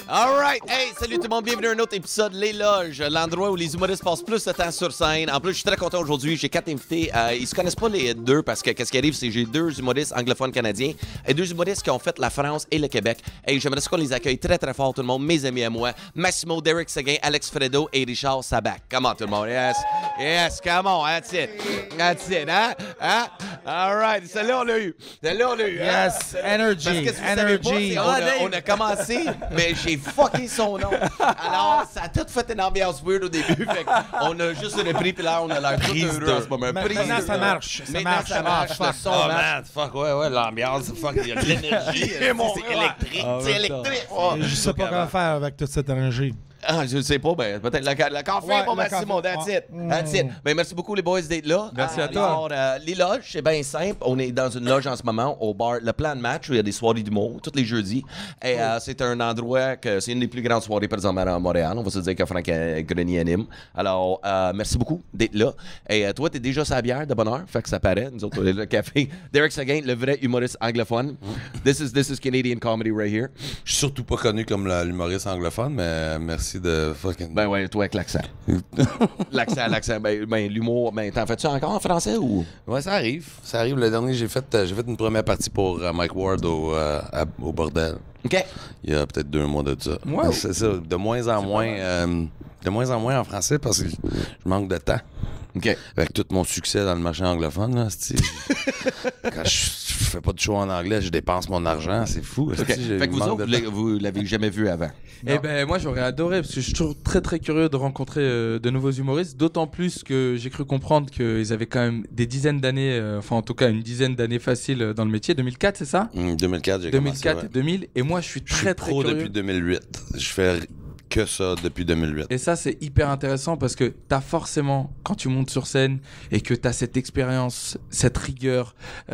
All right. Hey, salut tout le monde. Bienvenue à un autre épisode Les Loges, l'endroit où les humoristes passent plus de temps sur scène. En plus, je suis très content aujourd'hui. J'ai 4 invités. Ils se connaissent pas les deux parce que qu'est-ce qui arrive, c'est que j'ai 2 humoristes anglophones canadiens et 2 humoristes qui ont fait la France et le Québec. Hey, j'aimerais qu'on les accueille très, très fort, tout le monde. Mes amis à moi. Massimo, Derek Seguin, Alex Fredo et Richard Sabac. Come on, tout le monde. Yes. Yes, come on. That's it. That's it, hein? Hein? All right. Celle-là, on l'a eu. Celle-là, on l'a eu. Yes. Energy. Parce que si vous savez pas, c'est on a commencé, mais j'ai fucké son nom. Alors, ça a tout fait une ambiance weird au début. Fait on a juste repris, puis là, on a l'air tout heureux en ce moment. Maintenant, ça marche. Ça Maintenant, marche. ça marche. Le son Oh marche. man, fuck, ouais, l'ambiance, fuck, il y a de l'énergie. C'est électrique. C'est électrique. Oh. Je sais pas quoi faire avec toute cette énergie. Ah, je ne sais pas, ben, peut-être le café, Ouais, mon le Massimo, café. that's it. That's it. Ben, merci beaucoup, les boys, d'être là. Merci à toi. Alors, les loges, c'est bien simple. On est dans une loge en ce moment, au bar Le Plan de Match, où il y a des soirées d'humour, tous les jeudis. Et c'est un endroit que c'est une des plus grandes soirées présentement à Montréal. On va se dire que Franck Grenier anime. Alors, merci beaucoup d'être là. Et toi, t'es déjà sa bière de bonne heure, fait que ça paraît. Nous autres, on est le café. Derek Seguin, le vrai humoriste anglophone. This is Canadian comedy right here. Je suis surtout pas connu comme l'humoriste anglophone, mais merci de fucking... Ben ouais, toi avec l'accent. l'accent. Ben, l'humour, ben, t'en fais-tu encore en français ou? Ouais, ça arrive. Ça arrive. Le dernier, j'ai fait une première partie pour Mike Ward au bordel. OK. Il y a peut-être 2 mois de ça. Wow. C'est ça. De moins en moins en français parce que je manque de temps. OK. Avec tout mon succès dans le marché anglophone, là, quand je fais pas de show en anglais, je dépense mon argent. C'est fou. OK. Fait que vous autres, vous l'avez jamais vu avant. Eh ben moi j'aurais adoré parce que je suis toujours très très curieux de rencontrer de nouveaux humoristes, d'autant plus que j'ai cru comprendre qu'ils avaient quand même des dizaines d'années, enfin en tout cas une dizaine d'années faciles dans le métier. 2004 c'est ça? 2004, j'ai 2004 commencé, et 2000 et moi je suis Je suis très pro curieux. depuis 2008. Je fais que ça depuis 2008. Et ça, c'est hyper intéressant parce que t'as forcément, quand tu montes sur scène et que t'as cette expérience, cette rigueur,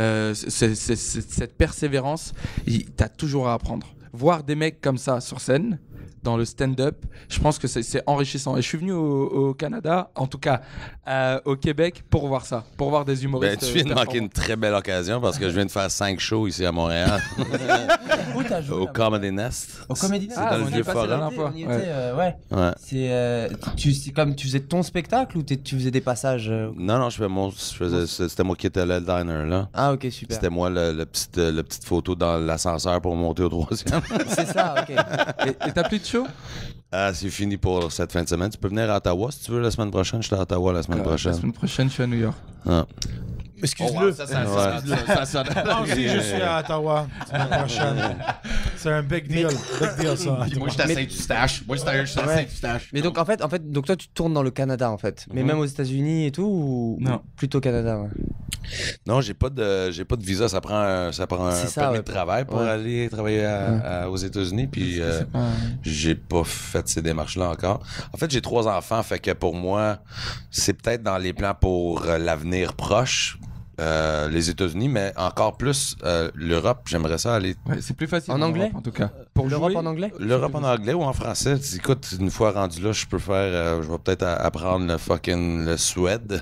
cette persévérance, t'as toujours à apprendre. Voir des mecs comme ça sur scène, dans le stand-up, je pense que c'est enrichissant. Et je suis venu au Canada, en tout cas au Québec, pour voir ça, pour voir des humoristes. Tu viens de manquer une très belle occasion parce que je viens de faire 5 shows ici à Montréal. Où t'as joué Au là-bas? Comedy Nest. Au Comedy Nest. C'est dans le on y vieux est passé la forum. dernière fois. On y Ouais. était, ouais. Ouais. C'est comme tu faisais ton spectacle ou tu faisais des passages Non, c'était moi qui étais le diner là. Ah ok super. C'était moi la petite photo dans l'ascenseur pour monter au 3e. C'est ça ok. Et t'as plus de show? Ah, c'est fini pour cette fin de semaine. Tu peux venir à Ottawa si tu veux la semaine prochaine. Je suis à Ottawa la semaine La prochaine. semaine prochaine, je suis à New York. Ah. Excuse-le. Ça sonne. Moi aussi, je suis à Ottawa la semaine prochaine. C'est un big deal. Big deal, ça. Puis moi, j'étais à Saint-Eustache. Moi, j'étais à Saint-Eustache. Mais donc en fait donc toi tu tournes dans le Canada en fait. Mais même aux États-Unis et tout ou Non. plutôt Canada ouais. Non, j'ai pas de visa. Ça prend un C'est ça, permis ouais. de travail pour Ouais. aller travailler aux États-Unis. Puis C'est pas- j'ai pas fait ces démarches-là encore. En fait, j'ai 3 enfants, fait que pour moi, c'est peut-être dans les plans pour l'avenir proche. Les États-Unis, mais encore plus l'Europe. J'aimerais ça aller. Ouais, c'est plus facile En anglais? Europe, en tout cas. Pour L'Europe jouer, en anglais? L'Europe en anglais ou en français. Écoute, une fois rendu là, je peux faire. Je vais peut-être apprendre le Suède.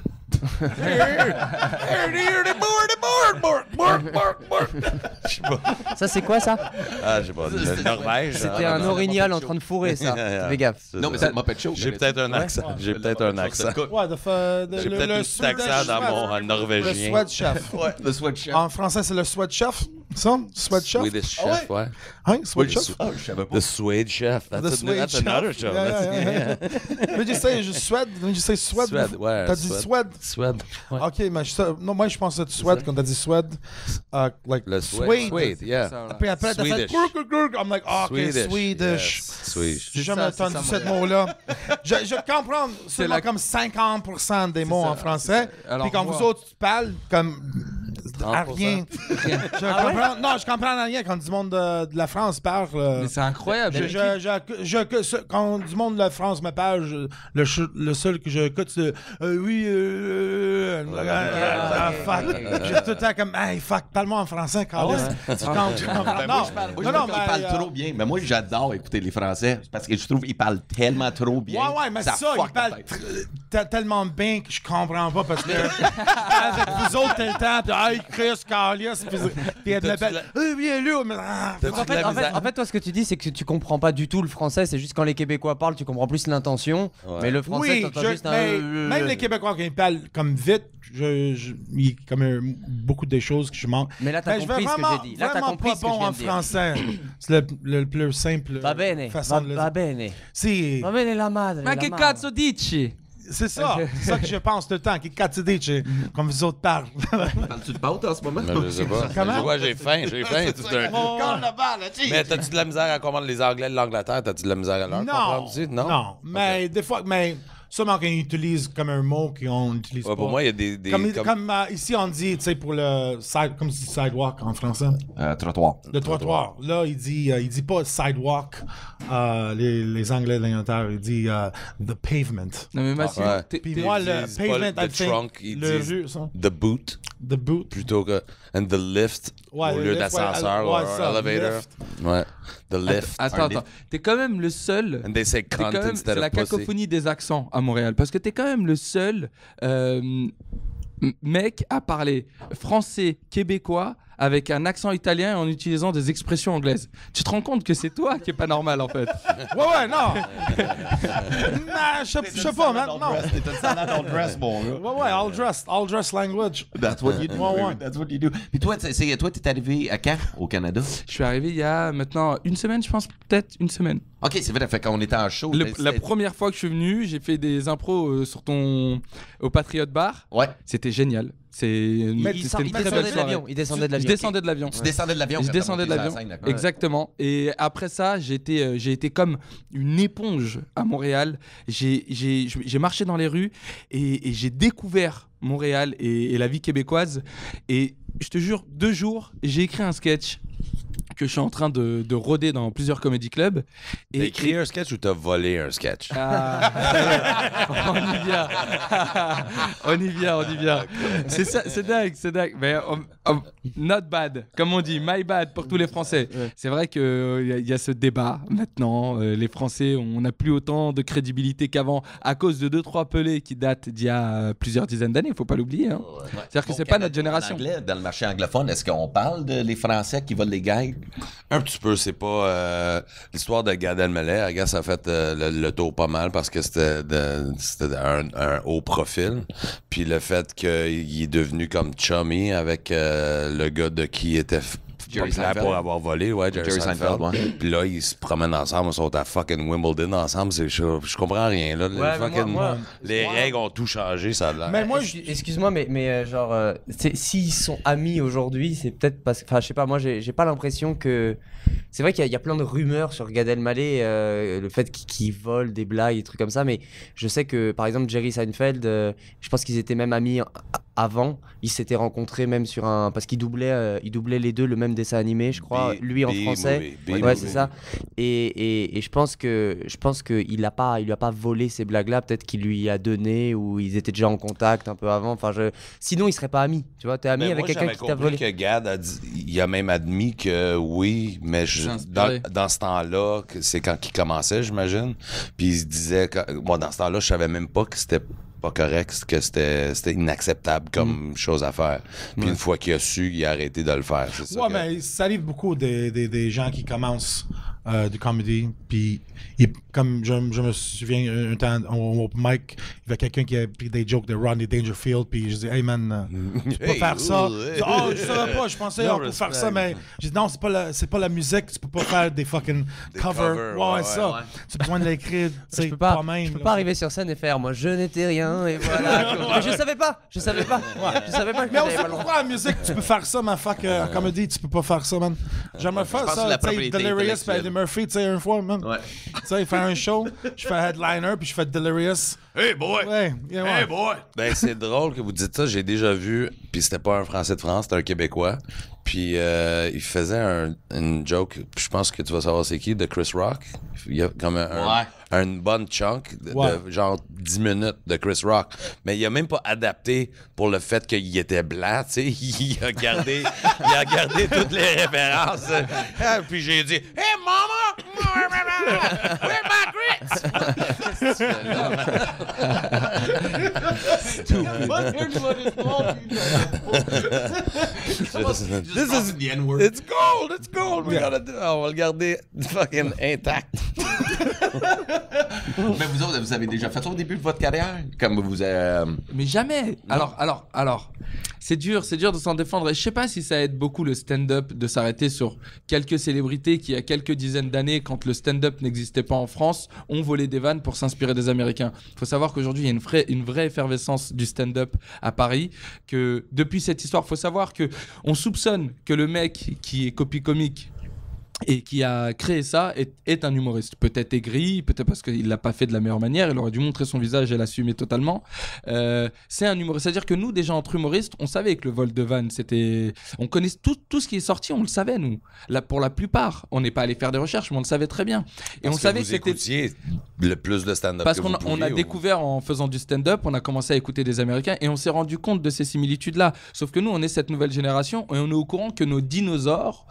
Je sais pas. Ça c'est quoi ça? Ah, je sais pas. Le Norvège. C'était un orignal en train de fourrer ça. Fais gaffe. Non, mais c'est le Muppet Show. J'ai peut-être un accent. J'ai peut-être un accent. Ouais, J'ai peut-être un petit accent dans mon Le norvégien. sweat chef. Le sweatshirt. En français, c'est le sweat chef. Ça? Sweat chef? Swedish chef, ouais. Hein? Sweat chef? Ah, je savais pas. The Swede chef. The That's Swede chef. another show. Yeah. Did you say Swed? Did you say Swed? Swed, ouais, T'as dit Swed. Swed? Swede. Ouais. Ok, mais non, moi je pensais Swed quand t'as dit Swed. Like Le Swede. Swede, yeah. Ça, là. Puis après, t'as fait Swedish. gurg, gurg, gurg. I'm like, oh, ok, Swedish. Yes, Swedish. J'ai C'est jamais ça, entendu c'est ce ça, mot-là. Je comprends seulement la- comme 50% des mots ça. en français. Alors, Puis quand moi- vous autres tu parles comme à 30%. rien. Je comprends rien quand du monde de la France parle. Mais c'est incroyable. Quand du monde de la France me parle, le seul que j'écoute, c'est oui, fuck. J'ai tout le temps comme, hey, fuck, parle-moi en français, Carlis. Tu comprends? Ben, moi, je parle, il parle trop bien. Mais moi, j'adore écouter les Français parce que je trouve qu'ils parlent tellement trop bien. Ouais, mais ça, fuck il parle la tête. tellement bien que je comprends pas parce que avec vous autres, t'as le temps, pis hey, Chris, Carlius, puis elle m'appelle. Viens là, mais. En fait, toi, ce que tu dis, c'est que tu comprends pas du tout le français. C'est juste quand les Québécois parlent, tu comprends plus l'intention. Ouais. Mais le français, Oui, t'entends juste même les Québécois, quand ils parlent comme vite, il y a comme beaucoup de choses que je manque. Mais là, t'as je compris vais ce que vraiment- j'ai dit. Là, t'as vraiment compris pas ce que je bon viens en de dire. français. C'est le plus simple Va bene. façon de le Va dire. bene. Si, Va bene la madre. Ma la che madre. cazzo dici? c'est ça. C'est ça que je pense tout le temps. Qui catidé, comme vous autres parlent. Parles-tu de pâte en ce moment? Mais je sais pas. Comment? Je vois, j'ai faim. tout d'un coup. Mais t'as-tu de la misère à comprendre les Anglais de l'Angleterre? T'as-tu de la misère à leur comprendre aussi? Non. Mais des fois, sûrement qu'on utilise comme un mot qu'on n'utilise Ouais, pas. pour moi, il y a des Comme ici, on dit, tu sais, pour le comme si sidewalk en français. Trottoir. Le trottoir. Là, il dit pas sidewalk. Les Anglais de l'Angleterre, il dit the pavement. Non, mais Mathieu, Ouais. Puis moi, Ils le disent pavement, pas I the think, trunk, ils le disent rue, ça. the boot The boot. plutôt que and the lift Ouais, au le lieu lift, d'ascenseur ouais, ou ça, elevator. lift. Ouais, the lift. Attends. T'es quand même le seul. And they say T'es cunt quand même- instead C'est la of pussy. cacophonie des accents à Montréal. Parce que t'es quand même le seul mec à parler français, québécois, avec un accent italien en utilisant des expressions anglaises. Tu te rends compte que c'est toi qui est pas normal en fait. Ouais, non. Je sais pas, man. Non. T'es une salade all dress, bon gars. Ouais, all dress language. That's what you do. Ouais. That's what you do. Puis toi, t'es arrivé à quand au Canada? Je suis arrivé il y a maintenant une semaine, je pense, peut-être une semaine. Ok, c'est vrai, fait qu'on était en show. La première fois que je suis venu, j'ai fait des impros au Patriot Bar. Ouais. C'était génial. C'était une Il très descendait belle de soirée. l'avion. Il descendait de Je l'avion. descendais de l'avion. Tu descendais de l'avion. Je quand t'as descendais de monté sur la l'avion. scène, d'accord. Exactement. Et après ça, j'ai été comme une éponge à Montréal. J'ai marché dans les rues et j'ai découvert Montréal et la vie québécoise. Et je te jure, 2 jours, j'ai écrit un sketch que je suis en train de rôder dans plusieurs comédie clubs. T'as écrit un sketch ou t'as volé un sketch? Ah, on y vient. on y vient. C'est ça, c'est dingue. Mais not bad, comme on dit, my bad pour tous les Français. C'est vrai qu'il y a ce débat maintenant. Les Français, on n'a plus autant de crédibilité qu'avant à cause de 2-3 pelés qui datent d'il y a plusieurs dizaines d'années. Il faut pas l'oublier. Hein. C'est-à-dire que c'est pas notre génération. En anglais, dans le marché anglophone, est-ce qu'on parle de les Français qui volent les gags? Un petit peu, c'est pas l'histoire de Gad Elmaleh. I guess ça a fait le tour pas mal parce que c'était un haut profil. Puis le fait qu'il est devenu comme chummy avec le gars de qui était Jerry populaire Seinfeld. pour avoir volé, ouais, Jerry Seinfeld. Puis là, ils se promènent ensemble, ils sont à fucking Wimbledon ensemble. Je comprends rien, là. Les règles ont tout changé, ça a l'air. Mais moi, Excuse-moi, mais genre, s'ils sont amis aujourd'hui, c'est peut-être parce que. Enfin, je sais pas, moi, j'ai pas l'impression que. C'est vrai qu'il y a plein de rumeurs sur Gad Elmaleh, le fait qu'il vole des blagues et trucs comme ça, mais je sais que, par exemple, Jerry Seinfeld, je pense qu'ils étaient même amis avant. Ils s'étaient rencontrés même sur un. Parce qu'ils doublaient les deux le même dessin animé, je crois. Lui en français. Ouais, c'est ça. Et je pense qu'il lui a pas volé ces blagues-là. Peut-être qu'il lui a donné ou ils étaient déjà en contact un peu avant. Enfin, sinon, ils seraient pas amis. Tu vois, t'es ami avec quelqu'un qui t'a volé. Que Gad a dit, il a même admis que oui, mais dans ce temps-là, c'est quand il commençait, j'imagine. Puis il se disait que moi, dans ce temps-là, je savais même pas que c'était pas correct, que c'était inacceptable comme chose à faire. Puis une fois qu'il a su, il a arrêté de le faire. C'est ça ouais, mais ça arrive beaucoup des gens qui commencent du comédie, puis comme je me souviens un temps au mic, il y avait quelqu'un qui a pris des jokes de Rodney Dangerfield, puis je dis hey man, tu peux pas faire ça. Je dis, oh, je savais pas, je pensais on peut faire ça, mais je dis non, c'est pas la musique, tu peux pas faire des fucking covers. Ouais, ça. Tu as besoin de l'écrire, tu peux pas arriver sur scène et faire moi je n'étais rien et voilà. Mais je savais pas. Je savais pas que mais on sait pourquoi la musique tu peux faire ça, ma fuck comédie, tu peux pas faire ça, man. J'aimerais faire ça, tu sais, Delirious, Eddie Murphy, tu sais, une fois, man. Ouais. Tu sais, faire un show, je fais headliner, puis je fais Delirious. Hey boy! Ouais, Hey boy! Ben, c'est drôle que vous dites ça. J'ai déjà vu, puis c'était pas un Français de France, c'était un Québécois. Puis il faisait une joke, je pense que tu vas savoir c'est qui, de Chris Rock. Il y a comme une bonne chunk de genre 10 minutes de Chris Rock. Mais il a même pas adapté pour le fait qu'il était blanc, tu sais. Il a gardé toutes les références. Puis j'ai dit, hey mama! Where's my Chris? It's gold, it's gold. On va le garder fucking intact. Mais vous autres, vous avez déjà fait ça au début de votre carrière? Comme vous Mais jamais. Alors, c'est dur de s'en défendre. Et je sais pas si ça aide beaucoup le stand-up de s'arrêter sur quelques célébrités qui, il y a quelques dizaines d'années, quand le stand-up n'existait pas en France, ont volé des vannes pour s'inspirer des Américains. Il faut savoir qu'aujourd'hui, il y a une vraie effervescence du stand-up à Paris. Que depuis cette histoire, il faut savoir que on soupçonne que le mec qui est copie comique et qui a créé ça est un humoriste. Peut-être aigri, peut-être parce qu'il l'a pas fait de la meilleure manière, il aurait dû montrer son visage et l'assumer totalement. C'est un humoriste. C'est-à-dire que nous, déjà entre humoristes, on savait que le vol de vannes, c'était... On connaît tout ce qui est sorti, on le savait, nous. Là, pour la plupart, on n'est pas allé faire des recherches, mais on le savait très bien. Et Parce on savait que que vous c'était... écoutiez le plus de stand-up Parce que qu'on vous a, on pouviez, a découvert en faisant du stand-up, on a commencé à écouter des Américains et on s'est rendu compte de ces similitudes-là. Sauf que nous, on est cette nouvelle génération et on est au courant que nos dinosaures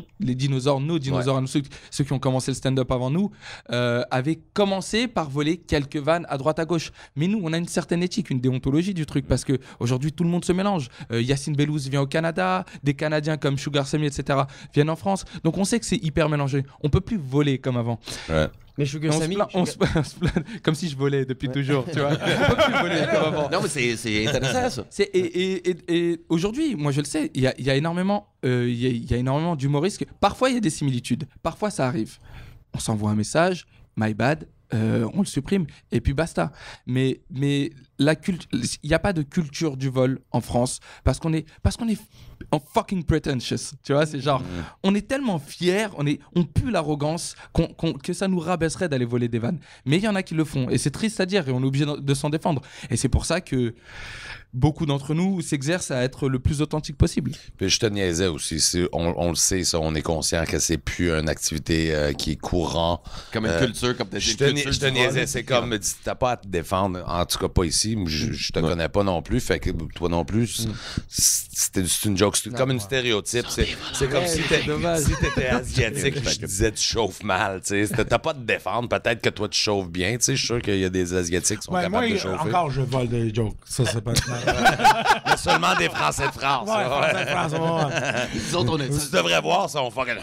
nos dinosaures à nous, ceux qui ont commencé le stand-up avant nous, avaient commencé par voler quelques vannes à droite à gauche. Mais nous, on a une certaine éthique, une déontologie du truc parce qu'aujourd'hui, tout le monde se mélange. Yacine Bellouz vient au Canada, des Canadiens comme Sugar Sammy, etc. viennent en France. Donc on sait que c'est hyper mélangé. On peut plus voler comme avant. Ouais. Mais Sugar Sammy, on se plaint comme si je volais depuis toujours, tu vois. On peut plus voler comme avant. Non, mais c'est intéressant, ça. Et aujourd'hui, moi je le sais, il y a énormément, il y a énormément d'humoristes. Parfois il y a des similitudes, parfois ça arrive. On s'envoie un message, my bad, on le supprime et puis basta. Mais il n'y a pas de culture du vol en France parce qu'on est en fucking pretentious, tu vois, c'est genre on est tellement fiers, on pue l'arrogance que ça nous rabaisserait d'aller voler des vannes. Mais il y en a qui le font et c'est triste à dire et on est obligé de s'en défendre. Et c'est pour ça que beaucoup d'entre nous s'exercent à être le plus authentique possible. Puis je te niaisais aussi. On le sait, ça. On est conscient que c'est plus une activité qui est courant. Comme une culture, comme t'as dit. Je te niaisais. C'est comme, t'as pas à te défendre. En tout cas, pas ici. Je te connais pas non plus. Fait que toi non plus. C'est une joke. C'est comme une stéréotype. C'est comme si t'étais asiatique. Puis je te disais, tu chauffes mal. T'as pas à te défendre. Peut-être que toi, tu chauffes bien. Je suis sûr qu'il y a des Asiatiques qui sont capables de chauffer. Encore, je vole des jokes. Ça, c'est pas Mais seulement des Français de France. Ouais, Français de France, ouais. Nous autres, on est... Tu devrais voir ça, on fucking...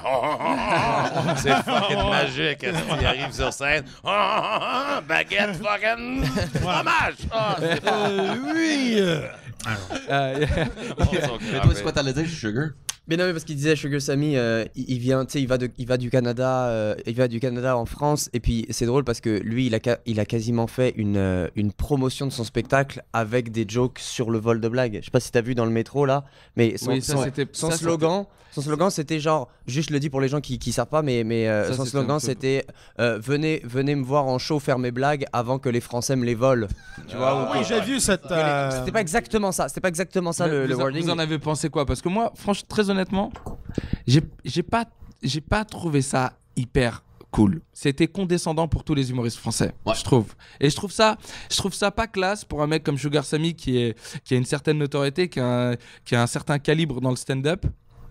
C'est fucking magique quand il arrive sur scène. Baguette fucking fromage. Oui. Mais toi, c'est quoi t'allais dire, Sugar? Mais non, mais parce qu'il disait Sugar Sammy, il vient, tu sais, il va du Canada, en France, et puis c'est drôle parce que lui, il a quasiment fait une promotion de son spectacle avec des jokes sur le vol de blagues. Je sais pas si t'as vu dans le métro là, mais son slogan c'était genre, juste je le dis pour les gens qui savent pas, mais son slogan c'était venez me voir en show faire mes blagues avant que les Français me les volent. Tu vois? Oui, j'ai vu cette. C'était pas exactement ça. C'était pas exactement ça le wording. Vous en avez pensé quoi? Parce que moi, franchement, très honnêtement, j'ai pas trouvé ça hyper cool. C'était condescendant pour tous les humoristes français, je trouve. Et je trouve ça pas classe pour un mec comme Sugar Sammy qui a une certaine notoriété, qui a un certain calibre dans le stand-up,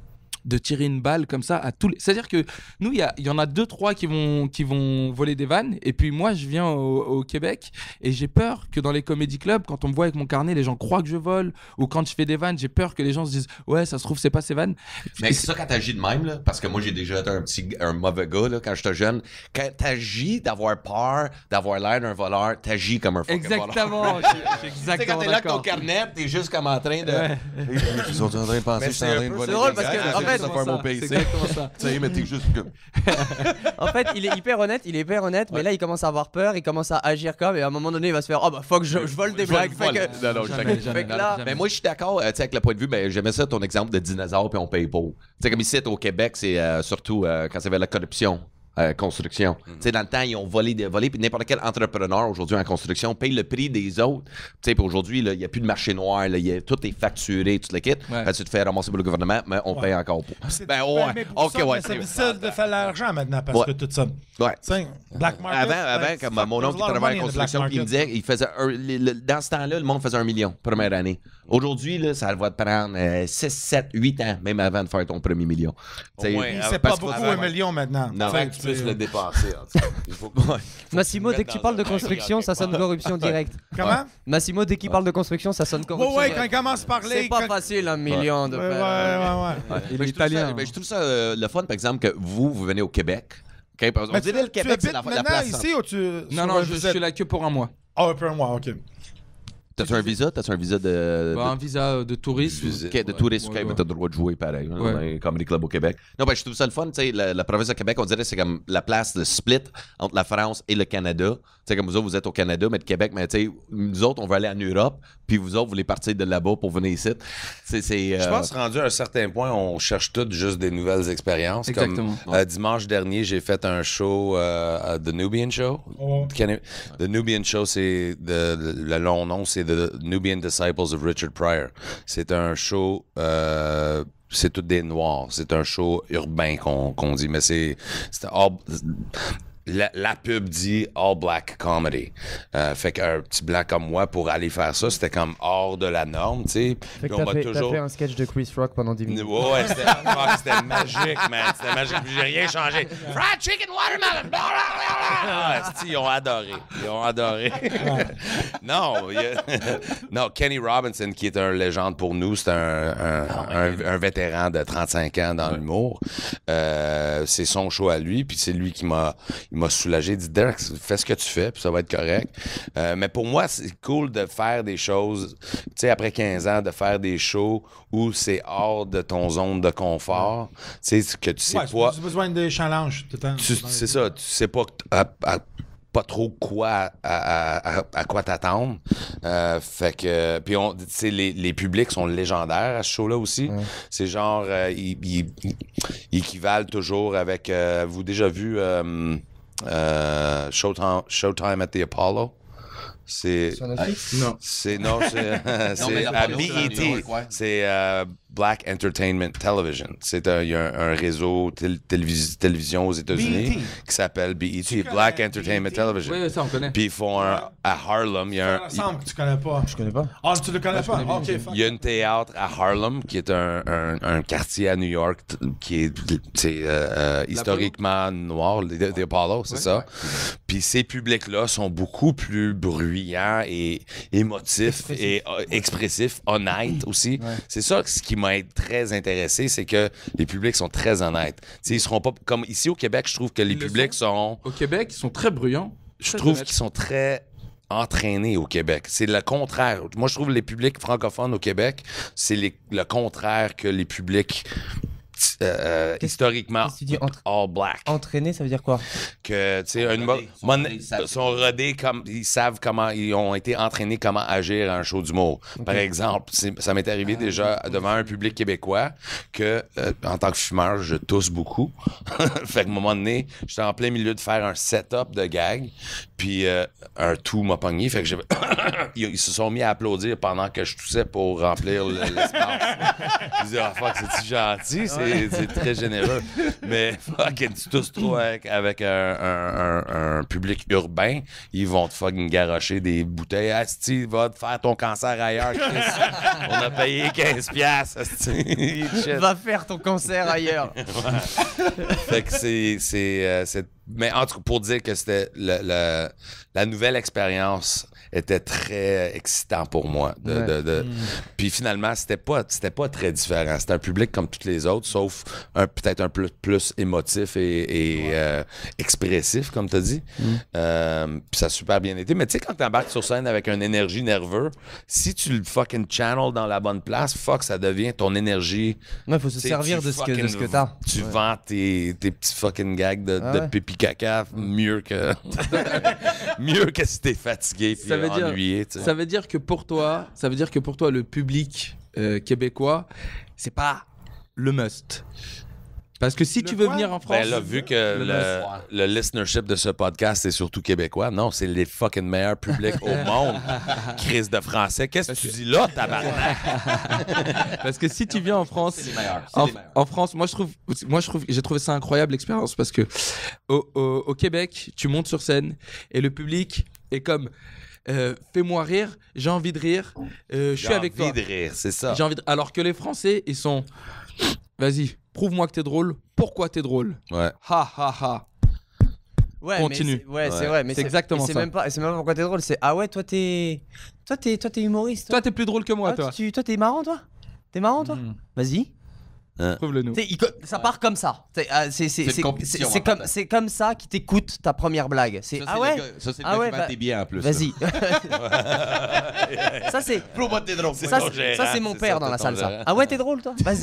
de tirer une balle comme ça à tous les... C'est-à-dire que nous, il y en a 2-3 qui vont voler des vannes, et puis moi, je viens au Québec, et j'ai peur que dans les comédie clubs, quand on me voit avec mon carnet, les gens croient que je vole, ou quand je fais des vannes, j'ai peur que les gens se disent « Ouais, ça se trouve, c'est pas ces vannes. » Mais c'est ça quand t'agis de même, là, parce que moi, j'ai déjà été un mauvais gars, là, quand j'étais jeune. Quand t'agis d'avoir peur, d'avoir l'air d'un voleur, t'agis comme un fucking Exactement, voleur. je suis Tu sais, exactement quand t'es là avec ton d'accord. carnet, t'es juste comme en train de... Ils sont en train de penser que je suis en train de voler. C'est drôle parce que, en fait, ça faire mon PC. C'est exactement ça. Tu sais, mais t'es juste comme... En fait, il est hyper honnête, mais là, il commence à avoir peur, il commence à agir comme, et à un moment donné, il va se faire, oh bah, fuck, je vole des blagues. Fait que... Non, Jamais, fait que là, Mais moi, je suis d'accord, tu sais, avec le point de vue, ben, j'aimais ça, ton exemple de dinosaure, puis on paye pas. Tu sais, comme ici, au Québec, c'est surtout quand c'est vers la corruption. Construction. Tu sais, dans le temps, ils ont volé, puis n'importe quel entrepreneur aujourd'hui en construction paye le prix des autres. Tu sais, puis aujourd'hui, il n'y a plus de marché noir, là, tout est facturé, tout le kit. Ouais. Tu te fais ramasser pour le gouvernement, mais on paye encore pas. Ben ouais, mais pour ok, ça, ouais. c'est difficile de faire l'argent maintenant parce que tout ça. Ouais. T'sais, black market. Avant, comme mon oncle qui travaillait en construction, il me disait, il faisait dans ce temps-là, le monde faisait 1 million, première année. Aujourd'hui, là, ça va te prendre 6, 7, 8 ans, même avant de faire ton premier million. Au moins, C'est pas beaucoup 1 million maintenant. Non. T'sais, tu puisse le dépenser. En tout cas. Il faut que- Massimo, dès que tu dans parles un de bain construction, ça sonne corruption directe. Comment? Massimo, dès qu'il parle de construction, ça sonne corruption Ouais, quand il directe. commence à parler. C'est pas quand- facile, 1 million de Ouais, faire. ouais. Il Ben, est je trouve ça- italien. ben, je trouve ça le fun, par exemple, que vous venez au Québec. OK? Parce qu'on Mais dirait le Québec, c'est tu la habites maintenant place. ici ou tu. Non, je suis là que pour un mois. Ah, un peu un mois, ok. T'as-tu un visa? T'as-tu un visa de. Bah, un visa de tourisme. Visite. Ok, de tourisme, Ouais, ok, mais ouais. t'as le droit de jouer pareil, hein, Ouais. dans les comedy clubs au Québec. Non, ben, je trouve ça le fun, tu sais, la province de Québec, on dirait que c'est comme la place, le split entre la France et le Canada. Tu sais, comme vous autres, vous êtes au Canada, mais de Québec, mais tu sais, nous autres, on va aller en Europe, puis vous autres, vous voulez partir de là-bas pour venir ici. Je pense rendu à un certain point, on cherche toutes juste des nouvelles expériences. Exactement. Comme, dimanche dernier, j'ai fait un show, The Nubian Show. Oh. The Nubian Show, c'est le long nom, c'est The Nubian Disciples of Richard Pryor. C'est un show. C'est tout des noirs. C'est un show urbain qu'on dit, mais c'est la pub dit all black comedy. Fait qu'un petit blanc comme moi, pour aller faire ça, c'était comme hors de la norme, tu sais. Fait que Puis on t'as m'a fait un sketch de Chris Rock pendant 10 minutes. Ouais, c'était magique, man. C'était magique. Puis j'ai rien changé. Fried chicken watermelon. Ah, ils ont adoré. Ils ont adoré. Non, non, Kenny Robinson, qui est un légende pour nous, c'est un vétéran de 35 ans dans l'humour. C'est son show à lui, puis c'est lui qui m'a soulagé. Il dit, Derek, fais ce que tu fais, puis ça va être correct. Mais pour moi, c'est cool de faire des choses, tu sais, après 15 ans, de faire des shows où c'est hors de ton zone de confort. Tu sais, que tu sais Ouais, pas. tu as besoin de challenges tout le temps. C'est ça, tu sais pas pas trop quoi à quoi t'attendre. Fait que puis tu sais les publics sont légendaires à ce show-là aussi. Ouais. C'est genre ils équivalent toujours avec vous déjà vu Showtime at the Apollo. C'est Sur Netflix? Non. c'est mais c'est la à Apollo, c'est dans New BET. York, ouais. C'est Black Entertainment Television. Il y a un réseau télévision aux États-Unis BET. qui s'appelle BET, connais Black Entertainment BET? Television. Oui, ça on connaît. Puis ils font à Harlem, il y a Ça semble que tu connais pas. Je connais pas. Ah, tu le connais pas? connais Ok, bien. fuck. il y a une théâtre à Harlem qui est un quartier à New York qui est historiquement noir, the Apollo, c'est ça. Puis ces publics-là sont beaucoup plus bruyants et émotifs et expressifs, honnêtes aussi. Ouais. C'est ça ce qui m'a très intéressé, c'est que les publics sont très honnêtes. T'sais, ils seront pas comme ici au Québec, je trouve que les Ils le publics sont Au Québec, ils sont très bruyants. je Très trouve honnêtes. qu'ils sont très entraînés au Québec. C'est le contraire. Moi, je trouve les publics francophones au Québec, c'est le contraire que les publics historiquement Qu'est-ce que tu dis all black. entraîner, ça veut dire quoi? Que, tu sais, sont rodés comme ils savent comment, ils ont été entraînés comment agir à un show d'humour. Par exemple, ça m'est arrivé déjà devant un public québécois que, en tant que fumeur, je tousse beaucoup. Fait qu'à un moment donné, j'étais en plein milieu de faire un setup de gag, puis un tout m'a pogné. Fait que ils se sont mis à applaudir pendant que je toussais pour remplir l'espace. Je dis, ah fuck, c'est-tu gentil? C'est très généreux. Mais fucking, tu tousses trop avec un public urbain, ils vont te fucking garrocher des bouteilles. Asti, va te faire ton cancer ailleurs, Chris. On a payé 15$, asti. Shit. Va faire ton concert ailleurs. Fait que c'est mais en tout cas, pour dire que c'était la nouvelle expérience était très excitant pour moi. Puis finalement, c'était pas très différent. C'était un public comme tous les autres, sauf peut-être un peu plus émotif et expressif, comme tu as dit. Puis ça a super bien été. Mais tu sais, quand tu embarques sur scène avec une énergie nerveuse, si tu le fucking channel dans la bonne place, fuck, ça devient ton énergie. Ouais, faut se T'sais, servir tu de ce fucking que t'as. Tu Ouais. vends tes petits fucking gags de ouais. pipi caca mieux que mieux que si t'es fatigué puis Ça veut dire- ennuyé. Tu sais. Ça veut dire que pour toi, le public québécois, c'est pas le must. Parce que si Le tu veux quoi? venir en France, Ben là, vu que le listenership de ce podcast est surtout québécois, non, c'est les fucking meilleurs publics au monde. Crise de français. Qu'est-ce que tu dis là, tabarnak? parce que si tu viens en France, C'est les meilleurs. en France, moi je trouve, j'ai trouvé ça incroyable l'expérience parce que au Québec, tu montes sur scène et le public est comme fais-moi rire, j'ai envie de rire, je suis avec toi. J'ai envie de rire, c'est ça. Alors que les Français, ils sont vas-y, prouve-moi que t'es drôle. Pourquoi t'es drôle? Ouais. Ha ha ha. Ouais, continue. C'est vrai, mais C'est exactement c'est ça. même pas pourquoi t'es drôle, c'est ah ouais, toi t'es humoriste. Toi, t'es plus drôle que moi, toi. Toi t'es marrant, toi. T'es marrant, toi. Vas-y. Prouve-le-nous. Ça part comme ça. une compétition, en fait. C'est comme ça qu'il t'écoute ta première blague. C'est ah ouais. Ça, c'est le Ah gars ouais, qui vend tes billets en plus. Vas-y. Ça c'est. Prouve-moi que t'es drôle. Ça c'est mon père dans la salle, ça. Ah ouais, t'es drôle, toi. Vas-y.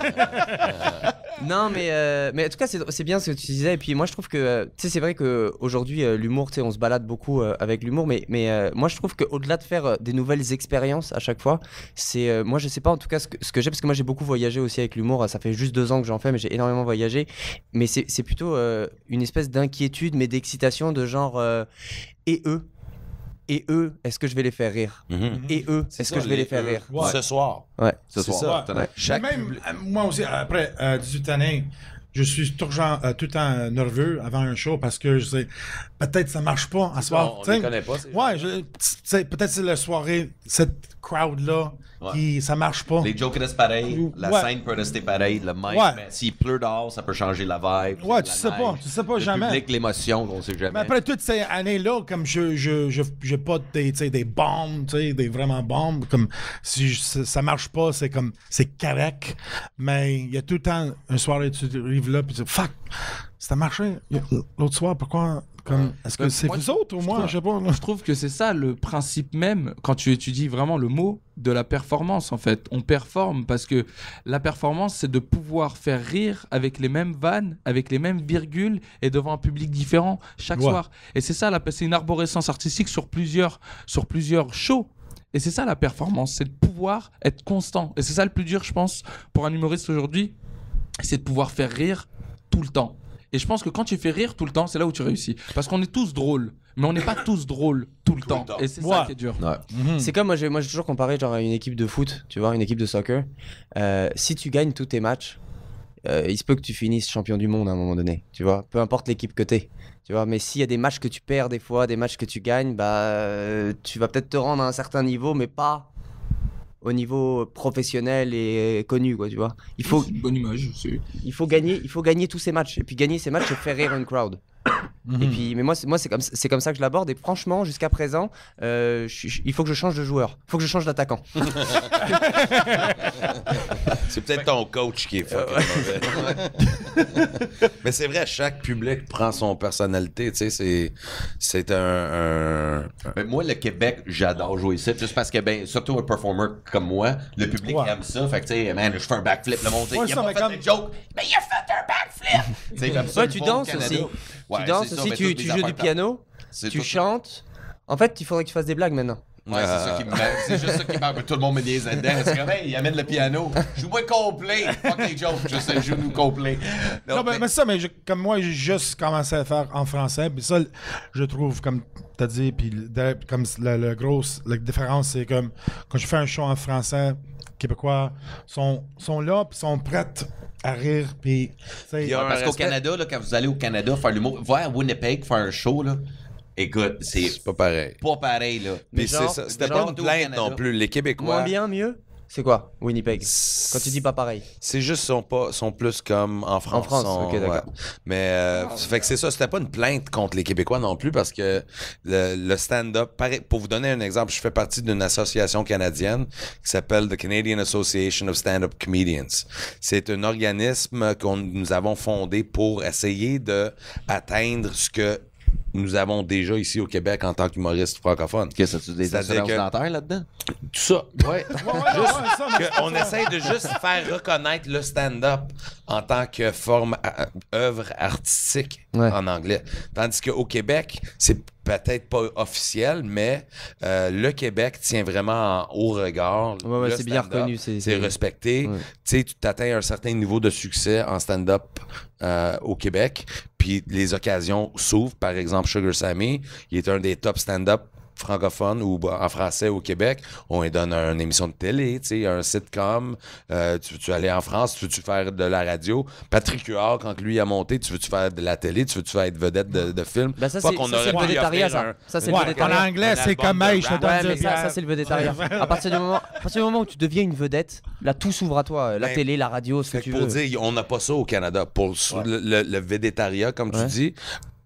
Non, mais en tout cas, c'est bien ce que tu disais. Et puis moi, je trouve que tu sais, c'est vrai que aujourd'hui, l'humour, tu sais, on se balade beaucoup avec l'humour, mais moi, je trouve qu'au-delà de faire des nouvelles expériences à chaque fois, c'est moi, je sais pas en tout cas ce que j'ai, parce que moi, j'ai beaucoup voyagé aussi avec l'humour. Ça fait juste 2 ans que j'en fais, mais j'ai énormément voyagé. Mais c'est plutôt une espèce d'inquiétude, mais d'excitation de genre et eux. Et eux, est-ce que je vais les faire rire? Et eux, est-ce que je vais les faire rire? Ouais. Ce soir. Ouais. C'est ça. Ouais. Chaque Mais même, moi aussi, après 18 années, je suis tout le temps nerveux avant un show parce que je sais, peut-être ça marche pas à soir. On les connaît pas, ces Ouais, peut-être c'est la soirée, cette crowd-là, qui ça marche pas. Les jokes restent pareils, la Ouais. scène peut rester pareille, le mic, Ouais. mais s'il pleut dehors, ça peut changer la vibe. Ouais, la tu sais neige, pas, le jamais. public, l'émotion, on sait jamais. Mais après toutes ces années-là, comme j'ai pas des bombes, des vraiment bombes, comme si ça marche pas, c'est correct. Mais il y a tout le temps une soirée, tu arrives là, puis tu dis, fuck, ça a marché l'autre soir, pourquoi? Est-ce que c'est Moi, vous autres ou moi? Je sais pas. Je trouve que c'est ça le principe même quand tu étudies vraiment le mot de la performance en fait. On performe parce que la performance c'est de pouvoir faire rire avec les mêmes vannes, avec les mêmes virgules et devant un public différent chaque soir. Et c'est ça, c'est une arborescence artistique sur plusieurs shows. Et c'est ça la performance, c'est de pouvoir être constant. Et c'est ça le plus dur je pense pour un humoriste aujourd'hui, c'est de pouvoir faire rire tout le temps. Et je pense que quand tu fais rire tout le temps, c'est là où tu réussis. Parce qu'on est tous drôles, mais on n'est pas tous drôles tout le temps. Et c'est ça qui est dur. Ouais. C'est comme moi j'ai toujours comparé genre à une équipe de foot, tu vois, une équipe de soccer. Si tu gagnes tous tes matchs, il se peut que tu finisses champion du monde à un moment donné, tu vois, peu importe l'équipe que t'es, tu vois. Mais s'il y a des matchs que tu perds des fois, des matchs que tu gagnes, tu vas peut-être te rendre à un certain niveau, mais pas au niveau professionnel et connu, quoi, tu vois. Il faut C'est une bonne image. il faut gagner tous ces matchs, et puis gagner ces matchs, c'est faire rire une crowd. Et puis, mais moi c'est comme ça que je l'aborde. Et franchement, jusqu'à présent, il faut que je change de joueur. Il faut que je change d'attaquant. C'est peut-être ton coach qui est fucking mauvais. Mais c'est vrai, chaque public prend son personnalité, tu sais, c'est un... Ben, moi, le Québec, j'adore jouer ici, juste parce que, ben, surtout un performer comme moi, le public aime ça. Fait que, tu sais, man, je fais un backflip, le monde dit, il a pas fait de joke, mais il a fait un backflip! Tu sais, comme ça, Tu danses aussi. Ouais, Tu danses c'est ça, aussi, mais tu toutes mes joues affaires du piano, c'est tu tout- chantes. En fait, il faudrait que tu fasses des blagues maintenant. Ouais, c'est ça qui me c'est juste ça qui me tout le monde me niaise là-dedans. C'est comme, hey, il amène le piano. Joue-moi complet. Fuck les jokes. Je sais, joue-nous complet. Non, mais ça, mais comme moi, j'ai juste commencé à faire en français. Puis ça, je trouve, comme tu as dit, puis comme la différence, c'est comme quand je fais un show en français, Québécois sont là, puis sont prêts à rire. Puis, Parce qu'au Canada, là, quand vous allez au Canada faire l'humour, voir à Winnipeg faire un show, là, écoute, c'est pas pareil. pas pareil, là. Mais Puis genre- c'était genre pas une au plainte Canada. non plus. Les Québécois... Moins bien, mieux. C'est quoi, Winnipeg? Quand tu dis pas pareil. C'est juste sont plus comme en France. En France, ok, d'accord. Mais ça fait que c'est ça, c'était pas une plainte contre les Québécois non plus parce que le stand-up, pour vous donner un exemple, je fais partie d'une association canadienne qui s'appelle The Canadian Association of Stand-Up Comedians. C'est un organisme que nous avons fondé pour essayer de atteindre ce que nous avons déjà ici au Québec en tant qu'humoristes francophones. Qu'est-ce que tu des C'est-à-dire assurances que- dentaires là-dedans? Tout ça, ouais. On essaie de juste faire reconnaître le stand-up en tant que forme, œuvre artistique en anglais. Tandis qu'au Québec, c'est peut-être pas officiel, mais le Québec tient vraiment en haut regard. Ouais, le c'est bien stand-up. reconnu, C'est respecté. Ouais. Tu sais, tu t'atteins un certain niveau de succès en stand-up au Québec, puis les occasions s'ouvrent. Par exemple, Sugar Sammy, il est un des top stand-up francophone ou en français au Québec, on lui donne une émission de télé, tu sais, un sitcom. Tu veux-tu aller en France? Tu veux-tu faire de la radio? Patrick Huard, quand lui a monté, tu veux-tu faire de la télé? Tu veux-tu faire être vedette de film? Bah ça, Pas c'est qu'on ça, aurait c'est le pu lui vedettariat, offrir ça. un- Ça, c'est le en vedettariat. anglais, c'est album comme, de hey, je te rap. donne Ouais, du mais bien. ça c'est le vedettariat. À partir du moment où tu deviens une vedette, là, tout s'ouvre à toi. La Ben, télé, la radio, ce que Fait que tu pour veux. dire, on n'a pas ça au Canada. Pour le végétariat, comme tu dis,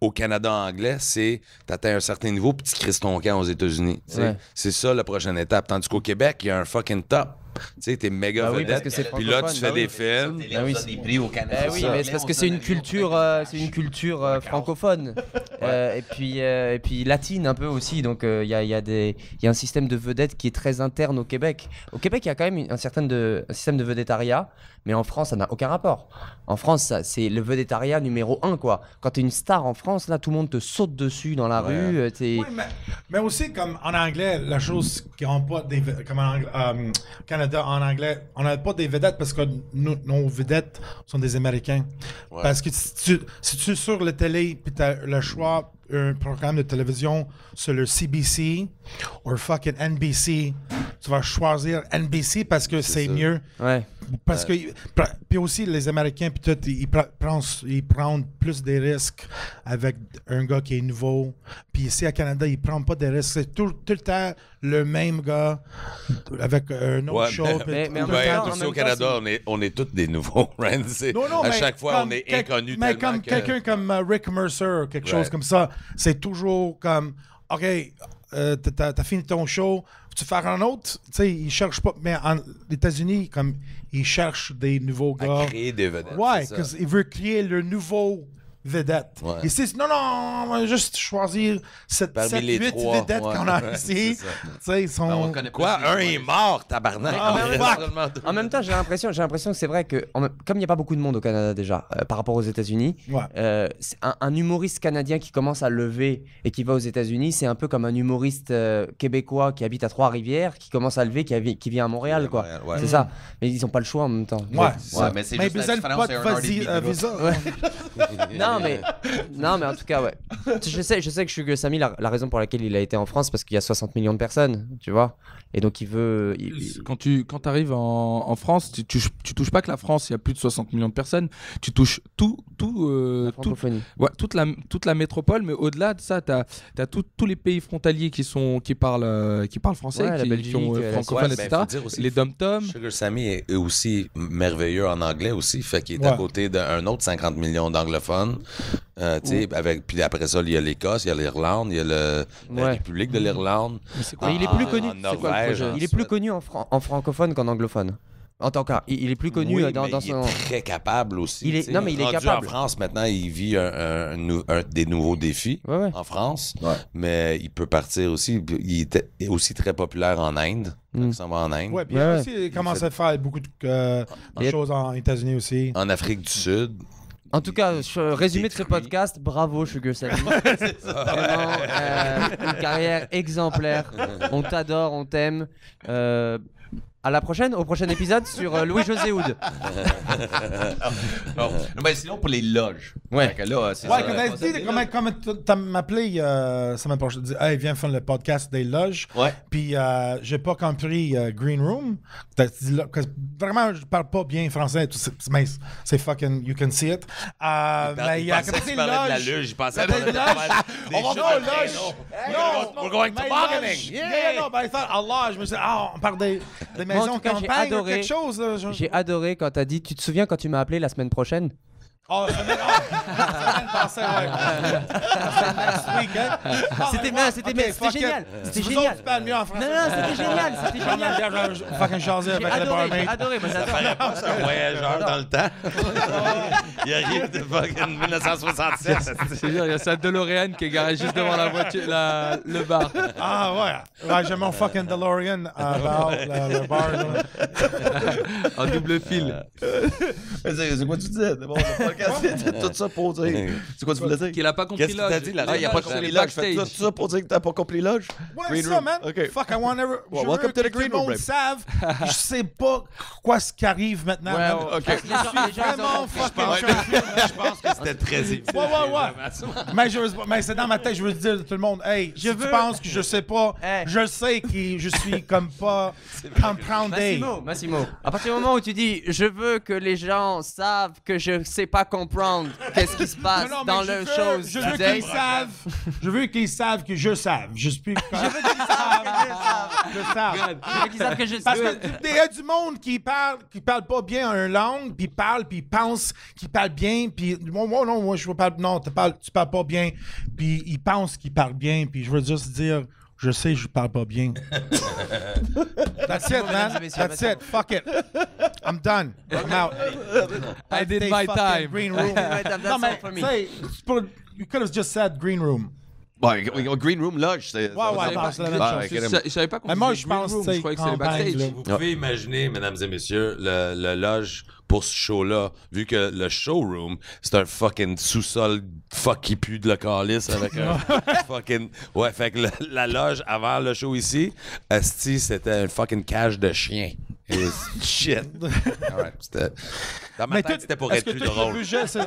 au Canada anglais, c'est t'atteins un certain niveau puis tu crisses ton camp aux États-Unis. tu sais. Ouais. C'est ça la prochaine étape. Tandis qu'au Québec, il y a un fucking top. Tu sais, t'es méga Bah oui, parce vedette. que c'est Puis là, tu francophone. fais Bah des oui. films. Ah oui, des prix au Canada. oui, mais c'est parce que c'est une culture, francophone. Et puis latine un peu aussi. Donc il y a un système de vedettes qui est très interne au Québec. Au Québec, il y a quand même un système de vedettariat, mais en France, ça n'a aucun rapport. En France, c'est le vedettariat numéro 1, quoi. Quand t'es une star en France, là, tout le monde te saute dessus dans la rue. Oui, mais aussi, comme en anglais, la chose qui rend pas des comme Canada, en anglais, on n'a pas des vedettes parce que nos vedettes sont des Américains. Ouais. Parce que si tu es sur la télé puis tu as le choix, un programme de télévision sur le CBC ou fucking NBC, tu vas choisir NBC parce que c'est ça. mieux. Ouais. Parce que puis aussi les Américains puis tout ils prennent plus des risques avec un gars qui est nouveau. Puis ici à Canada ils prennent pas des risques. C'est tout le temps le même gars avec un autre show. mais en Ben, même temps, aussi au Canada, on est tous des nouveaux. Rand. À mais chaque fois, comme on est inconnus mais tellement comme que... quelqu'un comme Rick Mercer, quelque chose Right. comme ça, c'est toujours comme OK, t'as fini ton show, tu fais un autre, tu sais, ils cherchent pas, mais en États-Unis, comme ils cherchent des nouveaux gars. à créer des vedettes. Ouais, c'est ça. parce qu'ils veulent créer le nouveau vedette. Ouais. Ici, non, on va juste choisir Parmi 7, les 8 trois, vedettes ouais. qu'on a ici. C'est ça. Tu sais, ils sont... On connaît Quoi? plus les Un est humoristes. mort, tabarnak. Ah, Il mais reste fuck. seulement deux. En même temps, j'ai l'impression que c'est vrai que, comme il n'y a pas beaucoup de monde au Canada déjà, par rapport aux États-Unis, Ouais. c'est un humoriste canadien qui commence à lever et qui va aux États-Unis, c'est un peu comme un humoriste québécois qui habite à Trois-Rivières, qui commence à lever, qui vient à Montréal, quoi. Montréal, ouais. C'est ça. Mais ils n'ont pas le choix en même temps. Ouais. Ouais, mais c'est juste ils la ont différence, pas c'est un de RDB. visa. Non, mais en tout cas, ouais. Je sais que Sugar Sammy, la raison pour laquelle il a été en France, parce qu'il y a 60 millions de personnes, tu vois. Et donc il veut. Quand tu arrives en France, tu touches pas que la France, il y a plus de 60 millions de personnes, tu touches La francophonie. toute la métropole, mais au-delà de ça, tu as tous les pays frontaliers qui parlent français, Ouais, la qui Belgique, ont la francophones, Suisse. etc. Ouais, faut dire aussi, les dom-toms. Sugar Sammy est aussi merveilleux en anglais aussi, fait qu'il est Ouais. à côté d'un autre 50 millions d'anglophones. Puis après ça, il y a l'Écosse, il y a l'Irlande, il y a la Ouais. République de l'Irlande. Mais il est plus connu. En C'est quoi le Norvège, projet en Il est plus Suède. connu en francophone qu'en anglophone. En tant qu'il est plus connu Oui, dans mais il son. est très capable aussi. Il est- tu sais. non, mais il est Rendu capable. En France, maintenant, il vit des nouveaux défis Ouais. en France, mais il peut partir aussi. Il était aussi très populaire en Inde. Quand il s'en va en Inde. Ouais, puis Ouais. aussi, il commence à faire beaucoup de Et- choses en États-Unis aussi. En Afrique du Sud. En tout cas, résumé de ce podcast, bravo Sugar Sammy. Vraiment, une carrière exemplaire. On t'adore, on t'aime. À la prochaine, au prochain épisode sur Louis-José Houd. Non, ben, sinon, pour les loges. Ouais. Fait que là, c'est Ouais, ça. quand t'as dit, t'as m'appelé semaine prochaine, dit, hey, viens faire le podcast des loges. Ouais. Puis j'ai pas compris Green Room. T'as dit là, que vraiment, je parle pas bien français, mais c'est fucking, you can see it. Mais il y a pensait que tu parlais de la luge. Il pensait Des loges. On va voir des loge. Non, We're going mais tobogganing. loge. Yeah, non, ben, I thought, Allah, je me suis dit, on parle des Moi, en maisons tout cas, j'ai campagne ou adoré. quelque chose. Là, J'ai adoré quand t'as dit, tu te souviens quand tu m'as appelé la semaine prochaine? Oh, semaine passée, ouais. Next week, hein? C'était génial. C'était Vous génial. autres, tu parles mieux en français. Non, c'était génial. C'était génial. Fucking jaser J'ai avec le adoré, barmaid. j'ai adoré. Moi, j'adore. C'est un voyageur dans le temps. Il arrive de fucking 1967. C'est-à-dire, il y a sa DeLorean qui est garée juste devant la voiture, le bar. Ah, ouais. Ouais, j'ai mon fucking DeLorean le bar. Là. En double fil. C'est quoi tu disais? Bon, le podcast, c'était tout ça pour dire. C'est quoi tu voulais dire? Qu'il a pas compris Qu'est-ce qu'il t'a dit, là? Ah, il a pas compris les loges. Fait tout ça pour dire que t'as pas compris les loges? Ouais, Green ça, room. man. OK. Fuck, I want never. Well, Je welcome veux to que the green tout le room, monde babe. savent. Je sais pas quoi ce qui arrive maintenant. man. OK. Les gens, Vraiment fucking confus. Je pense que c'était très évident. Ouais. Mais c'est dans ma tête, je veux dire à tout le monde, hey, si tu penses que je sais pas, Hey. je sais que je suis comme pas compoundé. Massimo, à partir du moment où tu dis je veux que les gens savent que je sais pas comprendre qu'est-ce qui se passe Non, mais dans je le veux- chose Je veux today. qu'ils savent. Je veux qu'ils savent que je savent. Je suis plus. Je veux qu'ils savent. Je savent. Je veux qu'ils savent que je Parce sais. que il y a du monde qui parle pas bien une langue, puis parle, puis pense qu'il parle bien, puis moi moi, je veux pas. Non, tu parles pas bien. Puis il pense qu'il parle bien. Puis je veux juste dire, je sais, je parle pas bien. That's it, man. That's it. Fuck it. I'm done. I'm out. I did They my fucking time. Green room. That's Non, mais, all for me. tu sais, you could have just said green room. Ouais, Green Room Lodge, c'est. Ouais, ouais, pas- c'est la même Ah, chose. ouais, carrément. Je savais pas qu'on Mais moi, disait je green pense, room, tu sais, je croyais que c'était les campagne, backstage. là. Vous pouvez imaginer, mesdames et messieurs, le loge pour ce show-là, vu que le showroom, c'est un fucking sous-sol qui pue de la calice avec un fucking... Ouais, fait que la loge avant le show ici, asti, c'était une fucking cage de chien. Et shit. Alright, c'était... Dans ma tête, c'était pour est-ce être que plus tout le drôle. budget, c'est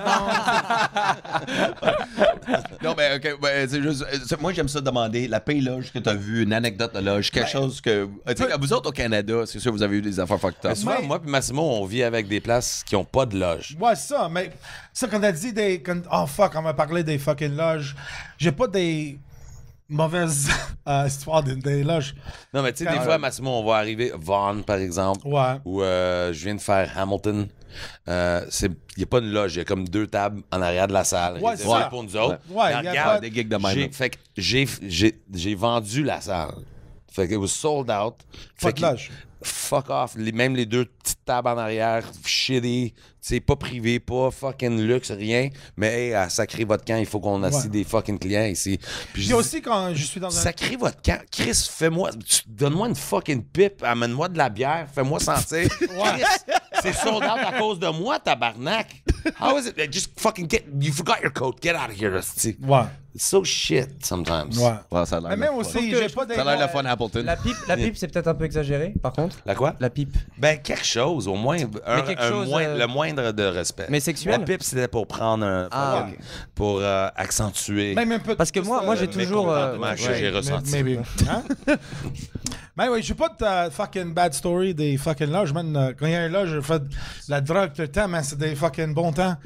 Non, mais OK, c'est juste. Moi, j'aime ça demander la paye loge que tu as vue, une anecdote de loge, quelque chose que. Tu sais, vous autres au Canada, c'est sûr, vous avez eu des affaires fucked up. Mais souvent, moi et Massimo, on vit avec des places qui n'ont pas de loge. Ouais, ça, mais ça, quand t'as dit des. Oh fuck, on m'a parlé des fucking loges. J'ai pas des mauvaises histoires des loges. Non, mais tu sais, des fois, Massimo, on va arriver, Vaughan, par exemple, Ouais. ou je viens de faire Hamilton. Il n'y a pas une loge, il y a comme 2 tables en arrière de la salle. Ouais, réservées c'est ça. pour nous autres. Ouais, Mais il y a regarde, pas- Des gigs de même. fait que j'ai vendu la salle. Fait que it was sold out. Pas Fait de que loge. fuck off. Même les 2 petites tables en arrière, shitty. C'est pas privé, pas fucking luxe, rien. Mais hey, à sacrer votre camp, il faut qu'on assise Ouais. des fucking clients ici. Puis Puis aussi, quand je suis dans un. sacrez votre camp. Chris, donne-moi une fucking pipe, amène-moi de la bière, fais-moi sentir. Chris, c'est sold out à cause de moi, tabarnak. How is it? Just fucking you forgot your coat, get out of here, esti. Ouais. It's so shit sometimes. Ouais. Ouais, ça a l'air Mais le même fun. aussi, j'ai pas des. Ça a l'air le fun à Appleton. La pipe, c'est peut-être un peu exagéré, par contre. La quoi? La pipe. Ben, quelque chose, au moins. quelque chose, Le moindre de respect. Mais sexuel? La pipe, c'était pour prendre un. Ah, fucking- Pour accentuer. Même un peu. Parce que moi j'ai toujours. mécontentement que j'ai ressenti. Maybe. Hein? Mais oui, j'ai pas de fucking bad story des fucking loges, man. Quand il y a un loge, je fais de la drogue tout le temps, man. C'est des fucking bons temps.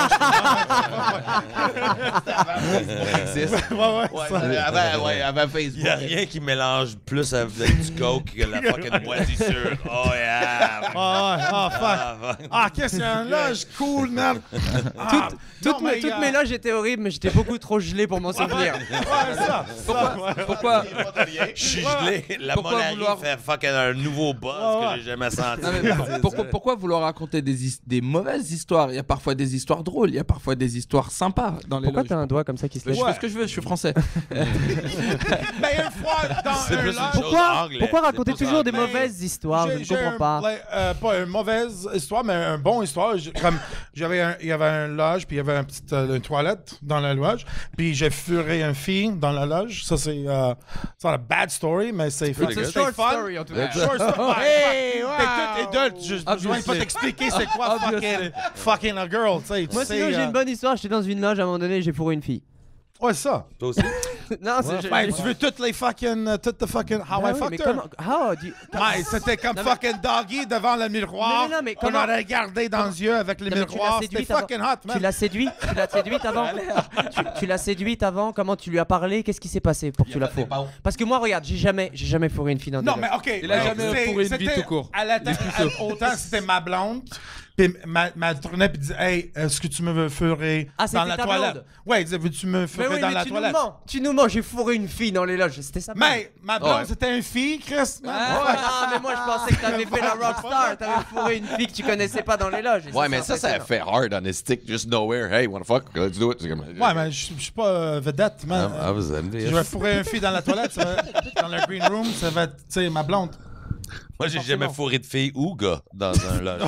Avant Il Facebook. n'y a rien qui mélange plus avec du coke que la fucking moisissure. Oh yeah! Ah, fuck. Ah, qu'est-ce qu'il y a un loge cool, man. Ah, Toutes mes loges étaient horribles, mais j'étais beaucoup trop gelé pour m'en souvenir. Ouais, ça. Pourquoi Je suis gelé. La Pourquoi Monari vouloir- fait fucking un nouveau buzz que j'ai jamais senti. Non, mais pourquoi vouloir raconter des mauvaises histoires? Il y a parfois des histoires drôles, il y a parfois des histoires sympas dans les Pourquoi loges. t'as un doigt comme ça qui se Je lève fais ce que je veux, je suis français. Mais une fois dans C'est un plus une loge. chose anglais. Pourquoi raconter C'est pas toujours des anglais. mauvaises histoires? Je ne comprends pas. Pas une mauvaise histoire, mais une bonne histoire. Comme il y avait un loge, puis il y avait une toilette dans la loge, puis j'ai furé une fille dans la loge. Ça, c'est une bad story, mais c'est Pretty c'est good. fun. story, en tout cas. Short story. Hey, T'es tout adulte. Je ne Obviously. pas t'expliquer c'est quoi fucking a girl. Tu sais, Moi, sinon, j'ai une bonne histoire. J'étais dans une loge, à un moment donné, j'ai fourré une fille. Ouais, ça. Toi aussi? Non, c'est. Ben, tu veux toutes les fucking. Toutes the fucking. How Ah I oui, fucked mais her. comment. How do you- Ouais, c'était comme fucking doggy devant le miroir. Non, mais qu'on comment- aurait regardé dans les yeux avec le Non, mais tu l'as miroir. C'était séduite avant. fucking hot, man. Tu l'as séduite avant tu l'as séduite avant Comment tu lui as parlé? Qu'est-ce qui s'est passé pour que tu la fourres? Parce que moi, regarde, j'ai jamais fourré une fille dans des Non, loges. mais OK. Il a jamais c'est- fourré une vie c'était- tout court. Autant c'était ma blonde, puis ma tournée, puis disait, hey, est-ce que tu me veux fourrer Ah, dans c'était la ta toilette? blonde? Ouais, il disait, veux-tu me Mais fourrer oui, dans mais la tu toilette? nous mens, j'ai fourré une fille dans les loges, c'était ça. Mais ma blonde, Ouais. c'était une fille, Chris. Ouais, non, mais moi je pensais que t'avais fait la rockstar, t'avais fourré une fille que tu connaissais pas dans les loges. et Ouais, mais ça c'est fait hard on a stick, just nowhere. Hey, wanna fuck? Let's do it. C'est comme- Ouais, mais je suis pas vedette, man. I was Si envious. je vais fourrer une fille dans la toilette, ça va, dans le green room, ça va être, tu sais, ma blonde. Moi, j'ai jamais fourré de fille ou gars dans un loge.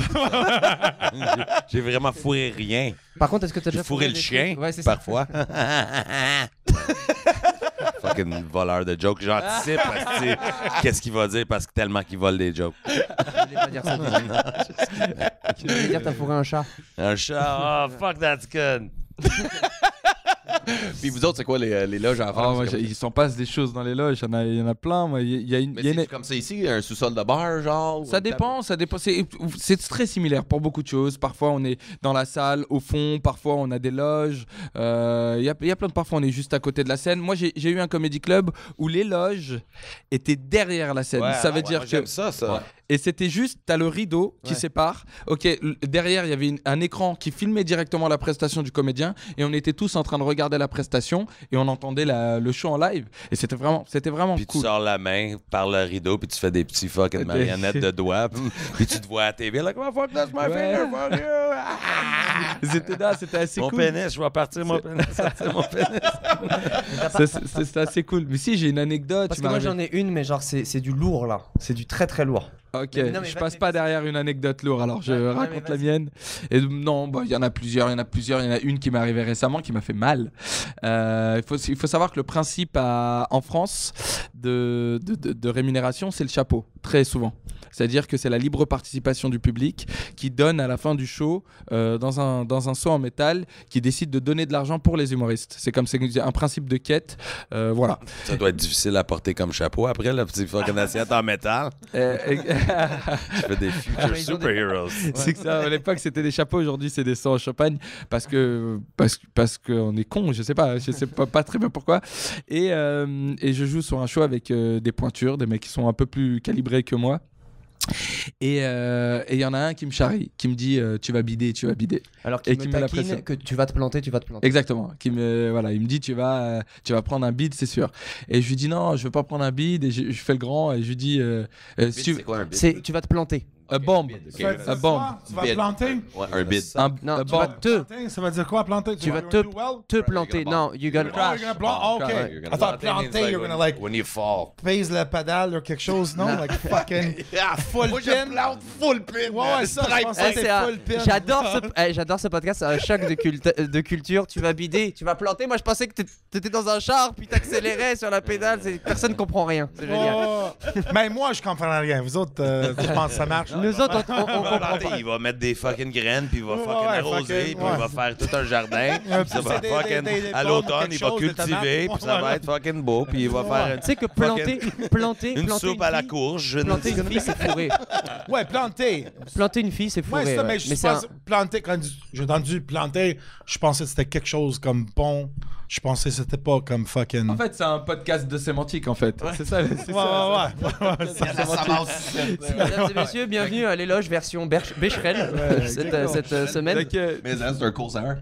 J'ai vraiment fourré rien. Par contre, est-ce que t'as J'ai déjà fourré le des chien, trucs? Ouais, c'est ça. parfois. Fucking voleur de jokes. J'anticipe. asti. Qu'est-ce qu'il va dire parce que tellement qu'il vole des jokes. Je voulais pas dire ça. Je voulais dire t'as fourré un chat. Un chat. Oh, fuck, that's good. Puis vous autres, c'est quoi les loges en Ah, France? moi, C'est comme- il s'en passe des choses dans les loges, il y en a plein. Moi, il y a une. Mais il y a une- c'est comme ça ici, un sous-sol de bar, genre? Ça dépend. C'est très similaire pour beaucoup de choses. Parfois, on est dans la salle, au fond. Parfois, on a des loges. Il y a plein de. Parfois, on est juste à côté de la scène. Moi, j'ai eu un comédie club où les loges étaient derrière la scène. Ça veut dire que. J'aime ça, ça. Et c'était juste, t'as le rideau qui sépare. Ok, derrière, il y avait un écran qui filmait directement la prestation du comédien. Et on était tous en train de regarder la prestation. Et on entendait le show en live. Et c'était vraiment Puis tu cool. sors la main par le rideau, puis tu fais des petits fucking marionnettes de doigts. Puis tu te vois à la TV, like, oh fuck, that's my finger, fuck you. Ah! C'était assez Mon cool. pénis, je vais partir mon pénis. Sortir mon pénis. C'était assez cool. Mais si, j'ai une anecdote. Parce que moi j'en ai une, mais genre c'est du lourd là. C'est du très très lourd. Ok, Mais non, mais je vas-y, passe pas derrière une anecdote lourde, alors je Ouais, raconte mais la mienne. Et non, bah, il y en a plusieurs. Il y en a une qui m'est arrivée récemment qui m'a fait mal. Il faut savoir que le principe en France de rémunération, c'est le chapeau, très souvent. C'est-à-dire que c'est la libre participation du public qui donne à la fin du show, dans un saut en métal, qui décide de donner de l'argent pour les humoristes. C'est un principe de quête. Voilà. Ça doit être difficile à porter comme chapeau après, le petit fucking assiette en métal. Je fais des future superheroes. C'est que ça, à l'époque c'était des chapeaux, aujourd'hui c'est des sauts en champagne parce qu'on est con, je sais pas très bien pourquoi. Et je joue sur un show avec des pointures, des mecs qui sont un peu plus calibrés que moi. Et il y en a un qui me charrie, qui me dit tu vas bider. Alors Et qu'il qui me met la taquine pression. que tu vas te planter. Exactement, il me dit tu vas prendre un bid, c'est sûr. Et je lui dis non, je veux pas prendre un bid, et je fais le grand et je lui dis si tu C'est quoi un bid? C'est tu vas te planter. bombe, Tu vas Bid. planter? Ouais, un bid. Non, un tu vas bombe. te Ça veut dire quoi, planter? Tu vas gonna te do well? te planter. Non, you're gonna Oh, crash. you're gonna plant? Okay. Okay. You're I gonna thought planter, you're gonna like When you fall. pèse le pédale ou quelque chose, non? Like fucking full pin. full pin. Ouais, ça, je pensais que c'était full pin. J'adore ce podcast, c'est un choc de culture. Tu vas bider, tu vas planter. Moi, je pensais que t'étais dans un char, puis t'accélérais sur la pédale. Personne comprend rien. C'est génial. Oh. Mais moi, je comprends rien. Vous autres, je pense que ça marche. Nous autres, on comprend pas. Il va mettre des fucking graines, puis il va Ouais, fucking ouais, arroser, fucking, puis ouais. il va faire tout un jardin. Puis ça va pousser fucking... des À pommes, l'automne, quelque il va chose, des cultiver, tomates. puis ça va être fucking beau, puis il va faire Tu sais que planter une soupe à la courge. planter une fille, c'est fourré. Ouais, planter. Planter une fille, c'est Ouais, fourré. ça, mais ouais. je Mais c'est pense planter, quand j'ai entendu planter, je pensais que c'était quelque chose comme bon. Je pensais que c'était pas comme fucking. En fait, c'est un podcast de sémantique en fait. C'est ça. C'est ça. Ouais. Mesdames et messieurs, bienvenue à l'éloge version Becherel cette semaine. Donc, Mais ça, c'est un court salaire.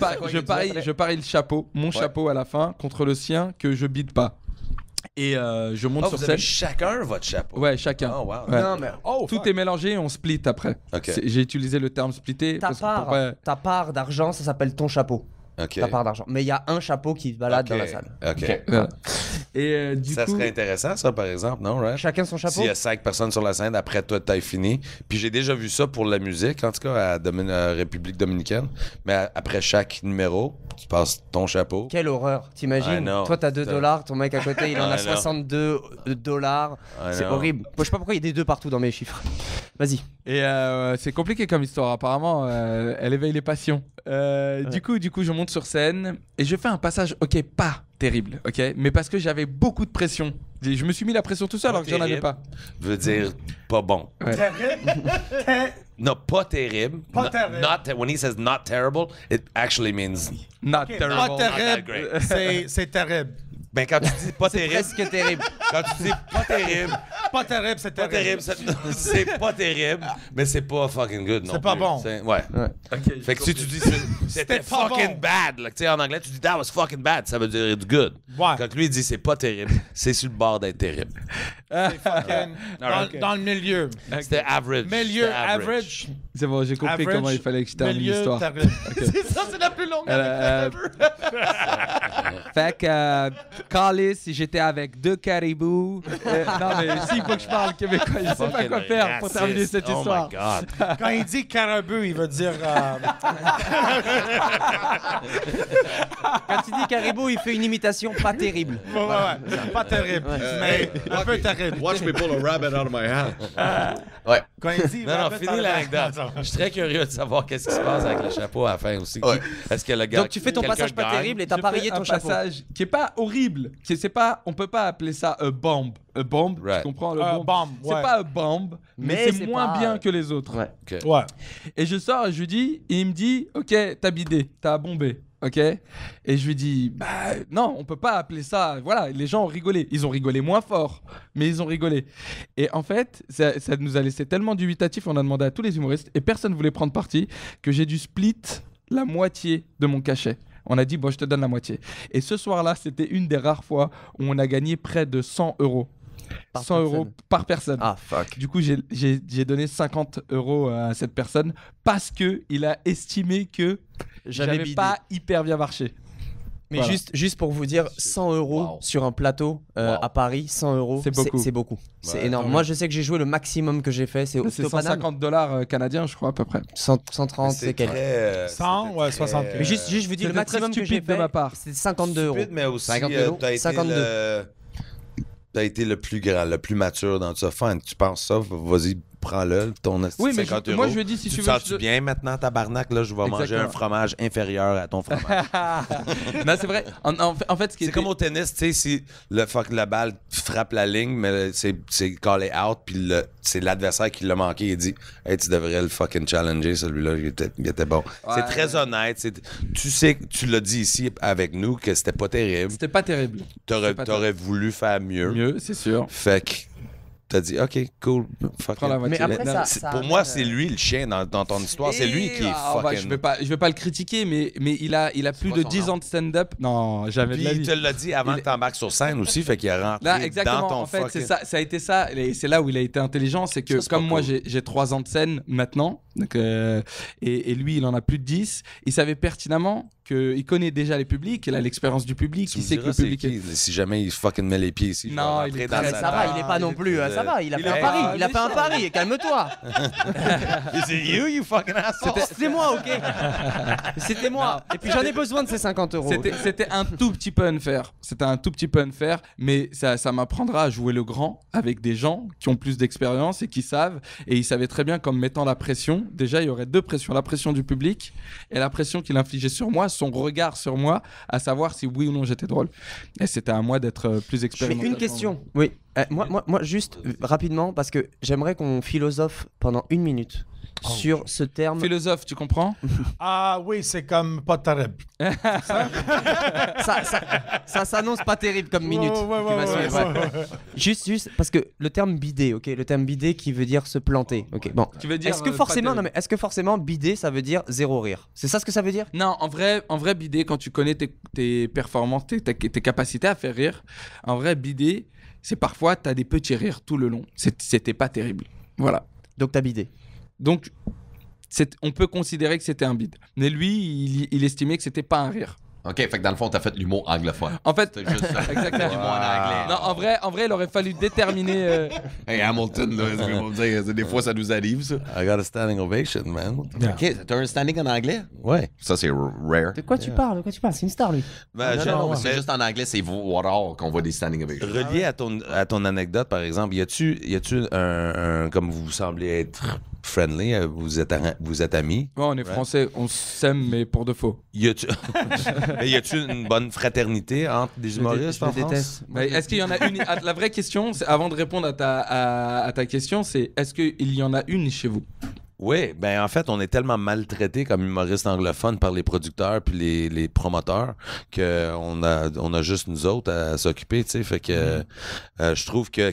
je parie le chapeau, mon chapeau à la fin contre le sien que je bide pas. Et je monte Oh, sur vous scène. avez chacun votre chapeau. Ouais, chacun. Oh, wow. Ouais. Non, mais Tout est mélangé et on split après. Ok. J'ai utilisé le terme splitter. ta parce que pour pas- ta part d'argent, ça s'appelle ton chapeau. OK. Ta part d'argent. Mais il y a un chapeau qui se balade dans la salle. OK. Voilà. Et du Ça coup, serait intéressant, ça, par exemple, non, right? Chacun son chapeau. S'il y a 5 personnes sur la scène, après toi, t'as fini. Puis j'ai déjà vu ça pour la musique, en tout cas, à République dominicaine. Mais après chaque numéro, tu passes ton chapeau. Quelle horreur, I t'imagines? know. Toi, t'as 2 $, ton mec à côté, il en a I know. 62 $. C'est know. horrible. Je sais pas pourquoi il y a des 2 partout dans mes chiffres. Vas-y. et c'est compliqué comme histoire. Apparemment, elle éveille les passions. Du coup, je monte sur scène et je fais un passage, ok, pas terrible, ok, mais parce que j'avais beaucoup de pression. Je me suis mis la pression tout seul alors que j'en avais pas. Veut dire pas bon. Non, pas terrible. Pas terrible. When he says not terrible, it actually means... Not Pas terrible. that terrible. great. C'est terrible. Ben, quand tu dis pas terrible, Presque terrible. quand tu dis pas terrible, Pas terrible, c'est pas terrible, c'est pas terrible, mais c'est pas fucking good non C'est pas plus. bon. Ouais. Ok, Fait que si tu dis c'était pas fucking bon. bad, là, tu sais, en anglais, tu dis that was fucking bad, ça veut dire it's good. Ouais. Quand lui il dit c'est pas terrible, c'est sur le bord d'être terrible. C'est fucking dans le milieu. C'était average. Milieu, C'était average. C'est bon, j'ai compris Average, comment il fallait que je termine milieu, l'histoire. terrible. C'est ça, c'est la plus longue. Fait que, Carlis, si j'étais avec 2 caribous. Non, mais si, il faut que je parle québécois. Je sais pas quoi faire pour terminer cette histoire. Oh my God. Quand il dit caribou, il veut dire. Quand il dit caribou, il fait une imitation pas terrible. Ouais. Pas terrible, mais un peu terrible. Watch me pull a rabbit out of my hat. Ouais. Quand il dit. Non, rabbit finis dans le- l'anecdote. Je suis très curieux de savoir qu'est-ce qui se passe avec le chapeau à la fin aussi. Ouais. Est-ce que le gars. Donc tu fais ton quelqu'un passage pas gagne? terrible et t'as Je parié fais ton un chapeau. passage qui est pas horrible. C'est pas, on peut pas appeler ça a bomb. A bomb, Right. tu comprends? Le Bomb, C'est ouais. pas a bomb, mais Mais c'est c'est moins pas- bien que les autres. Ouais. Ok. Ouais. Et je sors et je lui dis, et il me dit, ok, t'as bidé, t'as bombé. ok. Et je lui dis, bah non, on peut pas appeler ça. Voilà, les gens ont rigolé. Ils ont rigolé moins fort, mais ils ont rigolé. Et en fait, ça nous a laissé tellement dubitatif. On a demandé à tous les humoristes et personne voulait prendre parti que j'ai dû split la moitié de mon cachet. On a dit, bon, je te donne la moitié. Et ce soir-là, c'était une des rares fois où on a gagné près de 100 euros. Par 100 euros par personne. Ah, fuck. Du coup, j'ai donné 50 euros à cette personne parce qu'il a estimé que j'avais bidé. pas hyper bien marché. Mais Voilà. juste pour vous dire, 100 euros Wow. sur un plateau à Paris, 100 euros, C'est beaucoup. C'est beaucoup. C'est Ouais. énorme. Ouais. Moi, je sais que j'ai joué le maximum que j'ai fait, c'est C'est au Paname. 150 dollars canadiens, je crois, à peu près. 130, c'est quelques. 100, ouais, 60. Mais juste, je vous dis, le C'était maximum très que j'ai stupide de fait, ma part. c'est 52 euros. Mais aussi, 52. t'as été 52. t'as été le plus grand, le plus mature dans tout ça. Fine, tu penses ça, vas-y, prends-le, ton asti de Oui, mais 50 moi, euros. je lui ai dit, si tu veux, te sens-tu je te- bien maintenant, tabarnak? Là, je vais manger Exactement. un fromage inférieur à ton fromage. Non, c'est vrai. En fait, ce qui C'est était... comme au tennis, tu sais, si la balle frappe la ligne, mais c'est callé out, puis c'est l'adversaire qui l'a manqué. Il dit, hey, tu devrais le fucking challenger, celui-là, il était bon. Ouais. C'est très honnête. Tu sais, tu l'as dit ici avec nous que c'était pas terrible. C'était pas terrible. T'aurais pas t'aurais voulu faire Mieux, c'est sûr. Fait que t'as dit, OK, cool, fuck Prends la it. moitié. Mais après, Non, ça Pour amène, moi, c'est lui le chien dans ton histoire. C'est lui qui est fucking... je vais pas le critiquer, mais il a plus quoi de son 10 nom? ans de stand-up. Non, jamais de Puis la il vie. te l'a dit avant Il- que t'embarques sur scène aussi, fait qu'il est rentré Là, dans exactement. ton En fait, c'est fucking... ça a été ça. Et c'est là où il a été intelligent. C'est que Ça, c'est comme pas moi, cool. j'ai 3 ans de scène maintenant, donc, et lui, il en a plus de 10. Il savait pertinemment qu'il connaît déjà les publics, il a l'expérience du public, Tu il me sait que diras le c'est public est... qui, si jamais il fucking met les pieds ici, je vais Non, il rentrer est dans très- sa Ça va, tête. il est pas non plus. Ça va, il a il fait un est- pari. Ah, Il a fait un pari. Calme-toi. C'est you fucking asshole! C'était moi, ok. C'était moi. Et puis j'en ai besoin de ces 50 euros. C'était un tout petit peu unfair. C'était un tout petit peu unfair, mais ça m'apprendra à jouer le grand avec des gens qui ont plus d'expérience et qui savent. Et il savait très bien qu'en me mettant la pression, déjà il y aurait deux pressions. La pression du public et la pression qu'il infligeait sur moi, son regard sur moi, à savoir si oui ou non j'étais drôle. Et c'était à moi d'être plus Mais expérimental. une question. Oui. Moi, juste rapidement, parce que j'aimerais qu'on philosophe pendant une minute sur ce terme. Philosophe, tu comprends? Ah oui, c'est comme pas terrible. Ça s'annonce pas terrible comme minute. Ouais, qui va suivre, ouais. Juste parce que le terme bidet, ok, le terme bidet qui veut dire se planter, ok. Bon. Tu veux dire Est-ce que pas forcément, terrible. non mais est-ce que forcément bidet ça veut dire zéro rire? C'est ça ce que ça veut dire? Non, en vrai, bidet, quand tu connais tes performances, tes capacités à faire rire, en vrai, bidet, c'est parfois, t'as des petits rires tout le long. C'était pas terrible. Voilà. Donc t'as bidé. Donc, on peut considérer que c'était un bide. Mais lui, il estimait que c'était pas un rire. OK, fait que dans le fond, t'as fait l'humour anglophone. En fait, C'était juste ça. Exactement. L'humour en anglais. non, en vrai, il aurait fallu déterminer. Hey, Hamilton, là, c'est qu'on va dire, des fois, ça nous arrive, ça. I got a standing ovation, man. Yeah. OK, t'as un standing en anglais? Ouais. Ça, c'est rare. De quoi tu parles? C'est une star lui. Ben, Non, je- non, mais c'est mais juste en anglais, c'est rare qu'on voit des standing ovations. relié à ton anecdote, par exemple, y a-tu un comme vous semblez être friendly, vous êtes amis, Bon, on est français, on s'aime, mais pour de faux. y a-tu mais y a-tu une bonne fraternité entre des humoristes Je en le France? déteste. Mais est-ce qu'il y en a une La vraie question, avant de répondre à ta question, c'est est-ce qu'il y en a une chez vous? Oui, ben en fait, on est tellement maltraité comme humoriste anglophone par les producteurs puis les promoteurs qu'on a juste nous autres à s'occuper, tu sais. Fait que je trouve que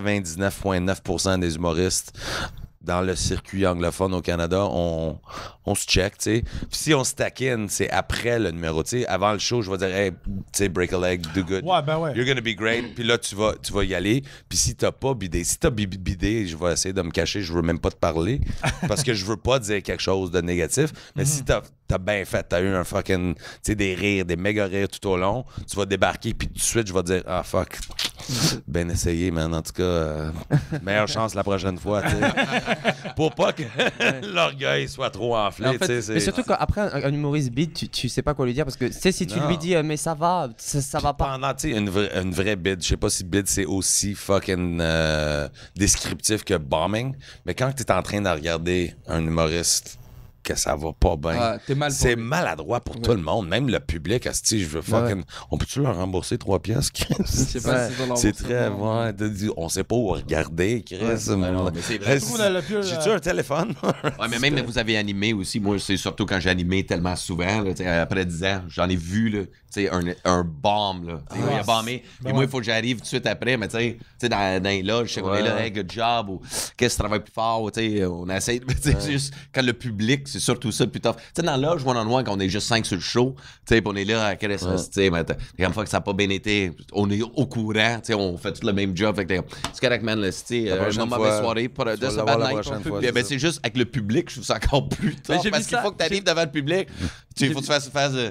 99,9% des humoristes dans le circuit anglophone au Canada, on se check, tu sais. Puis si on se taquine, c'est après le numéro, tu sais. Avant le show, je vais dire, hey, tu sais, break a leg, do good. Ouais, ben ouais. You're gonna be great. Puis là, tu vas y aller. Puis si t'as pas bidé, si t'as bidé, je vais essayer de me cacher. Je veux même pas te parler parce que je veux pas dire quelque chose de négatif. Mais si t'as bien fait, t'as eu un fucking, tu sais, des rires, des méga rires tout au long, tu vas débarquer. Puis tout de suite, je vais dire, ah fuck, bien essayé, man. En tout cas, meilleure chance la prochaine fois, tu sais. Pour pas que l'orgueil soit trop enflé, En fait, tu sais. Mais surtout qu'après un humoriste bide, tu sais pas quoi lui dire parce que tu sais si tu Non. lui dis mais ça va pas. Pendant, tu sais, une vraie bid, je sais pas si bid c'est aussi fucking descriptif que bombing, mais quand t'es en train de regarder un humoriste que ça va pas bien. Ah, t'es mal pour C'est lui. maladroit pour tout le monde, même le public. Asti, je veux fucking... On peut-tu leur rembourser 3 piastres, Chris? Je sais pas si C'est très... Ouais, on sait pas où regarder, Chris. non, mais c'est vrai. J'ai-tu un téléphone? Ouais, mais même vous avez animé aussi. Moi, c'est surtout quand j'ai animé tellement souvent. Là, après 10 ans, j'en ai vu là, un bomb. Là. Il a bombé. Puis moi, il faut que j'arrive tout de suite après. Mais tu sais, dans les loges, je sais qu'on est là, hey, good job. Ou qu'est-ce que tu travailles plus fort? Ou, on essaie. Mais c'est juste quand le public, c'est surtout ça le plus tough. Tu sais, dans la loge, one-on-one, quand on est juste 5 sur le show, puis on est là, quelle est-ce que tu sais, la fois que ça n'a pas bien été, on est au courant, on fait tout le même job. Fait que, c'est correct, man, là, une mauvaise soirée. Tu vas l'avoir la prochaine fois. Puis, c'est juste avec le public, je trouve ça encore plus tough. j'ai Parce vu qu'il ça, faut que tu arrives devant le public. Il faut que tu fasses.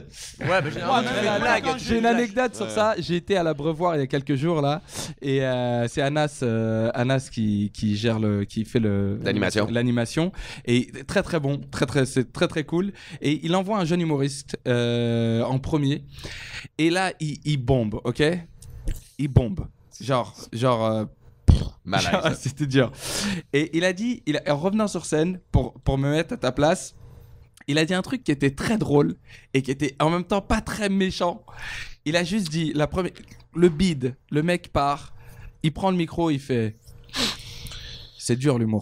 J'ai une anecdote sur ça. J'ai été à l'Abreuvoir il y a quelques jours là, et c'est Anas qui gère qui fait l'animation, et très très bon, c'est très très cool. Et il envoie un jeune humoriste en premier, et là il bombe, ok, il bombe, genre. Malaise. C'était dur. Et il a dit, en revenant sur scène pour me mettre à ta place, il a dit un truc qui était très drôle et qui était en même temps pas très méchant. Il a juste dit, le bide, le mec part, il prend le micro, il fait « C'est dur l'humour ».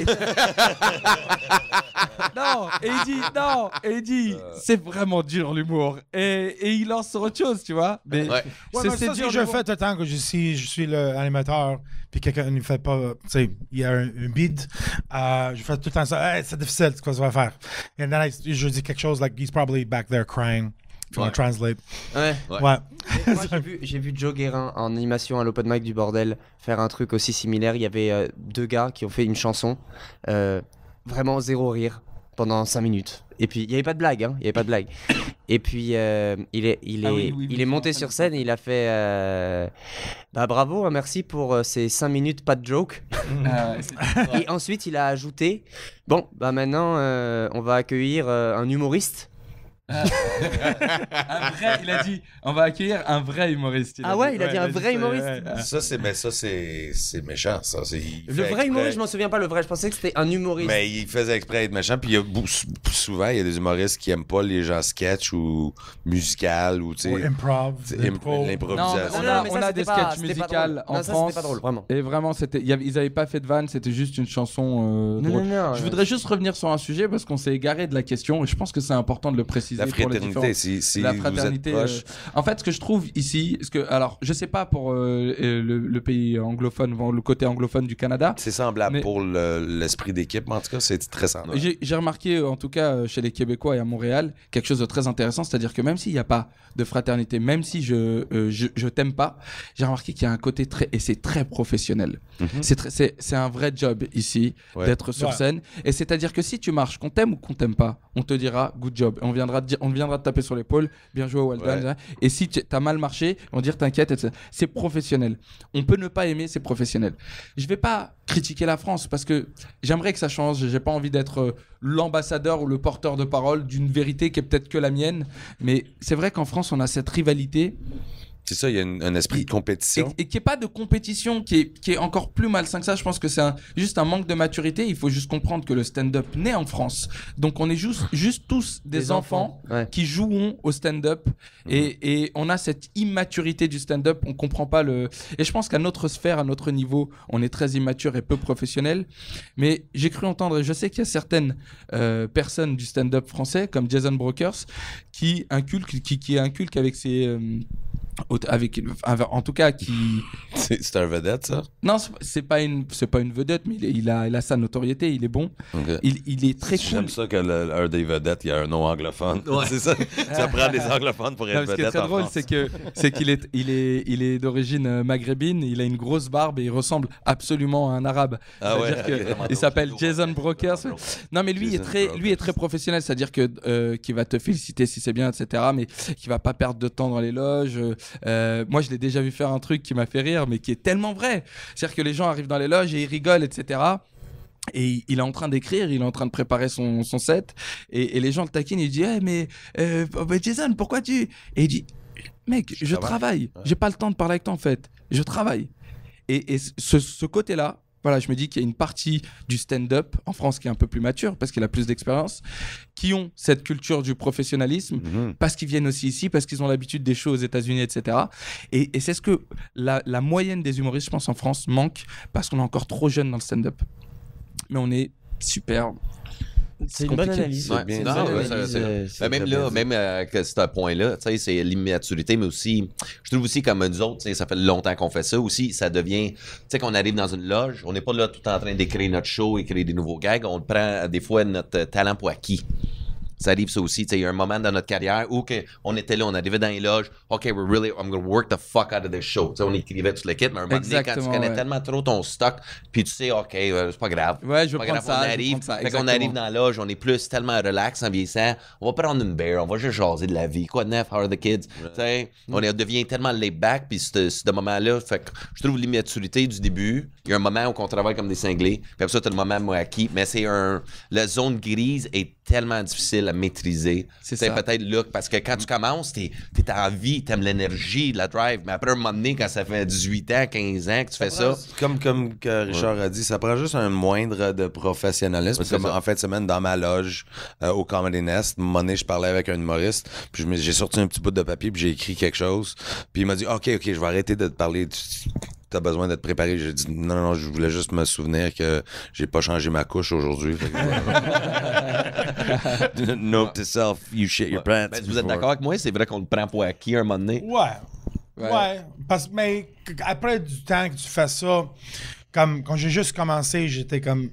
Et il dit c'est vraiment dur l'humour, et il lance sur autre chose, tu vois, mais c'est dur. Je fais tout le temps que je suis l'animateur puis quelqu'un ne fait pas, tu sais, il y a un bid, je fais tout le temps ça, hey, c'est difficile, c'est quoi ça va faire, et then je dis quelque chose like he's probably back there crying. If you want to translate. Ouais. Ouais. Moi, j'ai vu Joe Guérin en animation à l'Open Mic du Bordel faire un truc aussi similaire. Il y avait 2 gars qui ont fait une chanson, vraiment 0 rire pendant 5 minutes. Et puis il y avait pas de blague, hein. Il y avait pas de blague. Et puis il est monté sur scène et il a fait bravo, hein, merci pour ces 5 minutes pas de joke. Et ensuite il a ajouté maintenant on va accueillir un humoriste. Il a dit on va accueillir un vrai humoriste. Il a dit un vrai humoriste. Ça c'est méchant, ça. Le vrai humoriste, je m'en souviens pas. Le vrai, je pensais que c'était un humoriste. Mais il faisait exprès d'être méchant. Puis souvent il y a des humoristes qui aiment pas les gens sketch ou musical ou tu sais l'improvisation. Non, on a des sketchs musicales en France. C'était pas drôle, vraiment. Et vraiment, ils avaient pas fait de vanne, c'était juste une chanson drôle. Je voudrais juste revenir sur un sujet parce qu'on s'est égaré de la question et je pense que c'est important de le préciser. La fraternité, si la vous fraternité, êtes proche. en fait, ce que je trouve ici, alors, je sais pas pour le pays anglophone, le côté anglophone du Canada. C'est semblable pour l'esprit d'équipe, mais en tout cas, c'est très semblable. J'ai remarqué, en tout cas, chez les Québécois et à Montréal, quelque chose de très intéressant, c'est-à-dire que même s'il n'y a pas de fraternité, même si je t'aime pas, j'ai remarqué qu'il y a un côté et c'est très professionnel. C'est un vrai job ici d'être sur scène, et c'est-à-dire que si tu marches, qu'on t'aime ou qu'on t'aime pas, on te dira good job, et on viendra te taper sur l'épaule, bien joué, well done. Et si t'as mal marché, on va dire t'inquiète, etc. C'est professionnel. On peut ne pas aimer, c'est professionnel. Je vais pas critiquer la France parce que j'aimerais que ça change. J'ai pas envie d'être l'ambassadeur ou le porteur de parole d'une vérité qui est peut-être que la mienne, mais c'est vrai qu'en France on a cette rivalité. C'est ça, il y a un esprit de compétition. Et qu'il n'y ait pas de compétition qui est encore plus malsain que ça. Je pense que c'est juste un manque de maturité. Il faut juste comprendre que le stand-up naît en France. Donc on est juste tous des enfants qui jouent au stand-up. Et on a cette immaturité du stand-up. On ne comprend pas Et je pense qu'à notre sphère, à notre niveau, on est très immature et peu professionnel. Mais j'ai cru entendre, et je sais qu'il y a certaines personnes du stand-up français, comme Jason Brokers, qui inculquent avec ses... en tout cas c'est un vedette, ça? Non, c'est pas une vedette, mais il a sa notoriété, il est bon. Okay. Il est très cool. J'aime ça qu'un des vedettes, il y a un nom anglophone. C'est ça. Ça prend des anglophones pour être vedette. Ce qui est très drôle, c'est qu'il est d'origine maghrébine, il a une grosse barbe et il ressemble absolument à un arabe. Il s'appelle Jason Brokers. Non, mais lui est très professionnel, c'est-à-dire que qu'il va te féliciter si c'est bien, etc. Mais qu'il va pas perdre de temps dans les loges. Moi, je l'ai déjà vu faire un truc qui m'a fait rire, mais qui est tellement vrai. C'est-à-dire que les gens arrivent dans les loges et ils rigolent, etc. Et il est en train d'écrire, il est en train de préparer son set. Et les gens le taquinent, il dit hey, mais Jason, pourquoi tu... Et il dit mec, je travaille. J'ai pas le temps de parler avec toi, en fait. Je travaille. Et ce côté-là, voilà, je me dis qu'il y a une partie du stand-up en France qui est un peu plus mature parce qu'il a plus d'expérience, qui ont cette culture du professionnalisme parce qu'ils viennent aussi ici, parce qu'ils ont l'habitude des shows aux États-Unis, etc. Et c'est ce que la moyenne des humoristes, je pense, en France manque parce qu'on est encore trop jeune dans le stand-up. Mais on est super. C'est une bonne analyse. Ouais, C'est une non, bonne ouais, analyse, c'est même très là, bien dit. même que ce point-là, tu sais, c'est l'immaturité, mais aussi, je trouve aussi comme nous autres, tu sais, ça fait longtemps qu'on fait ça aussi, ça devient, tu sais, qu'on arrive dans une loge, on n'est pas là tout en train d'écrire notre show, écrire des nouveaux gags, on prend des fois notre talent pour acquis. Ça arrive ça aussi, tu sais, il y a un moment dans notre carrière où on était là, on arrivait dans les loges, OK, I'm gonna work the fuck out of this show. Tu sais, on écrivait tout le kit, mais un moment donné, quand tu connais tellement trop ton stock, puis tu sais, OK, c'est pas grave. Ouais, je veux pas prendre grave, ça, on arrive, ça, fait qu'on arrive dans la loge, on est plus tellement relax en vieillissant, on va prendre une bière, on va juste jaser de la vie. Quoi de neuf, how are the kids? Tu sais, on devient tellement laid back, puis ce moment-là, fait que je trouve l'immaturité du début, il y a un moment où on travaille comme des cinglés, puis après ça, t'as le moment moi acquis, mais la zone grise est tellement difficile à maîtriser. C'est ça. Peut-être là, parce que quand tu commences, t'es en vie, t'aimes l'énergie, la drive, mais après un moment donné, quand ça fait 18 ans, 15 ans que tu fais ça... Comme que Richard a dit, ça prend juste un moindre de professionnalisme. Ouais, Comme en fin de semaine, dans ma loge au Comedy Nest, un moment donné, je parlais avec un humoriste, puis j'ai sorti un petit bout de papier, puis j'ai écrit quelque chose, puis il m'a dit « OK, je vais arrêter de te parler... T'as besoin d'être préparé. » J'ai dit non, je voulais juste me souvenir que j'ai pas changé ma couche aujourd'hui. Note to self, you shit your pants. Ben, vous êtes d'accord avec moi? C'est vrai qu'on le prend pour acquis un moment donné? Ouais. Mais après du temps que tu fais ça, comme quand j'ai juste commencé, j'étais comme.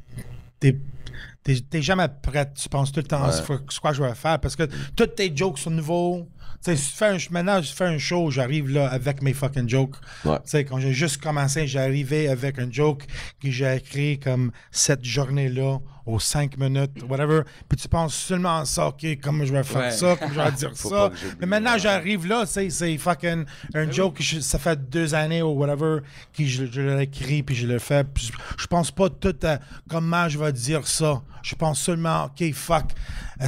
T'es jamais prêt. Tu penses tout le temps c'est quoi je vais faire parce que tous tes jokes sont nouveaux. Tu sais, maintenant, je fais un show, j'arrive là avec mes fucking jokes. Ouais. Tu sais, quand j'ai juste commencé, j'arrivais avec un joke que j'ai écrit comme cette journée-là, aux 5 minutes, whatever. Puis tu penses seulement à ça, OK, comment je vais faire ça, comment je vais dire ça. Mais maintenant, j'arrive là, c'est fucking un joke que ça fait 2 années ou whatever, que je l'ai écrit, puis je le fais. Puis je pense pas tout à comment je vais dire ça. Je pense seulement, OK, fuck. Tu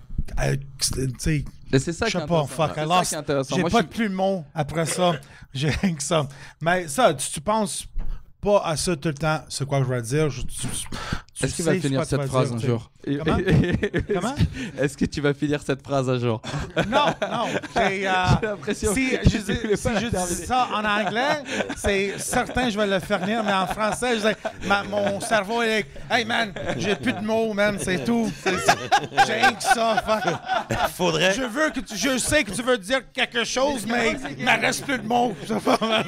sais, Et c'est ça je qui est sais pas, intéressant. fuck, C'est alors, ça qui est intéressant. j'ai Moi, pas je de plus de mots après ça. J'ai rien que ça. Mais ça, tu penses pas à ça tout le temps, c'est quoi je vais dire. Est-ce qu'il va finir cette phrase un jour? Comment? Comment? Est-ce que tu vas finir cette phrase un jour? Non. J'ai l'impression si que je dis ça en anglais, c'est certain que je vais le faire venir, mais en français, mon cerveau est hey man, j'ai plus de mots, man, c'est tout. J'ai rien que ça, fuck. Faudrait. Je sais que tu veux dire quelque chose, mais il me reste plus de mots. Je sais pas, man.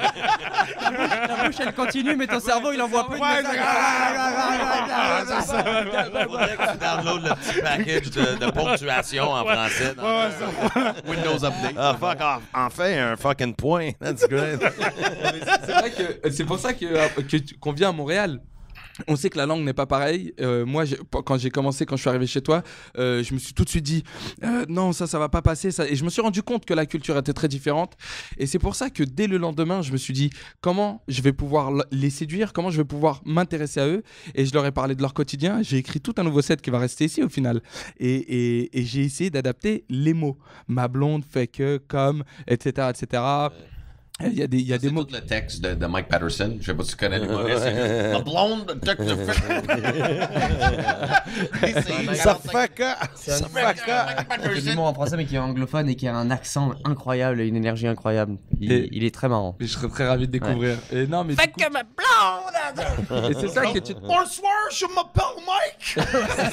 La bouche, elle continue, mais ton cerveau, il envoie plus de Ouais, messages. c'est ça. Faudrait que tu downloades le petit package de ponctuation en français dans Windows Update. Ah, fuck, enfin un fucking point. That's great. C'est vrai que c'est pour ça qu'on vient à Montréal. On sait que la langue n'est pas pareille. Moi, quand je suis arrivé chez toi, je me suis tout de suite dit non, ça va pas passer. Ça. Et je me suis rendu compte que la culture était très différente. Et c'est pour ça que dès le lendemain, je me suis dit comment je vais pouvoir les séduire, comment je vais pouvoir m'intéresser à eux. Et je leur ai parlé de leur quotidien. J'ai écrit tout un nouveau set qui va rester ici au final. Et j'ai essayé d'adapter les mots. Ma blonde fait que, comme, etc., etc. Il y a des mots. C'est tout le texte de Mike Patterson. Je sais pas si tu connais l'humoriste. C'est juste, ma blonde, Ça fait que. C'est du mot en français, mais qui est anglophone et qui a un accent incroyable et une énergie incroyable. Il est très marrant. Je serais très ravi de découvrir. Et non, mais Fait que ma blonde! et c'est ça que tu. Bonsoir, je m'appelle Mike.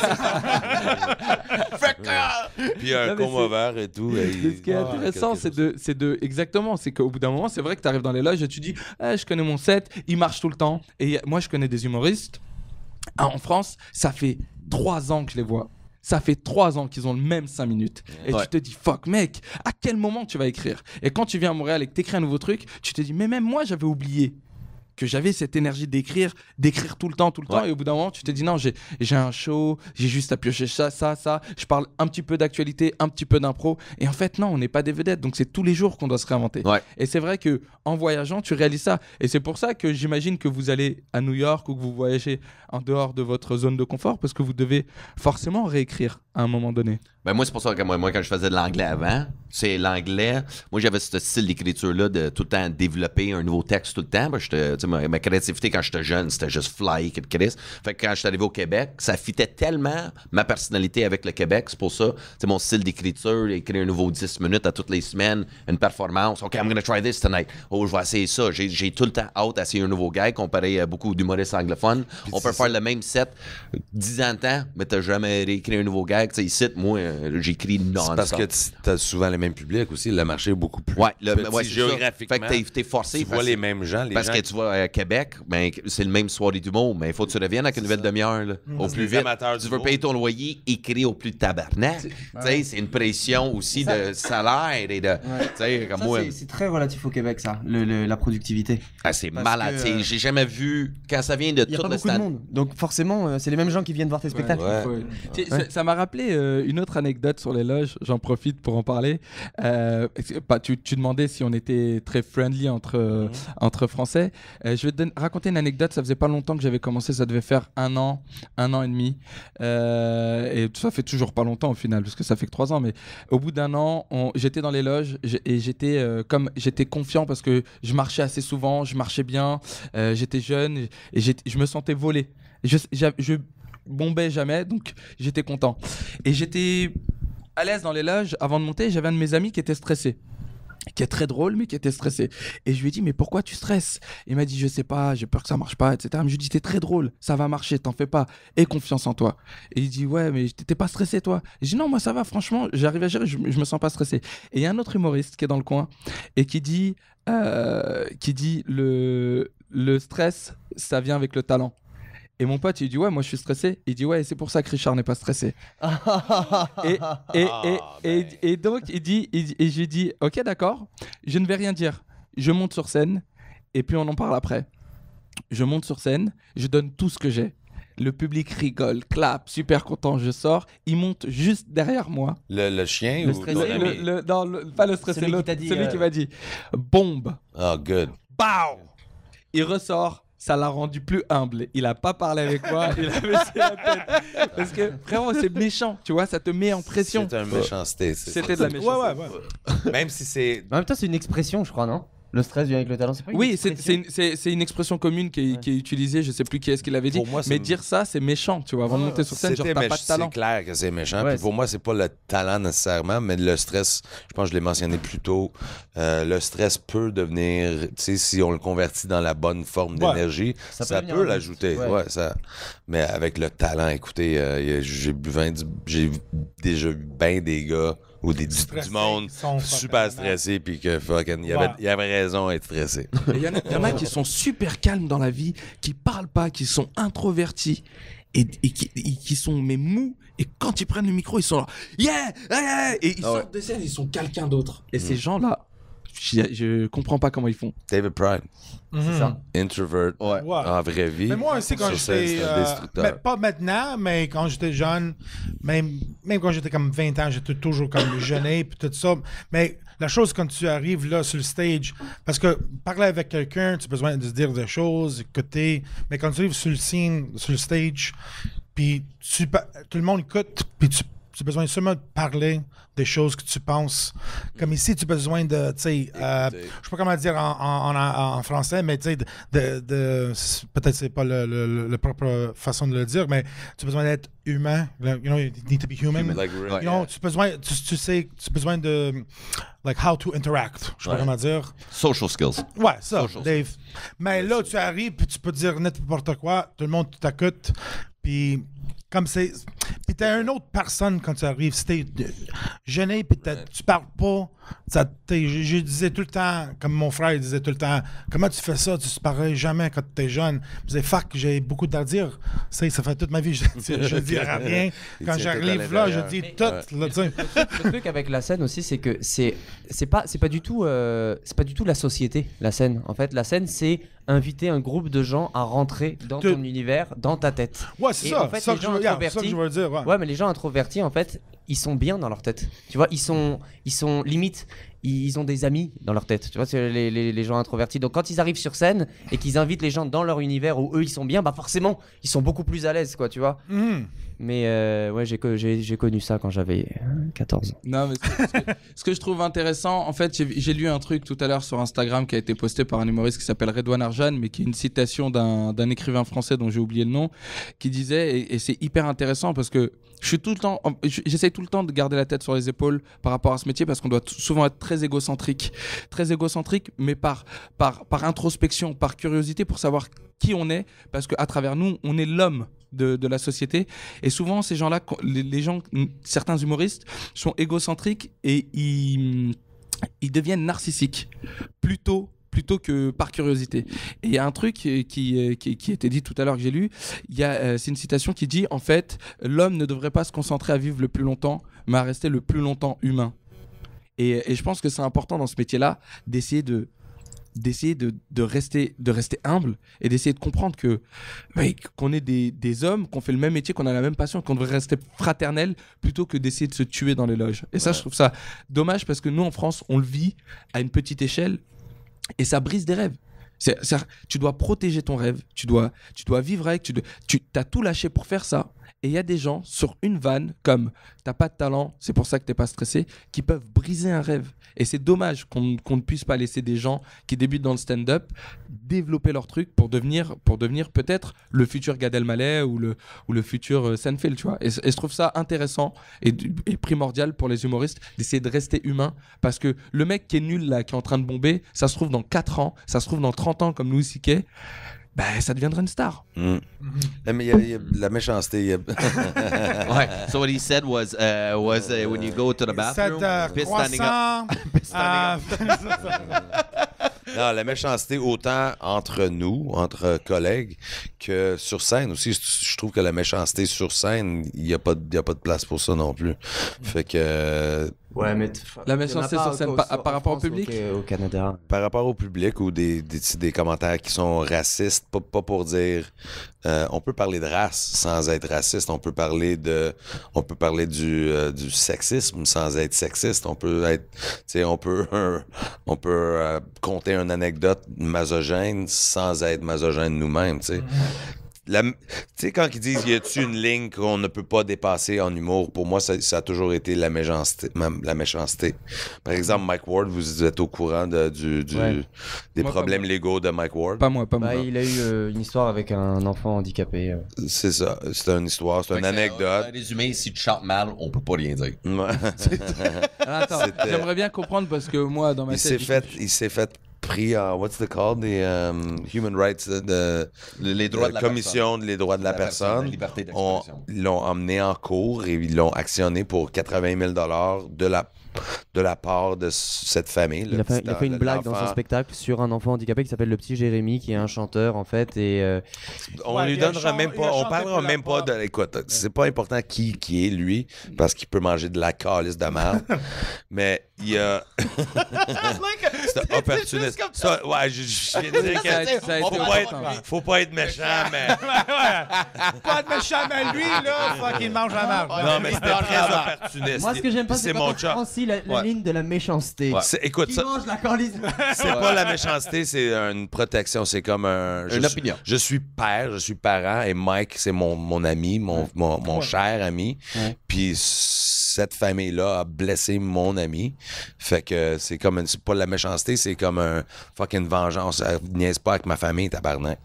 Puis un Non, mais combat vert et tout. Ce qui est intéressant, c'est exactement, c'est qu'au bout d'un moment, c'est vrai que tu arrives dans les loges et tu dis, je connais mon set, il marche tout le temps. Et moi, je connais des humoristes. En France, ça fait 3 ans que je les vois. Ça fait 3 ans qu'ils ont le même 5 minutes. Et tu te dis, fuck, mec, à quel moment tu vas écrire? Et quand tu viens à Montréal et que tu écris un nouveau truc, tu te dis, mais même moi, j'avais oublié que j'avais cette énergie d'écrire tout le temps. Et au bout d'un moment, tu te dis, non, j'ai un show, j'ai juste à piocher ça. Je parle un petit peu d'actualité, un petit peu d'impro. Et en fait, non, on n'est pas des vedettes. Donc, c'est tous les jours qu'on doit se réinventer. Ouais. Et c'est vrai que en voyageant, tu réalises ça. Et c'est pour ça que j'imagine que vous allez à New York ou que vous voyagez en dehors de votre zone de confort parce que vous devez forcément réécrire à un moment donné. Ben moi, c'est pour ça que moi, quand je faisais de l'anglais avant, c'est l'anglais. Moi, j'avais ce style d'écriture-là de tout le temps développer un nouveau texte tout le temps. Ben, ma créativité quand j'étais jeune, c'était juste fly, que de Chris. Fait que quand je suis arrivé au Québec, ça fitait tellement ma personnalité avec le Québec. C'est pour ça, c'est mon style d'écriture, écrire un nouveau 10 minutes à toutes les semaines, une performance. OK, I'm gonna try this tonight. Oh, je vais essayer ça. J'ai tout le temps hâte d'essayer un nouveau gag comparé à beaucoup d'humoristes anglophones. On peut faire le même set 10 ans de temps, mais t'as jamais réécrit un nouveau gag. Tu sais, ici, moi, j'écris non-stop. C'est parce que t'as souvent les mêmes publics aussi. Le marché est beaucoup plus petit géographiquement. Fait que t'es forcé. Tu vois les mêmes gens. Parce que tu vois, à Québec, ben, c'est le même soirée d'humour, mais il faut que tu reviennes avec une nouvelle demi-heure. Là, au plus vite. Tu veux payer ton loyer, écrire au plus de tabarnak. Tu sais, c'est une pression aussi de salaire et de. Tu sais, comme moi. C'est très relatif au Québec, ça, la productivité. Ah, c'est malade. J'ai jamais vu. Quand ça vient de tout le stand. Il y a pas beaucoup de monde. Donc forcément, c'est les mêmes gens qui viennent voir tes spectacles. Ça m'a rappelé une autre anecdote sur les loges. J'en profite pour en parler. Tu demandais si on était très friendly entre Français. Je vais te raconter une anecdote. Ça faisait pas longtemps que j'avais commencé. Ça devait faire un an et demi. Et ça fait toujours pas longtemps au final, parce que ça fait que 3 ans. Mais au bout d'un an, j'étais dans les loges et j'étais confiant parce que je marchais assez souvent, je marchais bien, j'étais jeune et je me sentais volé. Je bombais jamais, donc j'étais content. Et j'étais à l'aise dans les loges. Avant de monter, j'avais un de mes amis qui était stressé, qui est très drôle, mais qui était stressé. Et je lui ai dit, mais pourquoi tu stresses? Il m'a dit, je sais pas, j'ai peur que ça marche pas, etc. Mais je lui ai dit, t'es très drôle, ça va marcher, t'en fais pas, aie confiance en toi. Et il dit, ouais, mais t'es pas stressé, toi? J'ai dit, non, moi ça va, franchement, j'arrive à gérer, je me sens pas stressé. Et il y a un autre humoriste qui est dans le coin et qui dit le stress, ça vient avec le talent. Et mon pote, il dit, ouais, moi je suis stressé. Il dit, ouais, c'est pour ça que Richard n'est pas stressé. et donc, et je lui dis, ok, d'accord, je ne vais rien dire. Je monte sur scène et puis on en parle après. Je monte sur scène, je donne tout ce que j'ai. Le public rigole, clap, super content, je sors. Il monte juste derrière moi. Le chien le ou stressé, pas le stressé, celui qui m'a dit bombe. Oh, good. Pow! Il ressort. Ça l'a rendu plus humble. Il a pas parlé avec moi. Il a baissé la tête. Parce que vraiment, c'est méchant. Tu vois, ça te met en pression. C'est une méchanceté. C'était de la méchanceté. Ouais. Même si c'est. En même temps, c'est une expression, je crois, non? Le stress vient avec le talent, c'est pas une expression. c'est une expression commune qui est utilisée. Je sais plus qui est-ce qui l'avait dit. Moi, mais dire ça, c'est méchant. Tu vois, avant de monter sur scène, genre t'as pas de talent. C'est clair que c'est méchant. Ouais, Puis pour moi, c'est pas le talent nécessairement, mais le stress. Je pense que je l'ai mentionné plus tôt. Le stress peut devenir, tu sais, si on le convertit dans la bonne forme d'énergie, ça peut l'ajouter. Ouais, ça. Mais avec le talent, écoutez, j'ai déjà vu bien des gars ou du monde super stressé puis que fucking il y avait raison à être stressé. Il y en a qui sont super calmes dans la vie, qui parlent pas, qui sont introvertis et qui sont mais mous, et quand ils prennent le micro ils sont là et ils sortent de scène, ils sont quelqu'un d'autre. Et ces gens là, je comprends pas comment ils font. David Pride. C'est ça. Introvert en vraie vie. Mais moi aussi, quand j'étais. Pas maintenant, mais quand j'étais jeune, même quand j'étais comme 20 ans, j'étais toujours comme gêné, puis tout ça. Mais la chose, quand tu arrives là sur le stage, parce que parler avec quelqu'un, tu as besoin de se dire des choses, écouter. Mais quand tu arrives sur le scene, sur le stage, puis tout le monde écoute, puis tu as besoin seulement de parler des choses que tu penses. Comme ici, tu as besoin de, tu sais, je sais pas comment dire en français, mais tu sais, peut-être c'est pas la propre façon de le dire, mais tu as besoin d'être humain. You know, you need to be human. You know, tu as besoin de, like, how to interact. Je sais pas comment dire. Social skills. Ouais, ça, Dave. Mais là, tu arrives, puis tu peux dire n'importe quoi, tout le monde t'écoute, puis comme c'est. Puis t'as une autre personne quand tu arrives. Si t'es gêné, puis tu parles pas. Je disais tout le temps, comme mon frère disait tout le temps, comment tu fais ça? Tu ne parlais jamais quand tu es jeune. Je disais, fuck, j'ai beaucoup à dire. Ça fait toute ma vie, je dis rien. Quand j'arrive là, je dis tout. Le truc avec la scène aussi, c'est que c'est pas du tout la société, la scène. En fait, la scène, c'est inviter un groupe de gens à rentrer dans ton univers, dans ta tête. Ouais, c'est ça. En fait, ça que je veux dire. Ouais, mais les gens introvertis, en fait, ils sont bien dans leur tête. Tu vois, ils sont limite, ils ont des amis dans leur tête. Tu vois, c'est les gens introvertis. Donc quand ils arrivent sur scène et qu'ils invitent les gens dans leur univers où eux ils sont bien, bah forcément, ils sont beaucoup plus à l'aise, quoi, tu vois. Mais ouais, j'ai connu ça quand j'avais 14 ans. Non, mais ce que je trouve intéressant, en fait, j'ai lu un truc tout à l'heure sur Instagram qui a été posté par un humoriste qui s'appelle Redouane Arjan, mais qui est une citation d'un écrivain français dont j'ai oublié le nom, qui disait, et c'est hyper intéressant parce que j'essaye tout le temps de garder la tête sur les épaules par rapport à ce métier parce qu'on doit souvent être très égocentrique, mais par introspection, par curiosité pour savoir qui on est, parce qu'à travers nous, on est l'homme de la société. Et souvent, ces gens-là, certains humoristes sont égocentriques et ils deviennent narcissiques plutôt que par curiosité. Et il y a un truc qui était dit tout à l'heure que j'ai lu, c'est une citation qui dit, en fait, l'homme ne devrait pas se concentrer à vivre le plus longtemps, mais à rester le plus longtemps humain. Et je pense que c'est important dans ce métier-là d'essayer de rester humble et d'essayer de comprendre qu'on est des hommes, qu'on fait le même métier, qu'on a la même passion, qu'on devrait rester fraternel plutôt que d'essayer de se tuer dans les loges. Et ça, je trouve ça dommage parce que nous, en France, on le vit à une petite échelle et ça brise des rêves. Tu dois protéger ton rêve, tu dois vivre avec, tu as tout lâché pour faire ça. Et il y a des gens sur une vanne, comme t'as pas de talent, c'est pour ça que t'es pas stressé, qui peuvent briser un rêve. Et c'est dommage qu'on ne puisse pas laisser des gens qui débutent dans le stand-up développer leur truc pour devenir peut-être le futur Gad Elmaleh ou le futur Seinfeld, tu vois. Et je trouve ça intéressant et primordial pour les humoristes d'essayer de rester humain parce que le mec qui est nul là, qui est en train de bomber, ça se trouve dans 4 ans, ça se trouve dans 30 ans comme Louis C.K., ça deviendra une star. Mais il y a la méchanceté. Ouais. So what he said was when you go to the bathroom, piss standing up. Non, la méchanceté autant entre nous, entre collègues, que sur scène aussi. Je trouve que la méchanceté sur scène, il n'y a pas de place pour ça non plus. Fait que... Ouais, mais la méchanceté sur scène par rapport au public, au Canada. Par rapport au public ou des commentaires qui sont racistes, pas pour dire... on peut parler de race sans être raciste. On peut parler du sexisme sans être sexiste. On peut conter une anecdote masogène sans être masogène nous-mêmes, tu sais. Tu sais, quand ils disent « y a-tu une ligne qu'on ne peut pas dépasser en humour », pour moi, ça a toujours été la méchanceté. Par exemple, Mike Ward, vous êtes au courant des problèmes légaux de Mike Ward? Pas moi. Il a eu une histoire avec un enfant handicapé. C'est ça, c'est une histoire, c'est une anecdote. Résumé, si tu chantes mal, on peut pas rien dire. Attends, j'aimerais bien comprendre parce que moi, dans ma tête... Il s'est fait pris en what's it called, des human rights, les droits de la commission des droits de la personne. La liberté d'expression. Ils l'ont emmené en cours et ils l'ont actionné pour 80 000 de la part de cette famille. Il a fait une blague dans son spectacle sur un enfant handicapé qui s'appelle le petit Jérémy, qui est un chanteur en fait. Et on lui donnera même pas, on parlera même pas de. Écoute, c'est pas important qui est lui, parce qu'il peut manger de la calice de merde. Mais il y a. C'est opportuniste. Ça, ouais, je viens de dire que faut pas être méchant, mais. Pas de méchant, mais lui, là, fuck, il mange la merde. Non, mais c'était très opportuniste. Moi, ce que j'aime pas, c'est mon quand on la ligne de la méchanceté. Ouais. Écoute, Qui mange la calice. C'est pas la méchanceté, c'est une protection. C'est comme une opinion. Je suis père, je suis parent, et Mike, c'est mon ami, mon cher ami. Ouais. Puis cette famille-là a blessé mon ami. Fait que c'est pas la méchanceté, c'est comme un fucking vengeance. Elle niaise pas avec ma famille, tabarnak.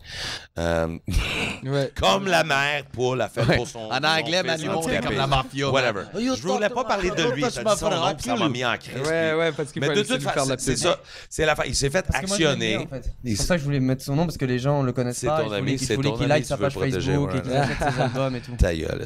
Comme la mère pour la fête pour son. En anglais, Manu, c'est comme la mafia. Whatever. Je voulais pas parler de lui. Ça m'a mis en crise. Ouais, parce qu'il fallait faire de la pub. C'est ça. C'est la fin. Il s'est fait actionner. En fait. C'est pour ça que je voulais mettre son nom, parce que les gens le connaissent pas. C'est ton ami, c'est ton ami. Qu'il like sa page Facebook et qu'il achète ses albums et tout. Ta gueule,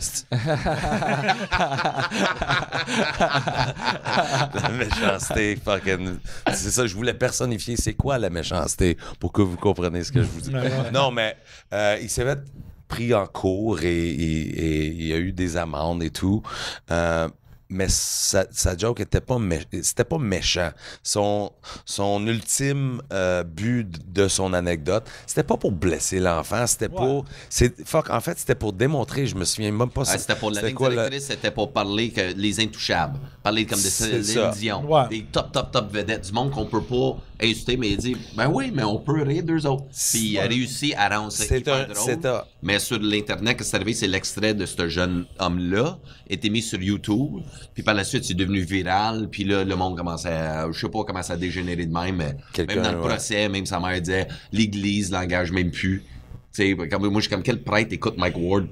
la méchanceté, fucking. C'est ça, je voulais personnifier. C'est quoi la méchanceté pour que vous compreniez ce que je vous dis. Non, mais il s'est fait pris en cours et il y a eu des amendes et tout. mais sa joke était pas c'était pas méchant. Son ultime but de son anecdote, c'était pas pour blesser l'enfant, c'était pour en fait, c'était pour démontrer, je me souviens même pas c'était pour la ligne directrice, c'était pour parler que les intouchables, parler comme de Céline Dion, des top vedettes du monde qu'on peut pas insulter, mais il dit ben oui, mais on peut rire d'eux autres. Puis il a réussi à rendre ça hyper drôle. Mais sur l'internet, ce qui est arrivé, c'est l'extrait de ce jeune homme-là était mis sur YouTube. Puis par la suite, c'est devenu viral. Puis là, le monde commençait à... Je sais pas comment ça a dégénéré de même, mais même dans le procès, même sa mère disait « L'Église l'engage même plus ». Tu sais, comme, moi, je suis comme, quel prêtre écoute Mike Ward?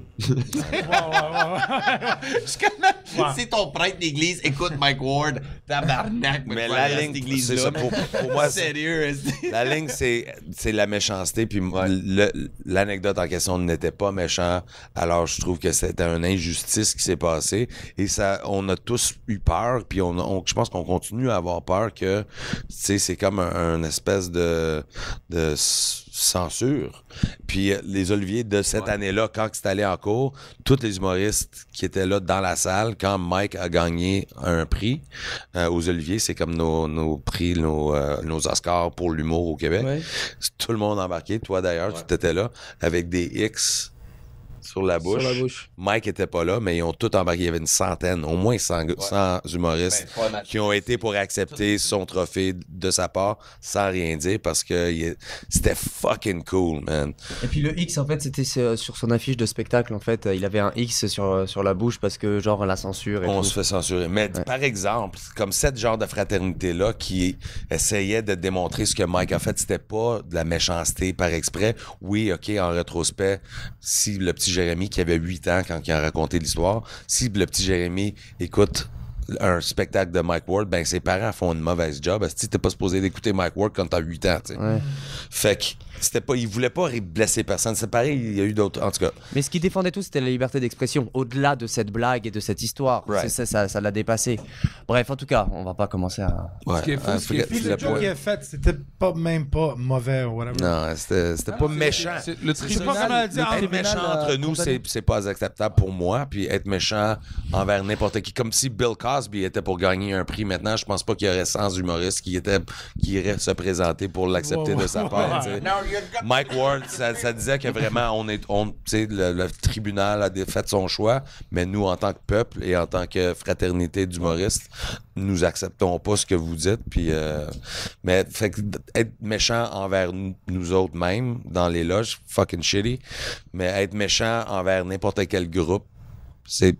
C'est ton prêtre d'église, écoute Mike Ward, tabarnak. Mais la ligne, c'est ça, pour moi, sérieux. La ligne, c'est la méchanceté, puis l'anecdote en question n'était pas méchant, alors je trouve que c'était une injustice qui s'est passée, et ça, on a tous eu peur, puis je pense qu'on continue à avoir peur que, tu sais, c'est comme un espèce de censure. Puis les Oliviers de cette année-là, quand c'est allé en cours, tous les humoristes qui étaient là dans la salle, quand Mike a gagné un prix aux Oliviers, c'est comme nos prix, nos Oscars pour l'humour au Québec. Ouais. Tout le monde embarqué. Toi d'ailleurs, tu étais là avec des X sur la bouche. Mike était pas là, mais ils ont tous embarqué. Il y avait une centaine, au moins 100 humoristes qui ont été pour accepter son trophée de sa part sans rien dire parce que c'était fucking cool, man. Et puis le X, en fait, c'était sur son affiche de spectacle, en fait. Il avait un X sur la bouche parce que, genre, la censure et on tout. Se fait censurer. Mais par exemple, comme cette genre de fraternité-là qui essayait de démontrer ce que Mike a fait, c'était pas de la méchanceté par exprès. Oui, OK, en rétrospect, si le petit Jérémy qui avait 8 ans quand il a raconté l'histoire, si le petit Jérémy écoute un spectacle de Mike Ward, ben ses parents font une mauvaise job. Si t'es pas supposé d'écouter Mike Ward quand t'as 8 ans, tu sais. Ouais. Fait que c'était pas, il voulait pas blesser personne. C'est pareil, il y a eu d'autres, en tout cas. Mais ce qu'il défendait tout, c'était la liberté d'expression. Au-delà de cette blague et de cette histoire, ça l'a dépassé. Bref, en tout cas, on va pas commencer à... Ouais. Ce qui est fou, le joke qu'il a fait, c'était même pas mauvais ou whatever. Non, c'était pas méchant. Le tribunal, être méchant entre nous, c'est pas acceptable pour moi. Puis être méchant envers n'importe qui. Comme si Bill Cosby était pour gagner un prix maintenant, je pense pas qu'il y aurait 100 humoristes qui iraient se présenter pour l'accepter de sa part. Mike Ward, ça disait que vraiment, le tribunal a fait son choix, mais nous, en tant que peuple et en tant que fraternité d'humoristes, nous acceptons pas ce que vous dites. Puis, mais fait que être méchant envers nous autres mêmes dans les loges, fucking shitty, mais être méchant envers n'importe quel groupe, c'est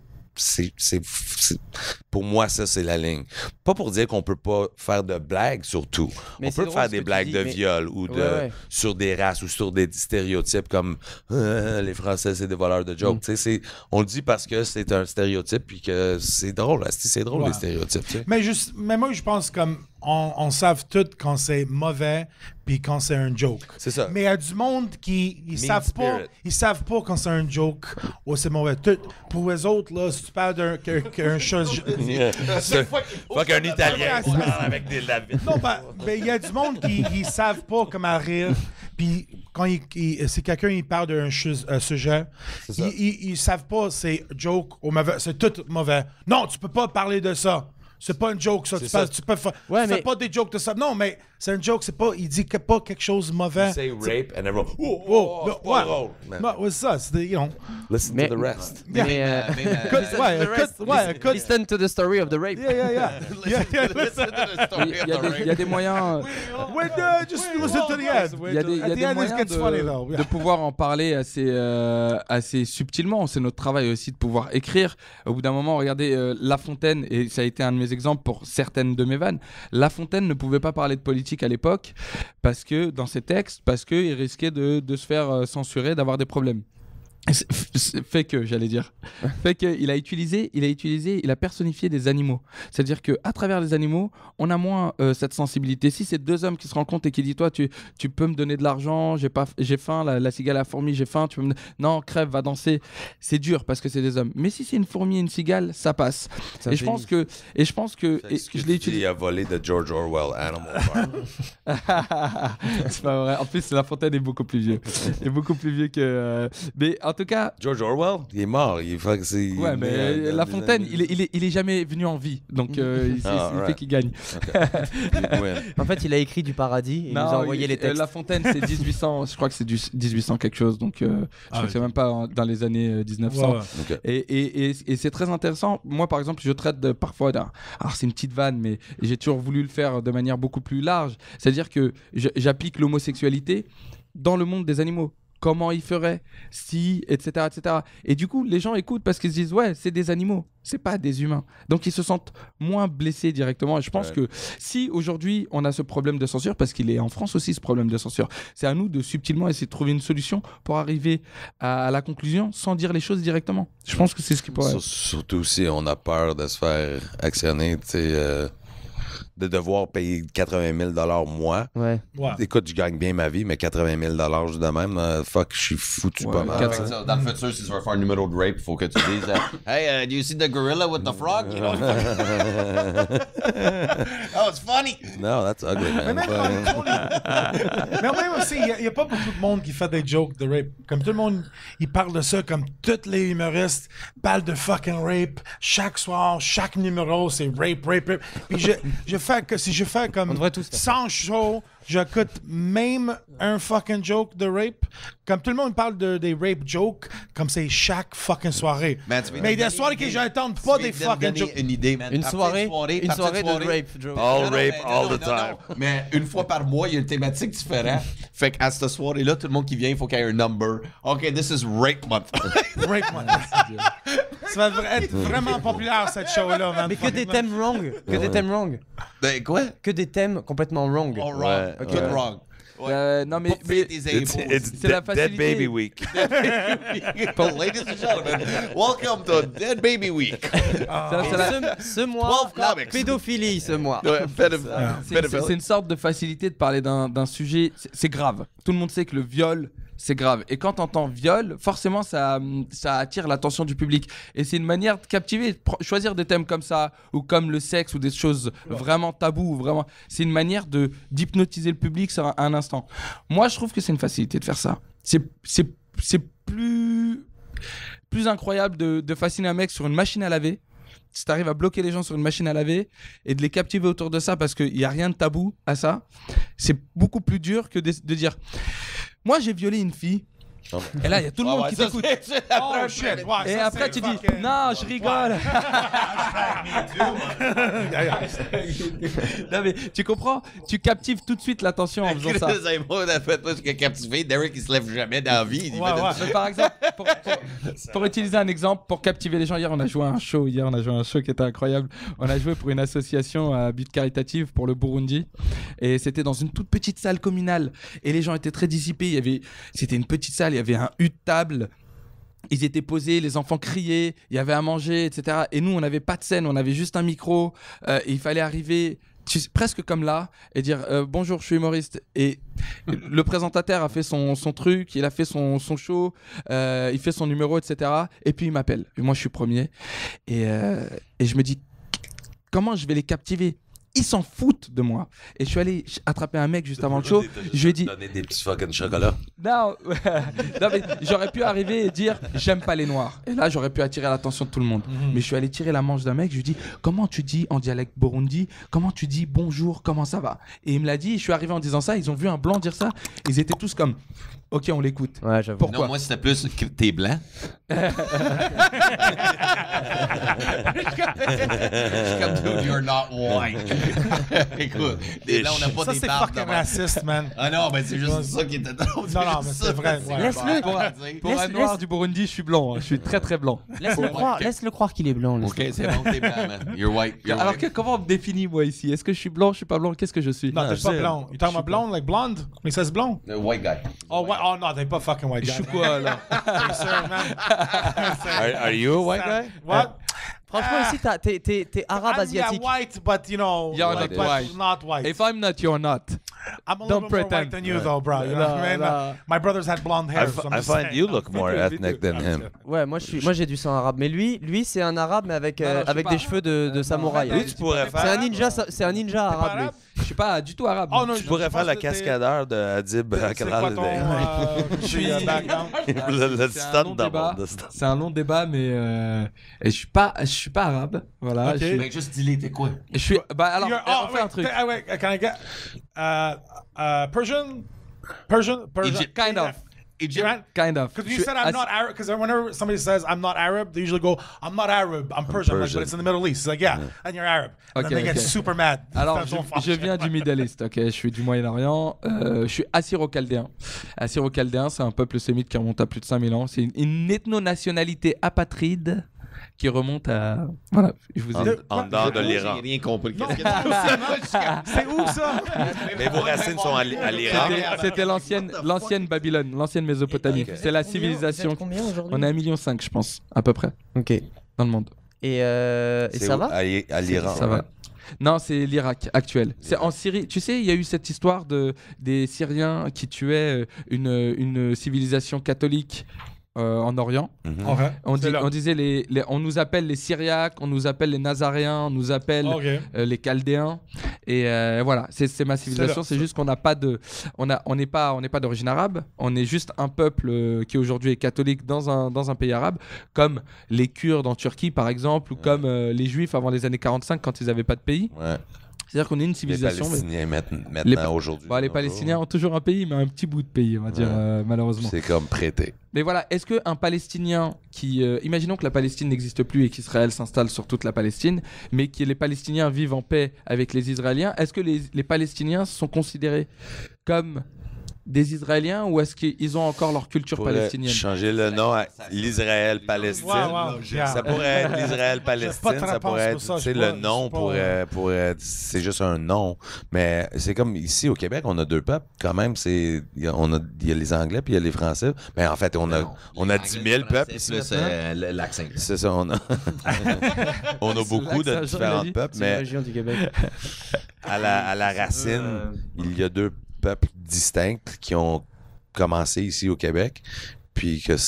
pour moi, ça, c'est la ligne. Pas pour dire qu'on peut pas faire de blagues, surtout. Mais on peut faire des blagues de viol ou sur des races ou sur des stéréotypes comme les Français, c'est des voleurs de jokes. On le dit parce que c'est un stéréotype puis que c'est drôle. C'est drôle, les stéréotypes. T'sais. Mais moi, je pense comme on savent tout quand c'est mauvais puis quand c'est un joke. C'est ça. Mais il y a du monde qui ils savent pas quand c'est un joke ou c'est mauvais. Pour les autres, là, si tu parles d'un chose... Fuck un Italien qui parle avec des lavis. Non, mais il y a du monde qui savent pas comment rire. Puis quand si quelqu'un il parle d'un sujet, ils savent pas c'est joke ou mauvais. C'est tout mauvais. Non, tu peux pas parler de ça. C'est pas une joke, ça. Tu peux faire. C'est pas des jokes de ça. Non, mais c'est un joke. C'est pas. Il dit pas quelque chose de mauvais. Say rape and everyone. Ouais, c'est ça. C'est Listen to the rest. Listen to the story of the rape. Il y a des moyens. Just listen to the end. Il y a des moyens de pouvoir en parler assez subtilement. C'est notre travail aussi de pouvoir écrire. Au bout d'un moment, regardez La Fontaine, et ça a été un de mes exemples pour certaines de mes vannes. La Fontaine ne pouvait pas parler de politique à l'époque parce que dans ses textes, parce qu'il risquait de se faire censurer, d'avoir des problèmes. Fait qu'il a personnifié des animaux. C'est-à-dire qu'à travers les animaux, on a moins cette sensibilité. Si c'est deux hommes qui se rencontrent et qui disent toi, tu peux me donner de l'argent, j'ai faim, la cigale, la fourmi, j'ai faim, tu peux non, crève, va danser. C'est dur parce que c'est des hommes. Mais si c'est une fourmi et une cigale, ça passe. Je pense que je l'ai utilisé. Il a volé de George Orwell, Animal Farm. C'est pas vrai. En plus, La Fontaine est beaucoup plus vieux. Que. Mais en tout cas, George Orwell, il est mort. Il faut que c'est. ouais, mais La Fontaine, il est jamais venu en vie, donc c'est fait qu'il gagne. Ouais. En fait, il a écrit du paradis et il nous a envoyé les textes. La Fontaine, c'est 1800, je crois que c'est du 1800 quelque chose, donc je crois que c'est même pas dans les années 1900. Ouais. Ok. Et c'est très intéressant. Moi, par exemple, je traite parfois alors c'est une petite vanne, mais j'ai toujours voulu le faire de manière beaucoup plus large. C'est-à-dire que j'applique l'homosexualité dans le monde des animaux. Comment ils feraient si, etc., etc. Et du coup, les gens écoutent parce qu'ils se disent, ouais, c'est des animaux, c'est pas des humains. Donc, ils se sentent moins blessés directement. Et je pense que si aujourd'hui, on a ce problème de censure, parce qu'il est en France aussi ce problème de censure, c'est à nous de subtilement essayer de trouver une solution pour arriver à la conclusion sans dire les choses directement. Je pense que c'est ce qui pourrait... Surtout si on a peur de se faire actionner, tu sais, de devoir payer 80 000 mois. Ouais. Ouais. Écoute, je gagne bien ma vie, mais 80 000 juste de même, fuck, je suis foutu pas mal. Fait que ça, dans le futur, si tu veux faire un numéro de rape, il faut que tu dises Hey, do you see the gorilla with the frog? You know? Oh, it's funny! No, that's ugly, man. Mais même aussi, il n'y a pas beaucoup de monde qui fait des jokes de rape. Comme tout le monde, il parle de ça, comme tous les humoristes parlent de fucking rape. Chaque soir, chaque numéro, c'est rape, rape, rape. Puis si je fais comme On devrait tous faire 100 shows, j'écoute même un fucking joke de rape. Comme tout le monde parle des rape jokes, comme c'est chaque fucking soirée. Man, tu viens Mais de il y a des donner soirées une que idée. j'entends pas Tu des viens de fucking donner jokes. une idée, man. Une Partie soirée de rape joke. All Non, rape, mais all non, the non, time. non. Mais une fois par mois, il y a une thématique différente. Fait qu'à cette soirée-là, tout le monde qui vient, il faut qu'il y ait un number. OK, this is rape month. Rape month. Ça va être vraiment populaire, cette show-là, man. Mais que des thèmes wrong. Que des thèmes wrong. Ben, quoi? Que des thèmes complètement wrong. All wrong. Ouais, OK, ouais. wrong. non, mais It's la Dead facilité. Baby Week. Ladies and gentlemen, welcome to Dead Baby Week. ça, c'est la- Ce mois, 12 la comics. pédophilie, ce mois. c'est une sorte de facilité de parler d'un sujet. C'est grave. Tout le monde sait que le viol, c'est grave. Et quand t'entends viol, forcément, ça attire l'attention du public. Et c'est une manière de captiver. Choisir des thèmes comme ça, ou comme le sexe, ou des choses vraiment taboues, vraiment. C'est une manière d'hypnotiser le public sur un instant. Moi, je trouve que c'est une facilité de faire ça. C'est plus incroyable de fasciner un mec sur une machine à laver. Si t'arrives à bloquer les gens sur une machine à laver et de les captiver autour de ça parce qu'il n'y a rien de tabou à ça, c'est beaucoup plus dur que de dire moi j'ai violé une fille. Et là, il y a tout le monde qui t'écoute. Oh shit, ouais, Et ça, après, c'est tu dis fucking- non, je rigole. Non, mais tu comprends? Tu captives tout de suite l'attention en faisant ça. Les impôts, on a fait plus que captiver. Derek, il se lève jamais dans la vie. Il Ouais, fait ouais. Mais par exemple, pour utiliser un exemple, pour captiver les gens, hier on a joué à un show qui était incroyable. On a joué pour une association à but caritatif pour le Burundi et c'était dans une toute petite salle communale et les gens étaient très dissipés. C'était une petite salle, il y avait un U de table. Ils étaient posés, les enfants criaient, il y avait à manger, etc. Et nous, on n'avait pas de scène, on avait juste un micro. Et il fallait arriver presque comme là et dire bonjour, je suis humoriste. Et le présentateur a fait son truc, il a fait son show, il fait son numéro, etc. Et puis il m'appelle. Et moi, je suis premier. Et je me dis comment je vais les captiver? Ils s'en foutent de moi. Et je suis allé attraper un mec juste avant le show. Je lui ai dit Donner des petits fucking chocolats. non, non mais j'aurais pu arriver et dire j'aime pas les noirs. Et là j'aurais pu attirer l'attention de tout le monde. Mais je suis allé tirer la manche d'un mec. Je lui dis comment tu dis en dialecte burundi, comment tu dis bonjour, comment ça va? Et il me l'a dit. Je suis arrivé en disant ça. Ils ont vu un blanc dire ça. Ils étaient tous comme ok, on l'écoute. Ouais, j'avoue. Pourquoi? Non, moi, c'était plus que t'es blanc. Je suis comme, dude, you're not white. Écoute, des blancs, on n'a pas Ça, des c'est barbes. fucking de même. raciste, man. Ah non, ben c'est juste ça qui était drôle. Non, non, mais c'est vrai, ouais. Laisse-le. Pour un noir du Burundi, je suis blanc. Je suis très très blanc. Laisse-le croire qu'il est blanc. Ok, c'est bon, t'es blanc, man. You're white. You're Alors white. comment on me définit moi ici? Est-ce que je suis blanc? Je suis pas blanc? Qu'est-ce que je suis? Non, t'es je pas sais. blonde. You talking about blonde, like blonde? Mais ça, c'est blond. The white guy. Oh, ouais, oh non, t'es pas fucking white guy. Je suis quoi là? Yes, sir, man. Are you a white guy? What? Franchement, ici, t'es arabe I'm asiatique. white, but you know, You're like, not but white. not white. If I'm not, you're not. I'm a Don't little bit more white pretend. than you, though, bro. You know what I mean? No. My brothers had blonde hair. so I'm I just find saying. you look more ethnic than him. Ouais, moi j'ai du sang arabe, mais lui c'est un arabe mais avec Non, non, je suis avec pas des arabe. cheveux de samouraï. Lui, tu pourrais faire. C'est un ninja T'es pas arabe lui. arabe? Je suis pas du tout arabe. Oh non, Tu pourrais faire le cascadeur de Adib C'est quoi ton background? Le C'est un stunt long dans débat. mon C'est un long débat, mais et je suis pas arabe. Voilà. Ok. Je suis- Ben, juste dis-les, t'es quoi? je suis. Bah alors, Oh, on fait un truc. wait, can I get Persian? Egypt. Kind of. Iran? Kind of. Because Je you suis said I'm not Arab. Because whenever somebody says I'm not Arab, they usually go, I'm not Arab, I'm Persian. I'm like, Persian. but it's in the Middle East. It's like, yeah, and you're Arab. And Okay, then they get okay. super mad. Alors, That's so je viens du Middle East, ok. Je suis du Moyen-Orient. Je suis assyro-chaldéen. Assyro-chaldéen, c'est un peuple sémite qui remonte à plus de 5000 ans. C'est une ethno-nationalité apatride qui remonte à. Voilà, je vous ai. En dehors de l'Iran. J'ai rien compris. Non. Qu'est-ce que C'est où ça? Mais vos racines sont à l'Iran. C'était l'ancienne Babylone, l'ancienne Mésopotamie. Ok. C'est la Vous civilisation. êtes combien aujourd'hui? On est à 1,5 million, je pense, à peu près, Ok. dans le monde. Et C'est ça où? va? À l'Iran. Ça va. Non, c'est l'Irak actuel. C'est en Syrie. Tu sais, il y a eu cette histoire des Syriens qui tuaient une civilisation catholique en Orient. Mhm. Okay. On disait on nous appelle les Syriaques, on nous appelle les Nazaréens, on nous appelle Ok. les Chaldéens. Et voilà, c'est ma civilisation. là. C'est juste qu'on n'a pas on n'est pas d'origine arabe. On est juste un peuple qui aujourd'hui est catholique dans un pays arabe, comme les Kurdes en Turquie par exemple, ou comme les Juifs avant les années 45 quand ils n'avaient pas de pays. Ouais. C'est-à-dire qu'on est une Les civilisation. Palestiniens maintenant Les- aujourd'hui. Les Palestiniens ont toujours un pays, mais un petit bout de pays, on va dire, malheureusement. C'est comme prêté. Mais voilà, est-ce qu'un Palestinien qui... imaginons que la Palestine n'existe plus et qu'Israël s'installe sur toute la Palestine, mais que les Palestiniens vivent en paix avec les Israéliens, est-ce que les Palestiniens sont considérés comme des Israéliens ou est-ce qu'ils ont encore leur culture Pourrait palestinienne? changer le nom à l'Israël-Palestine. Wow, yeah. Ça pourrait être J'ai pas l'Israël-Palestine, de ça réponse pourrait pour être, ça, tu sais, je sais le pas, nom pourrait être, c'est juste un nom, mais c'est comme ici au Québec, on a deux peuples quand même, il y a les Anglais puis il y a les Français, mais en fait on a 10 000 peuples ici maintenant. l'accent. C'est ça, on a beaucoup de l'accent, différents dit. peuples, C'est une mais région du Québec. à la racine, il y a deux peuples distincts qui ont commencé ici au Québec. Puis que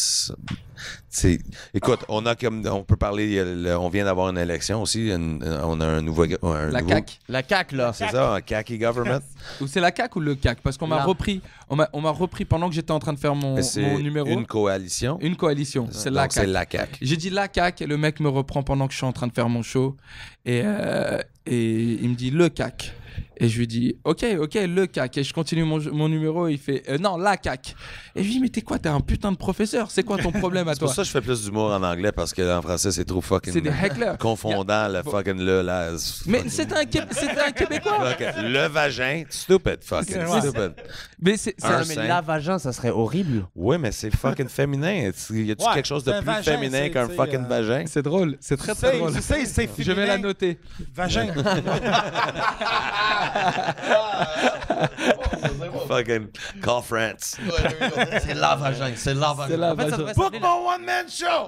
écoute, on peut parler, on vient d'avoir une élection aussi, on a un nouveau La CAQ. La CAQ là. C'est ça, un CAQ government. Ou c'est la CAQ ou le CAQ? Parce qu'on m'a Là. repris, on m'a repris pendant que j'étais en train de faire mon Mais c'est numéro. une coalition. Une coalition, c'est la Donc c'est CAQ. la CAQ. J'ai dit la CAQ et le mec me reprend pendant que je suis en train de faire mon show et il me dit le CAQ. Et je lui dis ok le CAQ et je continue mon numéro et il fait non la CAQ et je lui dis mais t'es quoi, t'es un putain de professeur, c'est quoi ton problème à C'est pour toi? ça que je fais plus d'humour en anglais parce qu'en français c'est trop fucking C'est des hecklers. confondant le fucking le là. Mais c'était un Québécois. Fucking- le vagin, stupid fucking Ouais. stupid. Mais c'est Un Mais sein. la vagin, ça serait horrible. Oui, mais c'est fucking féminin. Y a-tu Ouais, quelque chose de c'est un plus vagin, féminin c'est, qu'un tu sais, fucking vagin? c'est drôle, c'est très très drôle. Tu sais, c'est Je vais la féminin. noter. Vagin. Fucking call France. C'est la vagin, c'est la C'est vagin. la En fait, ça vagin. devrait Book s'appeler mon one-man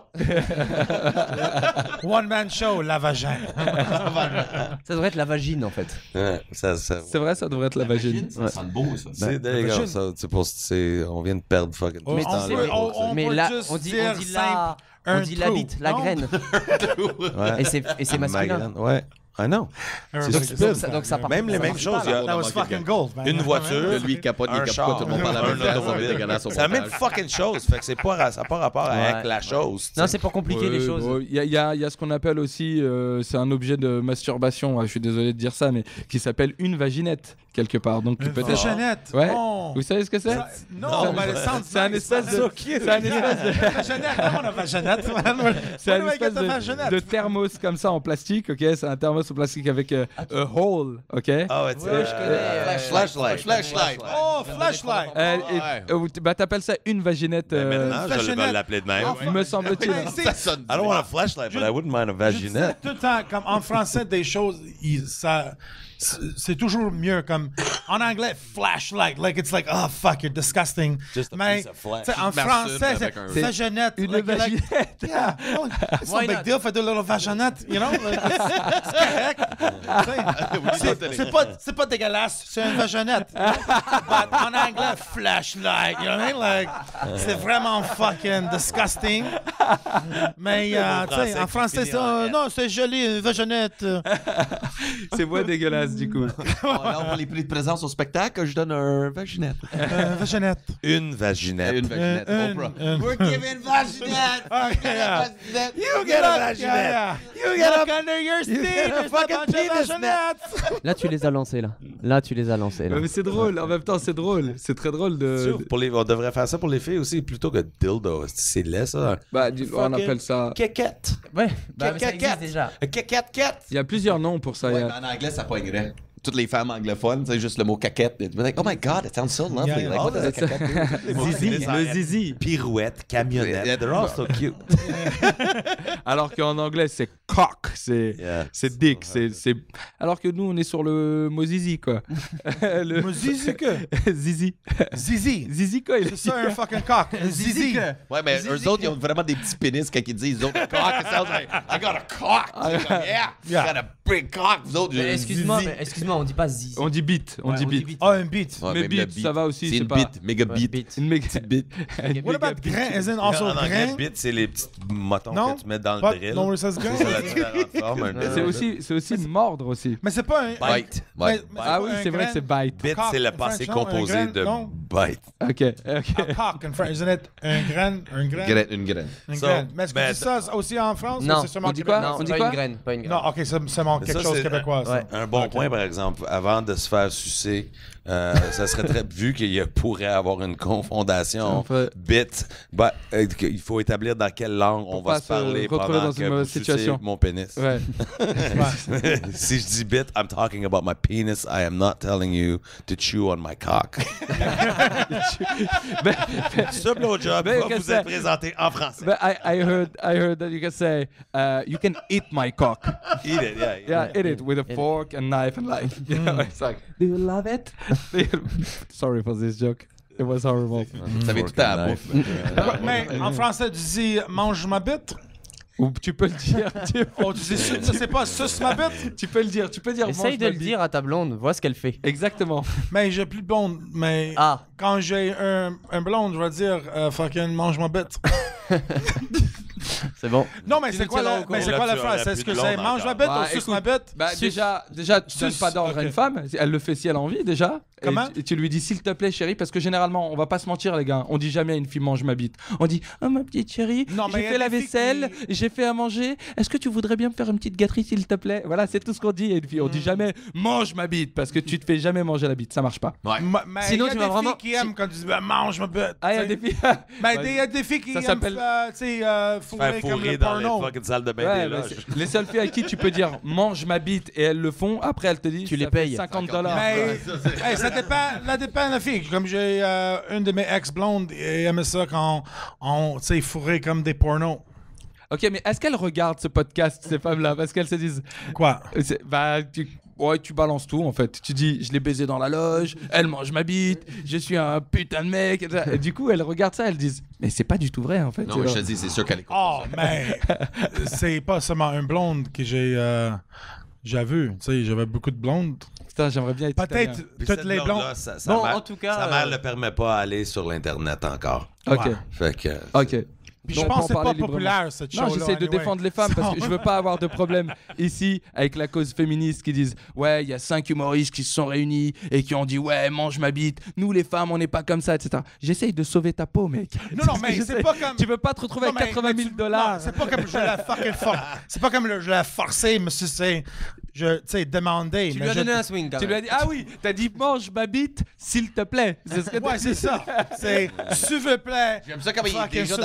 show! One-man show, la vagin. ça devrait être la vagine en fait. Ouais, ça, C'est vrai, ça devrait être la vagine. Ça sent beau, ça. c'est dégueulasse, vagine. ça. on vient de perdre fucking tout Mais ce on temps-là. peut- on Mais peut là, juste on dit dire la, simple, on un dit la trou, bite, la non? graine. Ouais. Et c'est masculin. Migraine, ouais. Ah non. C'est Donc, stupide. donc ça part Même les ça mêmes marche choses. il y a That was fucking gold, man. une voiture, Lui, il capote, un il char, capote, tout le monde parle à la un même place, ça va automobile. être dégueulasse au C'est la même montage. fucking chose. Fait que ça n'a pas rapport avec Ouais. la chose. tu Non, sais. c'est pour compliquer les choses. Il y a ce qu'on appelle aussi, c'est un objet de masturbation, je suis désolé de dire ça, mais qui s'appelle une vaginette, quelque part. Donc Une peut-être. vaginette. Ouais. Oh. Vous savez ce que c'est? Non, mais C'est un espèce de. C'est un espèce de. Vaginette, non, la vaginette, man. C'est Where un do I get espèce the vaginette? de thermos comme ça en plastique, ok? C'est un thermos en plastique avec a hole, ok? Ah ouais, tu sais. Ouais, je connais. Flashlight, flashlight. Oh, flashlight. T'appelles ça une vaginette, Ben, maintenant, je Vaginette. vais l'appeler de même. me semble-t-il. Mais c'est- Ça sonne I don't want a flashlight, but I wouldn't mind a Je disais vaginette. tout le temps, comme en français, des choses, c'est toujours mieux comme en anglais flashlight, like it's like oh fuck you're disgusting. Just a Mais piece of flesh. tu sais, en Masturbes français c'est avec un- vaginette. Une like, vaginette. yeah, no, it's no Why big not? deal, fais de little vaginette, you know. Like, c'est correct. Tu sais, c'est pas dégueulasse, c'est une vaginette. But en anglais flashlight, you know what I mean? Like c'est vraiment fucking disgusting. Mais tu sais, en français c'est non, c'est joli, une vaginette. C'est moins dégueulasse, du coup. Alors, pour les prix de présence au spectacle, je donne un vaginette. Vaginette. Une vaginette. Une vaginette. Oprah. une- We're giving vaginette. Okay, yeah. You Get a vaginette. You get a under your seat. There's a bunch of vaginettes. Là, tu les as lancés, là. Là, tu les as lancés, là. Mais c'est drôle, en même temps, c'est drôle. C'est très drôle de. On devrait faire ça pour les filles aussi, plutôt que dildo. C'est laid, ça. Bah, on appelle ça. Kékette. Ouais, bah, mais ça existe déjà. Kékette. Il y a plusieurs noms pour ça. Ouais, mais en anglais, ça poignerait. Toutes les femmes anglophones, c'est juste le mot caquette. They'd be like, oh my god, it sounds so lovely. Yeah, yeah. Like, what does a caquette do? Zizi, le zizi. Pirouette, camionnette. They're all so cute. Alors qu'en anglais, c'est cock, c'est Yeah. c'est dick, c'est. Alors que nous, on est sur le mot zizi, quoi. Le... Mo zizi que? Zizi. Zizi. Zizi, quoi, il C'est ça un fucking cock. Un zizi. Ouais, mais eux autres, ils ont vraiment des petits pénis quand ils disent, eux autres, cock, it sounds like, I got a cock. C'est comme, yeah, Yeah. I got a big cock. Vous autres, j'ai un Excuse-moi, zizi. mais excuse-moi, on dit pas zizi. On dit bit, on dit bit. Ah, un beat. Ouais, Mais même le beat, ça va aussi, C'est c'est une pas- bite, méga Ouais, bite. beat. Une méga Bite. What about grain? Is in also En anglais, grain? bit, c'est les petites motons Non. que tu mets dans le Pas- drill. non, ça se grain. C'est la différente forme. un drill. C'est aussi mordre aussi. Mais c'est pas un. Bite. Ouais. mais Ah pas oui, un c'est vrai que c'est grain. bite. Bit, Cock, c'est le in passé French, non? composé Un de grain, non? bite. Ok, ok. A cock in French, isn't it? Un grain. Un grain. Une graine. Un So, grain. Mais est-ce que ben, tu dis ça aussi en France? Non. Ou c'est seulement On dit Québec? quoi? Non, On c'est dit pas quoi? une graine, pas une graine. Non, ok, c'est mon quelque Ça, chose c'est québécois. ça. ouais. Un bon Ok. point, par exemple, avant de se faire sucer, ça serait très vu qu'il pourrait avoir une confondation. En fait- Bit, il faut établir dans quelle langue on pas va se parler se retrouver pendant dans que une vous mauvaise sucez situation. mon pénis. Ouais. Si je dis bit, I'm talking about my penis. I am not telling you to chew on my cock. Ce blowjob ben, va qu'est-ce vous être que présenté en français. But I heard that you can say, you can eat my cock. Eat it, yeah. Yeah, eat it with a fork and knife and like, you know, it's like, do you love it? Sorry for this joke. It was horrible. Ça avait tout à la bouffe. Mais en français, tu dis mange ma bite? Ou tu peux le dire. Oh, tu dis ça, c'est pas suce ma bite? Tu peux le dire. Essaye mange de ma le bite. dire à ta blonde, vois ce qu'elle fait. Exactement. Mais j'ai plus de blonde. Mais Ah. quand j'ai un blonde, je vais dire fucking mange ma bite. C'est bon. Non, mais Tu c'est nous quoi tiendras la, au courant. mais c'est Là, quoi la tu phrase? aurais Est-ce plus que de c'est blonde mange ma encore. bite Bah, ou suce écoute, ma bite? Bah, déjà, tu donnes Sus, pas d'ordre à ok. une femme. Elle le fait si elle a envie, déjà. Comment? Et tu lui dis, s'il te plaît, chérie, parce que généralement, on va pas se mentir, les gars. On dit jamais à une fille, mange ma bite. On dit, oh, ma petite chérie, Non, mais j'ai y a fait la des filles vaisselle, j'ai fait à manger. Est-ce que tu voudrais bien me faire une petite gâterie, s'il te plaît? Voilà, c'est tout ce qu'on dit à une fille. On dit jamais, mange ma bite, parce que tu te fais jamais manger la bite. Ça marche pas. Mais Sinon, il y a tu des vas vraiment- filles qui aiment quand tu dis ben, mange ma bite. Ah, il y a tu sais. des filles. Ben, il y a des filles qui Ça aiment s'appelle- tu sais, Faire fourrer comme fourrer le dans les porno. fucking salles de bain Ouais, des mais loges. c'est- les seules filles à qui tu peux dire mange ma bite et elles le font, après elles te disent Tu les ça fait payes. $50. Mais hey, ça dépend de la fille. Comme j'ai une de mes ex-blondes, elle aimait ça quand on tu sais, fourrait comme des pornos. Ok, mais est-ce qu'elles regardent ce podcast, ces femmes-là? Parce qu'elles se disent Quoi? bah, tu balances tout en fait. Tu dis, je l'ai baisé dans la loge, elle mange ma bite, je suis un putain de mec. Et du coup, elles regardent ça, elles disent, mais c'est pas du tout vrai en fait. Non, mais je te dis, c'est sûr qu'elle écoute. Oh, mais c'est pas seulement une blonde que j'ai vu. Tu sais, j'avais beaucoup de blondes. Putain, j'aimerais bien être Peut-être italien. Puis toutes cette les blondes. blonde-là, sa Bon, mère- en tout cas, sa mère ne le permet pas d'aller sur l'Internet encore. Ok, Ouais. Fait que... ok. Puis Donc, je on pense peut que c'est en pas parler librement. populaire, cette Non, show-là. j'essaie de anyway. défendre les femmes parce que je veux pas avoir de problème ici avec la cause féministe qui disent ouais, il y a 5 humoristes qui se sont réunis et qui ont dit ouais, mange ma bite. Nous les femmes, on n'est pas comme ça, etc. J'essaye de sauver ta peau, mec. Non, mais J'essaie- c'est pas comme- Tu veux pas te retrouver Non, avec $80 000 Non, c'est pas comme je l'ai fucking c'est pas comme je l'ai forcé, monsieur, c'est tu sais, demandé. tu mais lui as je- donné un swing quand Tu même. lui as dit ah oui, t'as dit mange ma bite, s'il te plaît. C'est ce que t'as Ouais, dit. c'est ça. C'est s'il vous plaît. J'aime ça comme il est Fucking déjà sus- dans la merde, puis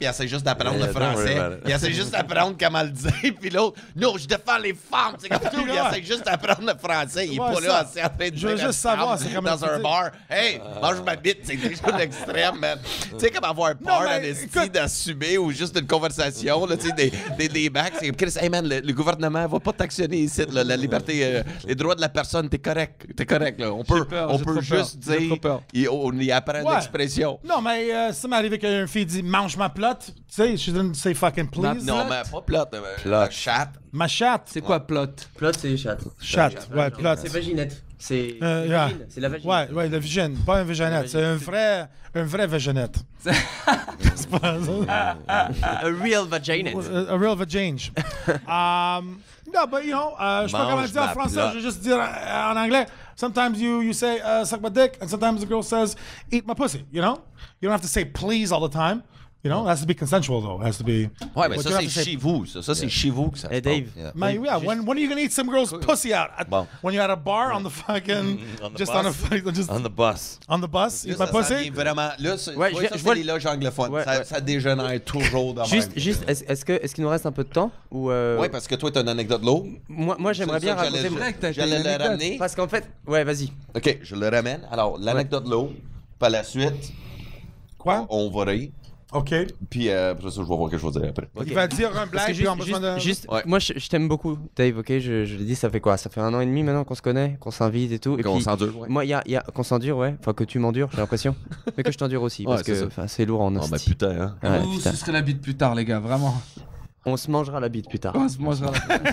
essaie juste d'apprendre le Yeah, don't worry français. about it. Il essaie juste d'apprendre comment le dire. Puis l'autre, non, je défends les femmes. C'est comme tout. Il essaie juste d'apprendre le français. Il est Ouais, pas ça. là, c'est en train de Je veux dire juste la savoir, femme c'est comment dans tu un dis. bar. Hey, mange ma bite. C'est quelque chose d'extrême, man. Tu sais, comme avoir peur mais en esti écoute- d'assumer ou juste une conversation, là, tu sais, des bacs. C'est comme, Chris, hey, man, le gouvernement va pas t'actionner ici. Là, la liberté, les droits de la personne, t'es correct. T'es correct, là. On peut j'ai trop juste peur, j'ai dire. trop peur. On y apprend Ouais. l'expression. Non, mais ça m'est arrivé qu'une fille dit mange ma plotte. Tu sais, she didn't say fucking please. Non, là. mais pas plot. Plot. Chat. Ma chatte. C'est quoi plot? Plot, c'est chatte. Chatte, ouais, plotte. C'est vaginette. C'est yeah. vagine, c'est la vagine. Ouais, ouais, la vagine, pas un vaginette. C'est un vrai vaginette. C'est pas A real vaginette. a real vaginge. No, but you know, je sais pas comment Mange le dire en ma français, plotte. je vais juste dire en anglais. Sometimes you say suck my dick, and sometimes the girl says eat my pussy. You know, you don't have to say please all the time. You know, it has to be consensual though. It has to be. Ouais, mais But ça, you have c'est to say- chez vous. Ça, c'est chez vous que ça Hey se passe. Dave, Yeah. Man, yeah, when are you gonna eat some girl's pussy out? Bon. When you're at a bar on the fucking On the just bus. on a just On the bus. on the bus, Là, eat my ça s'en pussy. vient vraiment. Là, Ouais, ça, je c'est vois les loges anglophones. Ouais, ça, ouais. ça dégénère toujours dans juste, est-ce qu'il nous reste un peu de temps ou Oui, parce que toi, t'as une anecdote low. moi j'aimerais bien raconter. J'allais vrai que t'as j'allais une le anecdote. ramener. Parce qu'en fait, ouais, vas-y. OK, je le ramène. Alors, l'anecdote low, par la suite, Quoi? on va rire. Ok. Puis après ça, je vais voir quelque chose à dire après. Il va dire un Parce blague que puis on a besoin de. Ouais. moi je t'aime beaucoup, Dave, ok? Je l'ai dit, ça fait quoi? Ça fait 1 an et demi maintenant qu'on se connaît, qu'on s'invite et tout. Et Qu'on puis, s'endure, ouais. moi, il y a qu'on s'endure, ouais. Enfin, que tu m'endures, j'ai l'impression. Mais que je t'endure aussi, Ouais, parce c'est que ça. enfin, c'est lourd en Oh, hostie. ben putain, hein. Ouais, Ouh, putain. ce serait la bite plus tard, les gars, vraiment. On se mangera la bite plus tard. On se mangera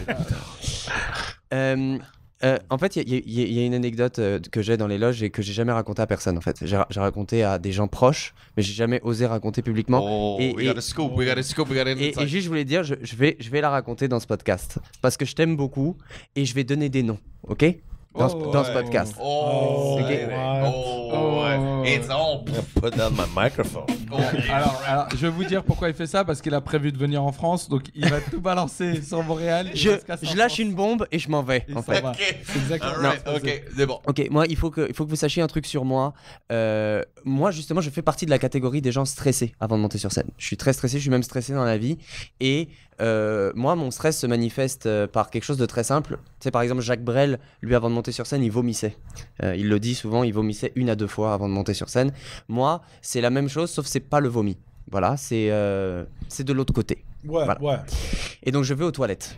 En fait, il y a une anecdote que j'ai dans les loges et que j'ai jamais raconté à personne. En fait, j'ai raconté à des gens proches, mais j'ai jamais osé raconter publiquement. Oh, Et- we got a scoop, we got a scoop, we got an Et insight. juste, je voulais dire, je vais la raconter dans ce podcast parce que je t'aime beaucoup et je vais donner des noms, ok? Dans ce podcast. Oh, Ok. ouais. Oh, ouais. It's on. Put down my microphone. Alors, je vais vous dire pourquoi il fait ça, parce qu'il a prévu de venir en France, donc il va tout balancer sur Montréal. Je lâche une bombe et je m'en vais, en fait. OK. C'est exactement Alright, ça. OK, c'est bon. Ok, moi, il faut que vous sachiez un truc sur moi. Moi, justement, je fais partie de la catégorie des gens stressés avant de monter sur scène. Je suis très stressé, je suis même stressé dans la vie. Et moi, mon stress se manifeste par quelque chose de très simple. Tu sais, par exemple, Jacques Brel, lui, avant de monter sur scène, il vomissait. Il le dit souvent, il vomissait 1 à 2 fois avant de monter sur scène. Moi, c'est la même chose, sauf c'est pas le vomi. Voilà, c'est de l'autre côté. Ouais, Voilà. ouais. Et donc je vais aux toilettes.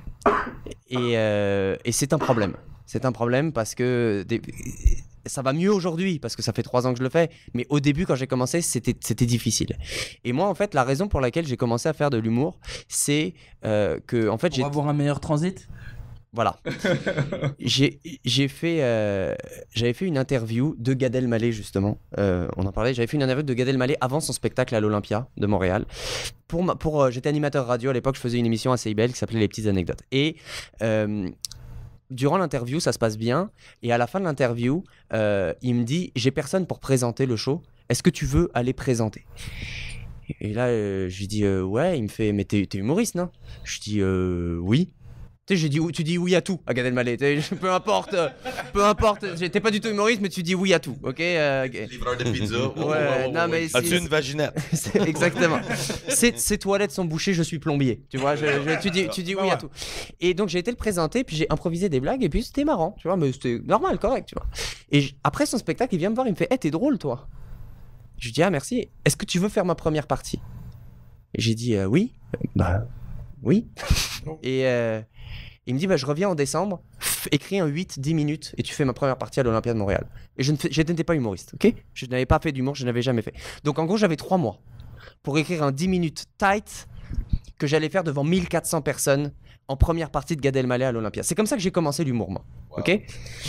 Et c'est un problème. C'est un problème parce que ça va mieux aujourd'hui parce que ça fait 3 ans que je le fais. Mais au début, quand j'ai commencé, c'était difficile. Et moi, en fait, la raison pour laquelle j'ai commencé à faire de l'humour, c'est que, en fait, Pour avoir un meilleur transit. voilà. J'avais fait une interview de Gad Elmaleh, justement. On en parlait. J'avais fait une interview de Gad Elmaleh avant son spectacle à l'Olympia de Montréal. J'étais animateur radio à l'époque. Je faisais une émission à CIBL qui s'appelait Les Petites Anecdotes. Et durant l'interview, ça se passe bien. Et à la fin de l'interview, il me dit: j'ai personne pour présenter le show. Est-ce que tu veux aller présenter? Et là, je lui dis ouais. Il me fait: mais t'es humoriste, non? Je dis oui. Tu sais, tu dis oui à tout à Gad Elmaleh. Peu importe, t'es pas du tout humoriste, mais tu dis oui à tout, ok? Livreur de pizza. Ouais, non, mais As-tu une vaginette? c'est exactement. Ces toilettes sont bouchées, je suis plombier. Tu vois, tu dis oui à tout. Et donc j'ai été le présenter, puis j'ai improvisé des blagues, et puis c'était marrant, tu vois, mais c'était normal, correct, tu vois. Et après son spectacle, il vient me voir, il me fait: hey, t'es drôle, toi. Je lui dis: ah, merci. Est-ce que tu veux faire ma première partie? Et j'ai dit oui. Bah oui. Et il me dit: bah, je reviens en décembre, écris un 8-10 minutes et tu fais ma première partie à l'Olympia de Montréal. Et je n'étais pas humoriste, ok? Je n'avais pas fait d'humour, je n'avais jamais fait. Donc en gros, j'avais 3 mois pour écrire un 10 minutes tight que j'allais faire devant 1400 personnes en première partie de Gad Elmaleh à l'Olympia. C'est comme ça que j'ai commencé l'humour, moi. Ok?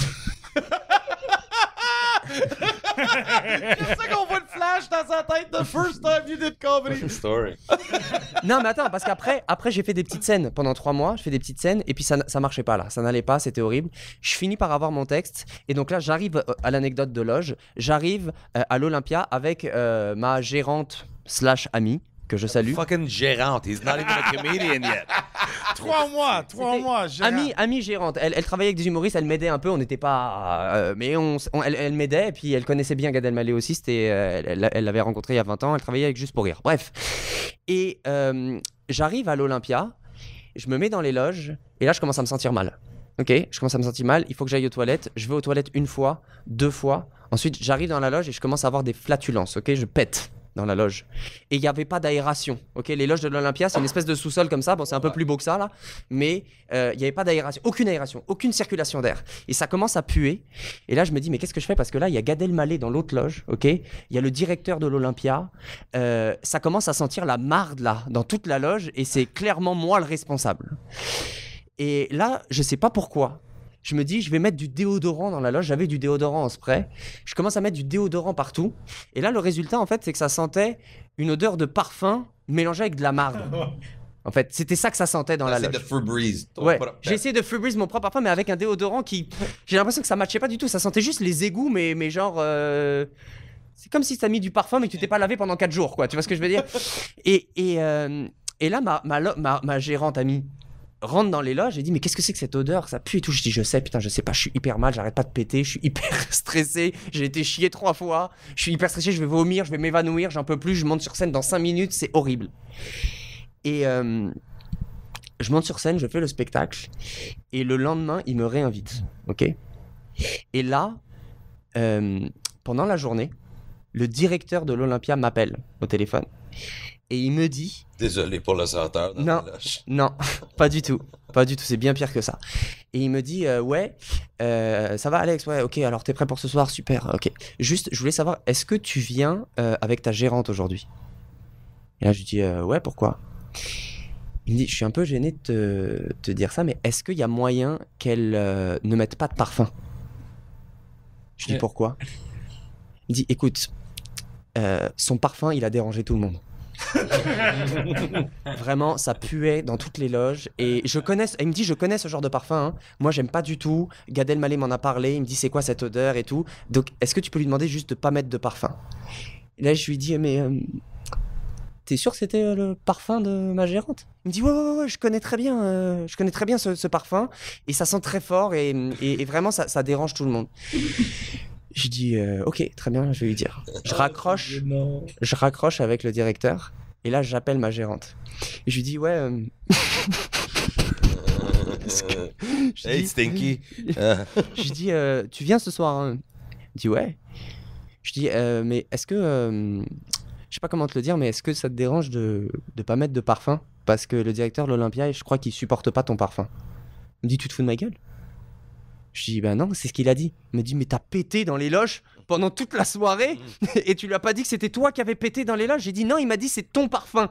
C'est ça qu'on voit le flash dans sa tête the first time you did comedy. Story. Non, mais attends, parce qu'après j'ai fait des petites scènes pendant 3 mois. Je fais des petites scènes et puis ça marchait pas là. Ça n'allait pas, c'était horrible. Je finis par avoir mon texte et donc là, j'arrive à l'anecdote de loge. J'arrive à l'Olympia avec ma gérante / amie que je salue. Fucking gérante. He's not even a comedian yet. 3 mois, 3 mois. Amie gérante. Elle travaillait avec des humoristes, elle m'aidait un peu, on n'était pas. Mais elle m'aidait, et puis elle connaissait bien Gad Elmaleh aussi. Elle l'avait rencontré il y a 20 ans, elle travaillait avec Juste pour Rire. Bref. Et j'arrive à l'Olympia, je me mets dans les loges, et là je commence à me sentir mal. Ok, je commence à me sentir mal, il faut que j'aille aux toilettes. Je vais aux toilettes 1 fois, 2 fois. Ensuite, j'arrive dans la loge et je commence à avoir des flatulences. Ok, je pète dans la loge. Et il n'y avait pas d'aération. Ok, les loges de l'Olympia, c'est une espèce de sous-sol comme ça. Bon, c'est un peu plus beau que ça là, mais il n'y avait pas d'aération, aucune circulation d'air. Et ça commence à puer. Et là, je me dis, mais qu'est-ce que je fais? Parce que là, il y a Gad Elmaleh dans l'autre loge. Ok, il y a le directeur de l'Olympia. Ça commence à sentir la marde là dans toute la loge, et c'est clairement moi le responsable. Et là, je sais pas pourquoi. Je me dis, je vais mettre du déodorant dans la loge. J'avais du déodorant en spray. Je commence à mettre du déodorant partout. Et là, le résultat, en fait, c'est que ça sentait une odeur de parfum mélangée avec de la marde. En fait, c'était ça que ça sentait dans la loge. C'est de Febreze. Ouais, j'ai essayé de Febreze mon propre parfum, mais avec un déodorant qui... J'ai l'impression que ça matchait pas du tout. Ça sentait juste les égouts, mais genre... C'est comme si t'as mis du parfum, mais que tu t'es pas lavé pendant 4 jours, quoi. Tu vois ce que je veux dire? Et là, ma gérante amie rentre dans les loges et dit, mais qu'est-ce que c'est que cette odeur, ça pue et tout. Je dis, je sais, putain, je sais pas, je suis hyper mal, j'arrête pas de péter, je suis hyper stressé, j'ai été chier 3 fois, je suis hyper stressé, je vais vomir, je vais m'évanouir, j'en peux plus, je monte sur scène dans 5 minutes, c'est horrible. Et je monte sur scène, je fais le spectacle, et le lendemain, il me réinvite, ok? Et là, pendant la journée, le directeur de l'Olympia m'appelle au téléphone. Et il me dit... Désolé pour le senteur. Non, pas du tout. Pas du tout, c'est bien pire que ça. Et il me dit, ouais, ça va Alex, ouais, ok, alors t'es prêt pour ce soir, super, ok. Juste, je voulais savoir, est-ce que tu viens avec ta gérante aujourd'hui? Et là, je lui dis, ouais, pourquoi? Il me dit, je suis un peu gêné de te dire ça, mais est-ce qu'il y a moyen qu'elle ne mette pas de parfum? Je dis, pourquoi? Il me dit, écoute, son parfum, il a dérangé tout le monde. Vraiment, ça puait dans toutes les loges. Et il me dit, je connais ce genre de parfum, hein. Moi, j'aime pas du tout. Gad Elmaleh m'en a parlé. Il me dit, c'est quoi cette odeur et tout. Donc, est-ce que tu peux lui demander juste de pas mettre de parfum? Et là, je lui dis, mais t'es sûr que c'était le parfum de ma gérante? Il me dit, ouais, je connais très bien ce parfum. Et ça sent très fort. Et vraiment, ça dérange tout le monde. Je dis, ok, très bien, je vais lui dire. Je raccroche avec le directeur, et là, j'appelle ma gérante. Et je lui dis, ouais... Hey, Stinky! Je dis, tu viens ce soir, hein? Il dit, ouais. Je dis, mais est-ce que... je sais pas comment te le dire, mais est-ce que ça te dérange de pas mettre de parfum? Parce que le directeur de l'Olympia, je crois qu'il supporte pas ton parfum. Il me dit, tu te fous de ma gueule? Je dis, ben non, c'est ce qu'il a dit. Il me dit, mais t'as pété dans les loges pendant toute la soirée et tu lui as pas dit que c'était toi qui avais pété dans les loges? J'ai dit, non, il m'a dit, c'est ton parfum.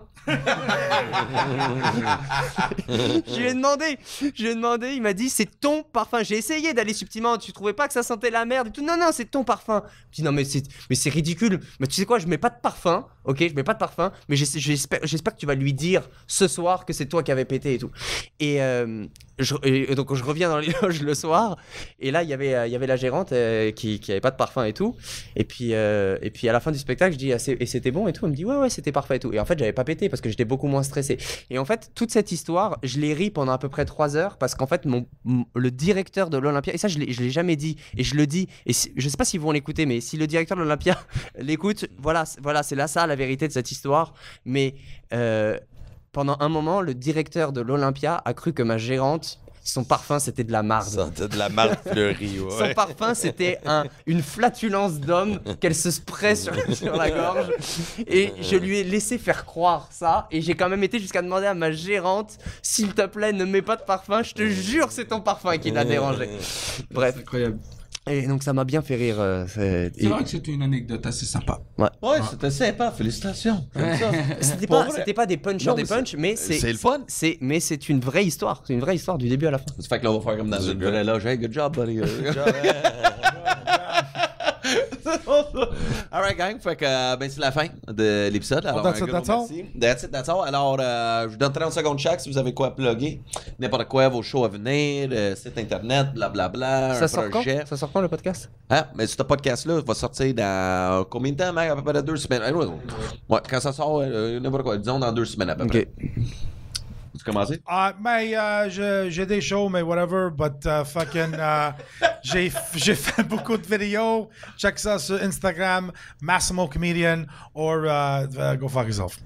Je lui ai demandé, il m'a dit, c'est ton parfum. J'ai essayé d'aller subtilement, tu trouvais pas que ça sentait la merde et tout? Non, c'est ton parfum. Je dis, non, mais c'est ridicule. Mais tu sais quoi, je mets pas de parfum, ok? Je mets pas de parfum, mais j'espère que tu vas lui dire ce soir que c'est toi qui avais pété et tout. Et donc je reviens dans les loges le soir, et là il y avait la gérante qui avait pas de parfum et tout, et puis à la fin du spectacle je dis, et c'était bon et tout? Elle me dit ouais c'était parfait et tout, et en fait j'avais pas pété parce que j'étais beaucoup moins stressé. Et en fait toute cette histoire je l'ai ri pendant à peu près 3 heures, parce qu'en fait le directeur de l'Olympia, et ça je l'ai jamais dit, et je le dis, et je sais pas s'ils vont l'écouter, mais si le directeur de l'Olympia l'écoute, voilà c'est là ça la vérité de cette histoire. Mais pendant un moment, le directeur de l'Olympia a cru que ma gérante, son parfum, c'était de la marde. C'était de la marde fleurie, ouais. Son parfum, c'était une flatulence d'homme qu'elle se spraye sur la gorge. Et je lui ai laissé faire croire ça. Et j'ai quand même été jusqu'à demander à ma gérante, s'il te plaît, ne mets pas de parfum. Je te jure, c'est ton parfum qui l'a dérangé. Bref. C'est incroyable. Et donc ça m'a bien fait rire. C'est vrai que c'était une anecdote assez sympa. Ouais, c'était sympa, félicitations. C'était pas des punchs sur des punchs, mais c'est le fun. Mais c'est une vraie histoire. C'est une vraie histoire du début à la fin. Ça fait que là, on va faire comme dans une vraie loge. Hey, good job, buddy. Alright, gang. Fait que, ben, c'est la fin de l'épisode. Alors, that's un it, gros that's all? merci. That's it, that's all. Alors, je vous donne 30 secondes chaque si vous avez quoi à plugger. N'importe quoi, vos shows à venir, site internet, blablabla, Ça un sort quand? projet. Ça sort quand le podcast? Hein? Mais ce podcast-là va sortir dans combien de temps, mec? À peu près 2 semaines. Ouais, quand ça sort, n'importe quoi. Disons dans 2 semaines à peu près. Ok. Tu commences? Mais j'ai des shows, mais whatever, but j'ai fait beaucoup de vidéos. Check ça sur Instagram, Massimo Comedian, or go fuck yourself.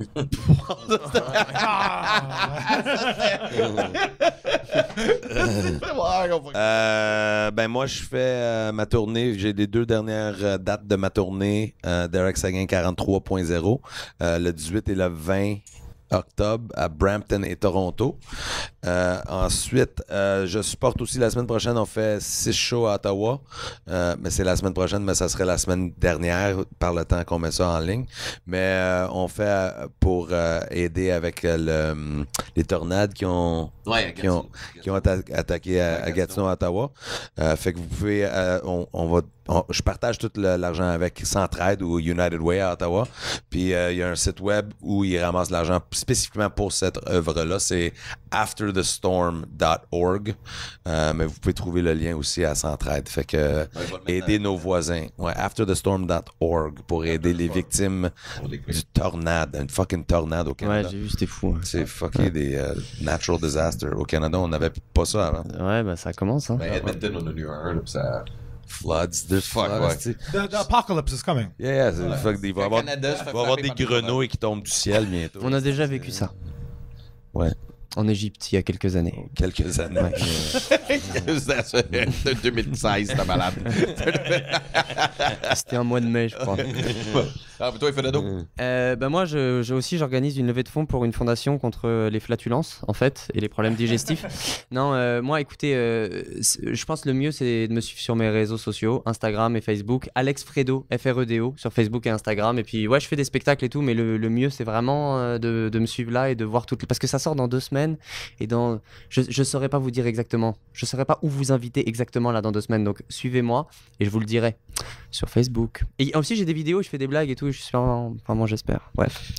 Ben moi, je fais ma tournée. J'ai les 2 dernières dates de ma tournée, Derek Seguin 43.0, le 18 et le 20 octobre à Brampton et Toronto. Ensuite, je supporte aussi la semaine prochaine, on fait 6 shows à Ottawa. Mais c'est la semaine prochaine, mais ça serait la semaine dernière par le temps qu'on met ça en ligne. Mais on fait pour aider avec les tornades qui ont attaqué à Gatineau, Ottawa. Fait que vous pouvez, je partage tout l'argent avec Centraide ou United Way à Ottawa. Puis il y a un site web où ils ramassent l'argent spécifiquement pour cette œuvre-là. C'est afterthestorm.org. Mais vous pouvez trouver le lien aussi à Centraide. Fait que aider nos voisins. Ouais, afterthestorm.org pour aider les victimes du tornade. Une fucking tornade au Canada. Ouais, j'ai vu, c'était fou. Hein. C'est fucking des natural disasters. Au Canada, on n'avait pas ça avant. Ouais, bah ça commence. Hein. Ben, Edmonton, on a eu un, là, pis ça. Floods, there's Fuck, floods. ouais. The apocalypse is coming. Yeah, fuck, il va y avoir, Canada se fait il va y avoir frapper des par des grenouilles qui tombent du ciel bientôt. On a déjà vécu ça. Ouais, En Égypte, il y a quelques années. quelques années. C'est 2016, t'es malade. C'était un mois de mai, je crois. Ah, mais toi, il fait le dos. Bah moi, j'organise une levée de fonds pour une fondation contre les flatulences, en fait, et les problèmes digestifs. Non, moi, écoutez, je pense que le mieux, c'est de me suivre sur mes réseaux sociaux, Instagram et Facebook. Alex Fredo, Fredo, sur Facebook et Instagram. Et puis, ouais, je fais des spectacles et tout, mais le mieux, c'est vraiment de me suivre là et de voir toutes les... Parce que ça sort dans 2 semaines, et je saurais pas vous dire exactement. Je saurais pas où vous inviter exactement là dans 2 semaines. Donc, suivez-moi, et je vous le dirai sur Facebook. Et aussi, j'ai des vidéos, je fais des blagues et tout. Je suis vraiment, j'espère. Bref.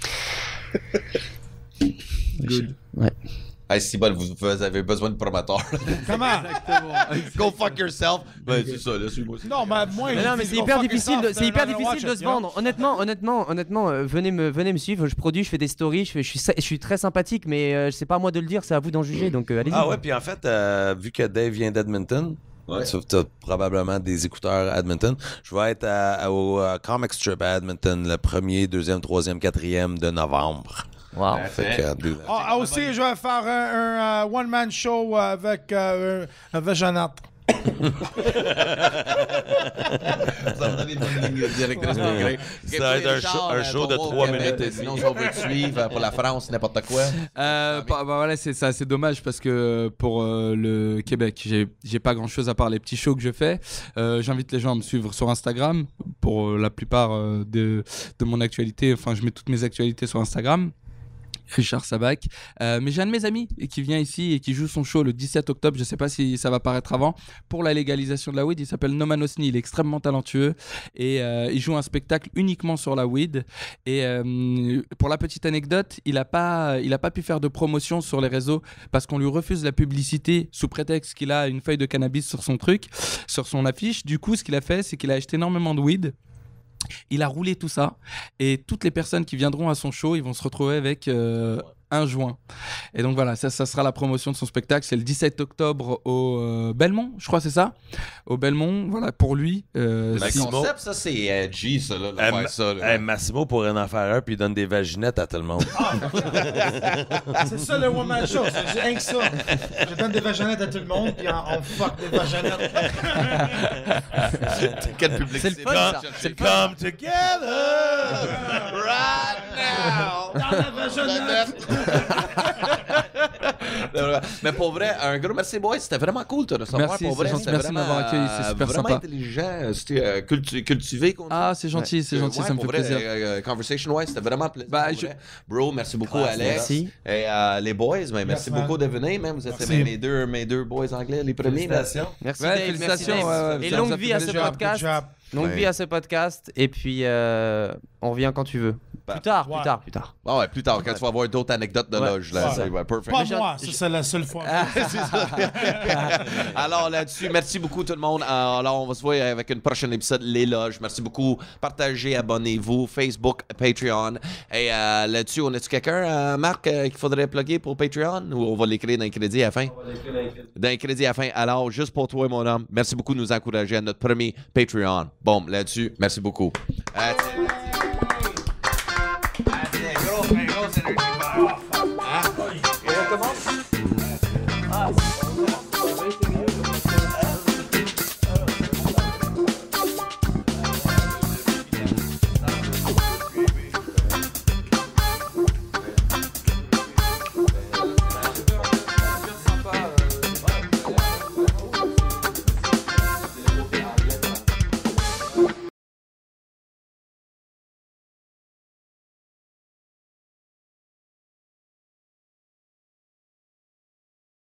Good. Ouais. Hey, si bon, vous avez besoin de promoteur. Comment? Go fuck yourself. Ben, c'est ça, là, suis-moi. Non, mais moi, Mais non, mais c'est hyper difficile, c'est hyper difficile de se vendre. Honnêtement, venez me suivre. Je produis, je fais des stories, je suis très sympathique, mais c'est pas à moi de le dire, c'est à vous d'en juger. Donc allez-y. Ah ouais, puis en fait, vu que Dave vient d'Edmonton, tu as probablement des écouteurs à Edmonton. Je vais être au Comic Strip à Edmonton le 1er, 2e, 3e, 4e de novembre. Wow. Fait que, aussi, je vais faire un one-man show avec Jeannette. Ça va donner une bonne ligne directrice pour Greg. Ça va être un show de 3 minutes et demie. Sinon, si on veut te suivre pour la France, n'importe quoi. Voilà, c'est assez dommage parce que pour le Québec, j'ai pas grand chose à part les petits shows que je fais. J'invite les gens à me suivre sur Instagram pour la plupart de mon actualité. Enfin, je mets toutes mes actualités sur Instagram. Richard Sabac. Mais j'ai un de mes amis qui vient ici et qui joue son show le 17 octobre. Je sais pas si ça va paraître avant. Pour la légalisation de la weed, il s'appelle Noman Osni. Il est extrêmement talentueux et il joue un spectacle uniquement sur la weed. Et pour la petite anecdote, il a pas pu faire de promotion sur les réseaux parce qu'on lui refuse la publicité sous prétexte qu'il a une feuille de cannabis sur son truc, sur son affiche. Du coup, ce qu'il a fait, c'est qu'il a acheté énormément de weed. Il a roulé tout ça et toutes les personnes qui viendront à son show, ils vont se retrouver avec un joint. Et donc voilà, ça sera la promotion de son spectacle. C'est le 17 octobre au Belmont, je crois, c'est ça? Au Belmont, voilà, pour lui. Le Massimo. concept, ça, c'est G, ça, là. Faire ça, là. Massimo pourrait en faire un puis il donne des vaginettes à tout le monde. C'est ça le one-man show, c'est rien que ça. Je donne des vaginettes à tout le monde, puis on fuck des vaginettes. Quel public C'est le fun, ça. C'est le fun. Come together! Right now! Dans la vaginette. Mais pour vrai, un gros merci, boys. C'était vraiment cool de recevoir. Merci, pour vrai, c'est gentil. c'était Merci de vraiment, m'avoir accueilli, c'est super vraiment sympa. intelligent. C'était cultivé. qu'on dit. Ah, c'est gentil, c'est gentil, Ouais, ça me pour fait vrai, plaisir. Conversation, ouais, c'était vraiment plaisir. Bah, pour vrai. Bro, merci beaucoup, Alex. Merci. Et les boys, mais merci man. beaucoup de venir. Même. Vous êtes Merci. mes deux boys anglais, les premiers. Là. Merci Ouais, Dave, félicitations, merci Dave. ouais, Et ça longue fait vie à ce plaisir. podcast. Good job. Longue vie à ce podcast. Et puis, on revient quand tu veux. Plus tard. Ah ouais, plus tard, quand tu vas avoir d'autres anecdotes de loge. Là, Ouais. c'est perfect. Pas moi, ça, c'est la seule fois. C'est ça. Alors là-dessus, merci beaucoup tout le monde. Alors on va se voir avec un prochain épisode Les Loges. Merci beaucoup. Partagez, abonnez-vous, Facebook, Patreon. Et là-dessus, on a-tu quelqu'un, Marc, qu'il faudrait plugger pour Patreon ou on va l'écrire dans les crédits à la fin? On va l'écrire dans les crédits à la fin. Alors, juste pour toi, mon homme, merci beaucoup de nous encourager à notre premier Patreon. Bon, là-dessus, merci beaucoup.